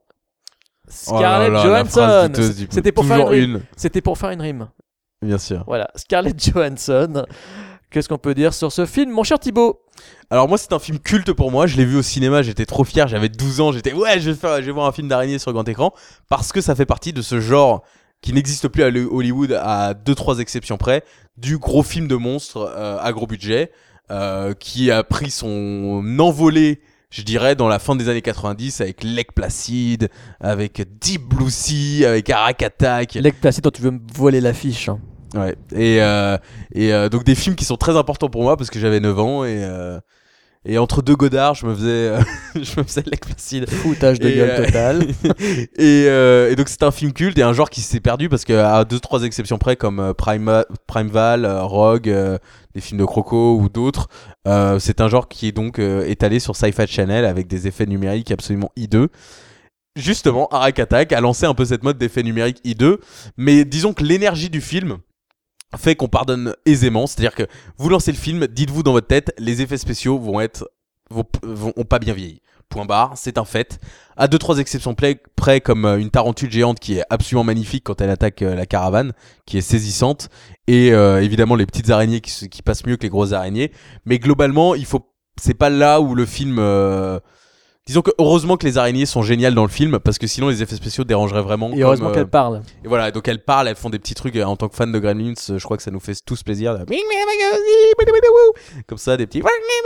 B: Oh là
A: Scarlett
B: là, la phrase
A: Johansson.
B: douteuse du-
A: C'était pour faire une
B: toujours
A: rime.
B: une.
A: C'était pour faire une rime.
B: Bien sûr.
A: Voilà, Scarlett Johansson. Qu'est-ce qu'on peut dire sur ce film, mon cher Thibaut?
B: Alors moi c'est un film culte pour moi, je l'ai vu au cinéma, j'étais trop fier, j'avais douze ans, j'étais ouais je vais, faire, je vais voir un film d'araignée sur grand écran, parce que ça fait partie de ce genre qui n'existe plus à Hollywood à deux trois exceptions près, du gros film de monstre euh, à gros budget, euh, qui a pris son envolée, je dirais, dans la fin des années quatre-vingt-dix, avec Lake Placid, avec Deep Blue Sea, avec Arak Attack.
A: Lake Placid, toi tu veux me voler l'affiche. Hein.
B: Ouais, et, euh, et euh, donc des films qui sont très importants pour moi parce que j'avais neuf ans et, euh, et entre deux Godard, je me faisais, euh, je me faisais Lake Placid.
A: Foutage de
B: Et,
A: gueule
B: euh,
A: total.
B: et, euh, et donc c'est un film culte et un genre qui s'est perdu parce qu'à deux trois exceptions près comme euh, Prime, Primeval, euh, Rogue, euh, des films de Croco ou d'autres, euh, c'est un genre qui est donc euh, étalé sur Sci-Fi Channel avec des effets numériques absolument hideux. Justement, Arak Attack a lancé un peu cette mode d'effets numériques hideux, mais disons que l'énergie du film fait qu'on pardonne aisément. C'est-à-dire que vous lancez le film, dites-vous dans votre tête, les effets spéciaux vont être vont, vont ont pas bien vieilli. Point barre, c'est un fait. À deux trois exceptions près, comme une tarentule géante qui est absolument magnifique quand elle attaque la caravane, qui est saisissante, et euh, évidemment les petites araignées qui, qui passent mieux que les grosses araignées. Mais globalement, il faut, c'est pas là où le film. Euh... Disons que heureusement que les araignées sont géniales dans le film, parce que sinon les effets spéciaux dérangeraient vraiment.
A: Et heureusement
B: comme,
A: qu'elles
B: euh...
A: parlent.
B: Et voilà, donc elles parlent, elles font des petits trucs. En tant que fan de Gremlins, je crois que ça nous fait tous plaisir. Comme ça, des petits.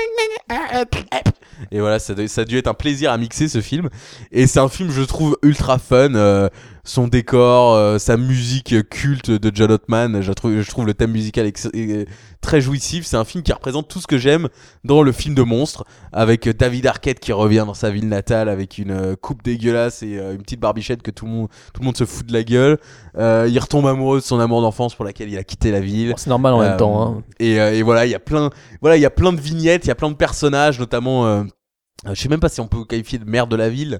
B: Et voilà, ça, ça a dû être un plaisir à mixer ce film. Et c'est un film, je trouve, ultra fun. Euh, son décor, euh, sa musique culte de John Ottman, je trouve, je trouve le thème musical ex- ex- très jouissif. C'est un film qui représente tout ce que j'aime dans le film de monstre, avec David Arquette qui revient dans sa ville natale avec une euh, coupe dégueulasse et euh, une petite barbichette que tout le monde, tout le monde se fout de la gueule. Euh, il retombe amoureux de son amour d'enfance pour laquelle il a quitté la ville.
A: Bon, c'est normal en
B: euh,
A: même temps. Hein.
B: Et, euh, et voilà, il y a plein, voilà, il y a plein de vignettes, il y a plein de personnages, notamment. Euh, je sais même pas si on peut qualifier de maire de la ville,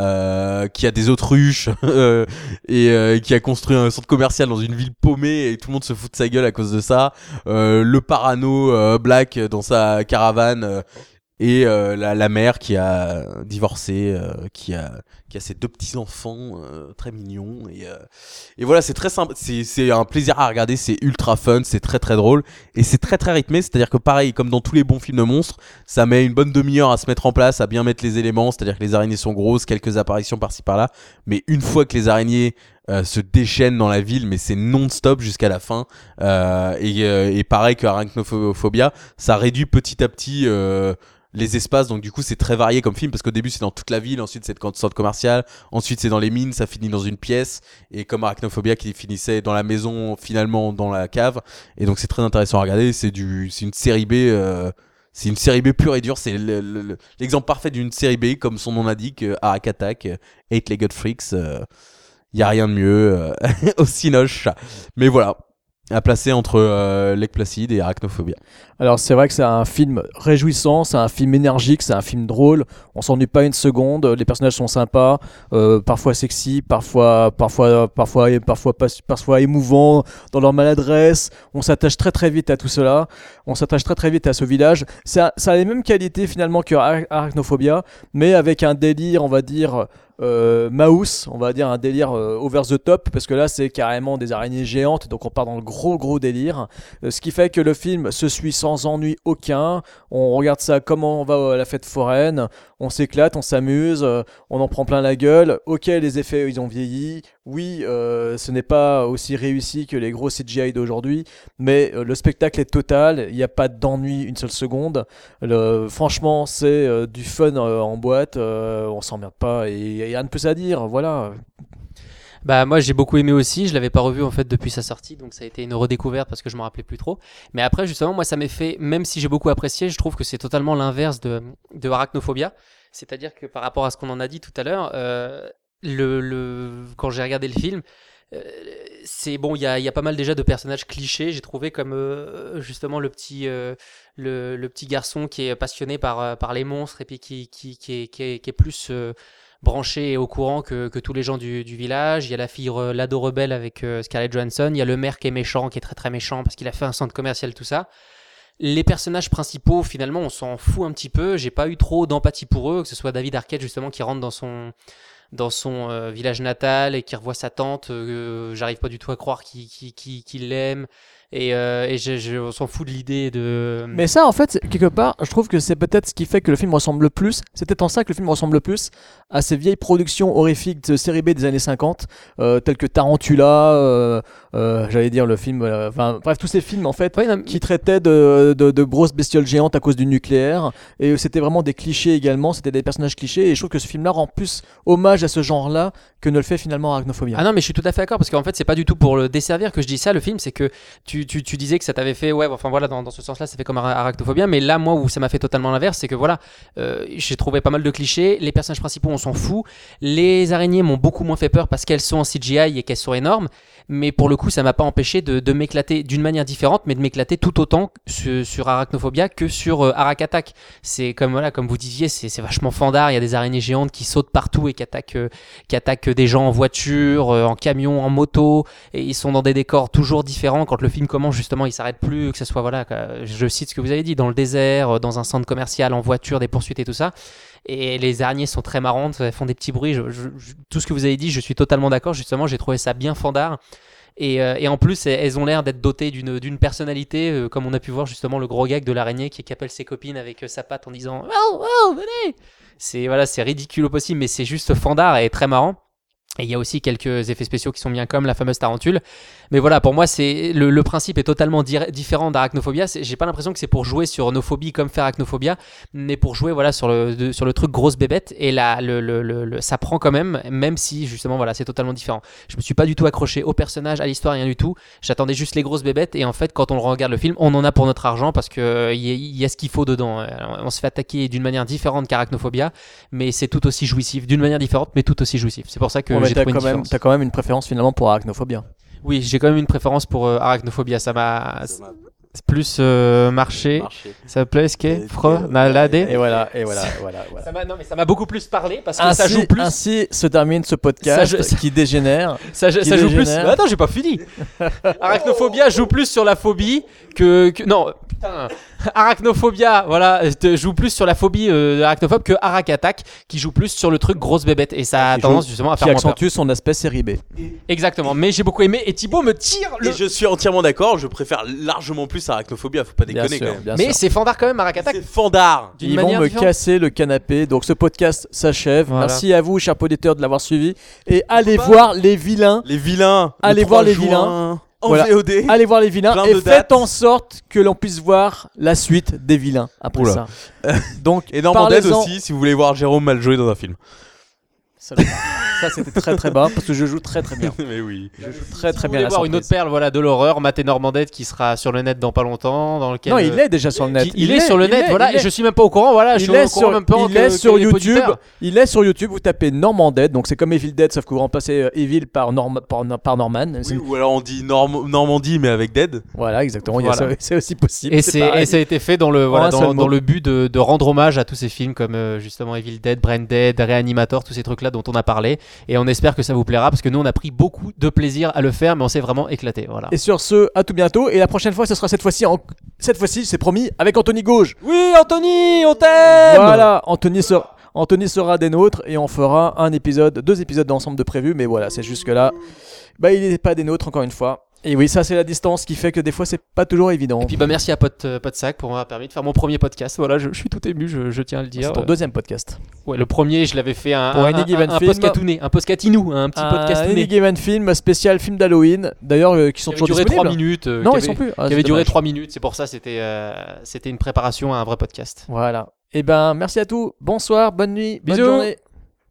B: euh, qui a des autruches euh, et euh, qui a construit un centre commercial dans une ville paumée et tout le monde se fout de sa gueule à cause de ça. Euh, le parano euh, Black dans sa caravane euh, et euh, la, la mère qui a divorcé, euh, qui a qui a ses deux petits enfants euh, très mignons et euh, et voilà, c'est très sympa, c'est c'est un plaisir à regarder, c'est ultra fun, c'est très très drôle et c'est très très rythmé, c'est-à-dire que pareil comme dans tous les bons films de monstres, ça met une bonne demi-heure à se mettre en place, à bien mettre les éléments, c'est-à-dire que les araignées sont grosses, quelques apparitions par-ci par-là, mais une fois que les araignées Euh, se déchaînent dans la ville, mais c'est non-stop jusqu'à la fin. Euh, et, euh, et pareil que Arachnophobia, ça réduit petit à petit euh, les espaces. Donc du coup, c'est très varié comme film parce qu'au début c'est dans toute la ville, ensuite c'est le centre commercial, ensuite c'est dans les mines, ça finit dans une pièce. Et comme Arachnophobia qui finissait dans la maison, finalement dans la cave. Et donc c'est très intéressant à regarder. C'est du, c'est une série B. Euh, C'est une série B pure et dure, c'est le, le, le, l'exemple parfait d'une série B, comme son nom l'indique, euh, Arak Attack, euh, Eight-Legged Freaks. Euh, Il y a rien de mieux euh, au cinoche. Mais voilà, à placer entre euh, Lake Placid et Arachnophobia.
A: Alors c'est vrai que c'est un film réjouissant, c'est un film énergique, c'est un film drôle, on s'ennuie pas une seconde, les personnages sont sympas, euh, parfois sexy, parfois parfois parfois parfois parfois, parfois émouvants dans leur maladresse, on s'attache très très vite à tout cela, on s'attache très très vite à ce village, ça, ça a les mêmes qualités finalement que Arachnophobia, mais avec un délire, on va dire Euh, mouse, on va dire un délire euh, over the top, parce que là c'est carrément des araignées géantes, donc on part dans le gros gros délire, euh, ce qui fait que le film se suit sans ennui aucun. On regarde ça comme on va à la fête foraine, on s'éclate, on s'amuse, euh, on en prend plein la gueule. Ok, les effets ils ont vieilli, oui, euh, ce n'est pas aussi réussi que les gros C G I d'aujourd'hui, mais euh, le spectacle est total, il n'y a pas d'ennui une seule seconde. Le, franchement c'est euh, du fun euh, en boîte, euh, on s'emmerde pas et il y a rien de plus à dire, voilà.
C: Bah moi j'ai beaucoup aimé aussi, je l'avais pas revu en fait depuis sa sortie, donc ça a été une redécouverte parce que je me rappelais plus trop. Mais après justement moi ça m'est fait, même si j'ai beaucoup apprécié, je trouve que c'est totalement l'inverse de, de Arachnophobia. C'est-à-dire que par rapport à ce qu'on en a dit tout à l'heure, euh, le, le, quand j'ai regardé le film, euh, c'est bon, il y a, y a pas mal déjà de personnages clichés, j'ai trouvé comme euh, justement le petit, euh, le, le petit garçon qui est passionné par, par les monstres et puis qui, qui, qui, est, qui, est, qui est plus... Euh, branché et au courant que, que tous les gens du, du village. Il y a la fille re, l'ado rebelle avec euh, Scarlett Johansson. Il y a le maire qui est méchant, qui est très très méchant parce qu'il a fait un centre commercial, tout ça. Les personnages principaux, finalement, on s'en fout un petit peu. J'ai pas eu trop d'empathie pour eux, que ce soit David Arquette justement qui rentre dans son dans son euh, village natal et qui revoit sa tante. Euh, j'arrive pas du tout à croire qu'il, qu'il, qu'il, qu'il l'aime. Et, euh, et je, je, on s'en fout de l'idée de...
A: Mais ça, en fait, quelque part, je trouve que c'est peut-être ce qui fait que le film ressemble le plus, c'est peut-être en ça que le film ressemble le plus à ces vieilles productions horrifiques de série B des années cinquante, euh, telles que Tarantula, euh, euh, j'allais dire le film... Euh, enfin, bref, tous ces films, en fait, ouais, qui traitaient de, de, de grosses bestioles géantes à cause du nucléaire, et c'était vraiment des clichés également, c'était des personnages clichés, et je trouve que ce film-là rend plus hommage à ce genre-là que ne le fait finalement Arachnophobia.
C: Ah non, mais je suis tout à fait d'accord, parce qu'en fait, c'est pas du tout pour le desservir que je dis ça, le film, c'est que tu Tu, tu, tu disais que ça t'avait fait, ouais, enfin voilà, dans, dans ce sens-là, ça fait comme Arachnophobia, mais là, moi, où ça m'a fait totalement l'inverse, c'est que voilà, euh, j'ai trouvé pas mal de clichés, les personnages principaux, on s'en fout, les araignées m'ont beaucoup moins fait peur parce qu'elles sont en C G I et qu'elles sont énormes, mais pour le coup, ça m'a pas empêché de, de m'éclater d'une manière différente, mais de m'éclater tout autant sur, sur Arachnophobia que sur euh, Arak Attack. C'est comme, voilà, comme vous disiez, c'est, c'est vachement fandard, il y a des araignées géantes qui sautent partout et qui attaquent attaquent, euh, qui attaquent des gens en voiture, euh, en camion, en moto, et ils sont dans des décors toujours différents. Quand le film commence, justement, ils s'arrêtent plus, que ce soit, voilà, je cite ce que vous avez dit, dans le désert, dans un centre commercial, en voiture, des poursuites et tout ça. Et les araignées sont très marrantes, elles font des petits bruits. Je, je, je, tout ce que vous avez dit, je suis totalement d'accord. Justement, j'ai trouvé ça bien fandard. Et, euh, et en plus, elles ont l'air d'être dotées d'une, d'une personnalité, euh, comme on a pu voir justement le gros gag de l'araignée qui, qui appelle ses copines avec euh, sa patte en disant « Oh, oh, venez !» C'est, voilà, c'est ridicule au possible, mais c'est juste fandard et très marrant. Et il y a aussi quelques effets spéciaux qui sont bien, comme la fameuse tarentule. Mais voilà, pour moi, c'est le, le principe est totalement di- différent d'Arachnophobia. C'est, j'ai pas l'impression que c'est pour jouer sur nos phobies comme faire Arachnophobia, mais pour jouer voilà sur le de, sur le truc grosse bébête. Et là, le, le, le, le, ça prend quand même, même si justement voilà, c'est totalement différent. Je me suis pas du tout accroché au personnage, à l'histoire, rien du tout. J'attendais juste les grosses bébêtes. Et en fait, quand on regarde le film, on en a pour notre argent parce que il y, y a ce qu'il faut dedans. On se fait attaquer d'une manière différente qu'Arachnophobia, mais c'est tout aussi jouissif, d'une manière différente, mais tout aussi jouissif. C'est pour ça que
A: ouais,
C: j'ai trouvé une
A: quand même, t'as quand même une préférence finalement pour Arachnophobia.
C: Oui, j'ai quand même une préférence pour euh, Arachnophobia. Ça m'a, ça m'a... plus euh, marché. marché. Ça me plaît, Escape, Fro, Naladé.
A: Et voilà, et voilà, voilà. voilà.
C: Ça m'a, non, mais ça m'a beaucoup plus parlé parce que
A: ainsi,
C: ça joue plus.
A: Ainsi se termine ce podcast ça, je... qui dégénère.
C: Ça, qui ça joue dégénère. plus. Attends, j'ai pas fini. Arachnophobia joue plus sur la phobie que, que... non. Putain. Arachnophobia, voilà, joue plus sur la phobie euh, de l'arachnophobe que Arak Attack, qui joue plus sur le truc grosse bébête. Et ça a tendance joue, justement à faire
A: qui
C: moins peur.
A: accentue son aspect série B.
C: Exactement, mais j'ai beaucoup aimé. Et Thibaut me tire le...
B: Et je suis entièrement d'accord, je préfère largement plus Arachnophobia, faut pas déconner
A: bien sûr,
B: quand même.
A: Bien
C: mais
A: sûr.
C: c'est fandard quand même, Arak Attack.
B: C'est fandard.
A: Ils vont me différente. casser le canapé. Donc ce podcast s'achève. Voilà. Merci à vous, chers auditeurs, de l'avoir suivi. Et allez voir les vilains.
B: Les vilains.
A: Allez voir les vilains.
B: En
A: voilà.
B: V O D.
A: Allez voir les vilains et faites dates. En sorte que l'on puisse voir la suite des vilains après Oula. Ça. Donc,
B: et Normandette aussi, si vous voulez voir Jérôme mal jouer dans un film.
A: Ça, ça c'était très très bas parce que je joue très très bien.
B: Mais oui.
A: Je joue très très
C: si
A: bien.
C: Vous voulez voir une autre perle voilà, de l'horreur, Matt et Normandette qui sera sur le net dans pas longtemps. Dans lequel,
A: non, il est déjà sur le net.
C: Qui, il, il est, est sur le net, est, voilà. Et je suis même pas au courant, voilà.
A: Il
C: je
A: est
C: suis
A: sur,
C: même pas
A: il
C: que,
A: est sur
C: que
A: YouTube. Il est sur YouTube. Vous tapez Normandette, donc c'est comme Evil Dead, sauf que vous remplacez euh, Evil par, Norm, par, par Norman.
B: Oui, ou alors on dit Norm, Normandie mais avec Dead.
A: Voilà, exactement. Voilà. Il y a ça, c'est aussi possible.
C: Et,
A: c'est
C: c'est, et ça a été fait dans le voilà, dans, dans le but de, de rendre hommage à tous ces films comme euh, justement Evil Dead, Brain Dead, Reanimator, tous ces trucs là dont on a parlé. Et on espère que ça vous plaira parce que nous on a pris beaucoup de plaisir à le faire, mais on s'est vraiment éclaté. Voilà.
A: Et sur ce, à tout bientôt. Et la prochaine fois, ce sera cette fois-ci, en... cette fois-ci, c'est promis, avec Anthony Gauge.
C: Oui, Anthony, on t'aime.
A: Voilà, Anthony sera, Anthony sera des nôtres et on fera un épisode, deux épisodes d'ensemble de prévu. Mais voilà, c'est jusque là. Bah, il n'est pas des nôtres encore une fois. Et oui, ça c'est la distance qui fait que des fois c'est pas toujours évident.
C: Et puis bah merci à Pot, euh, Podsac pour m'avoir permis de faire mon premier podcast. Voilà, je, je suis tout ému, je, je tiens à le dire.
A: C'est ton deuxième podcast.
C: Ouais, le premier je l'avais fait un
A: pour
C: un, un, un, un podcastouné, un podcatinou, un petit
A: un
C: podcastouné.
A: Un Given Film spécial film d'Halloween, d'ailleurs euh, qui sont toujours disponibles.
C: Qui avait duré trois minutes. Euh,
A: non,
C: qui
A: ils
C: avait,
A: sont plus. Ah,
C: qui avait duré trois minutes, c'est pour ça c'était euh, c'était une préparation à un vrai podcast.
A: Voilà. Et ben merci à tous. Bonsoir, bonne nuit,
C: Bisous.
A: bonne journée.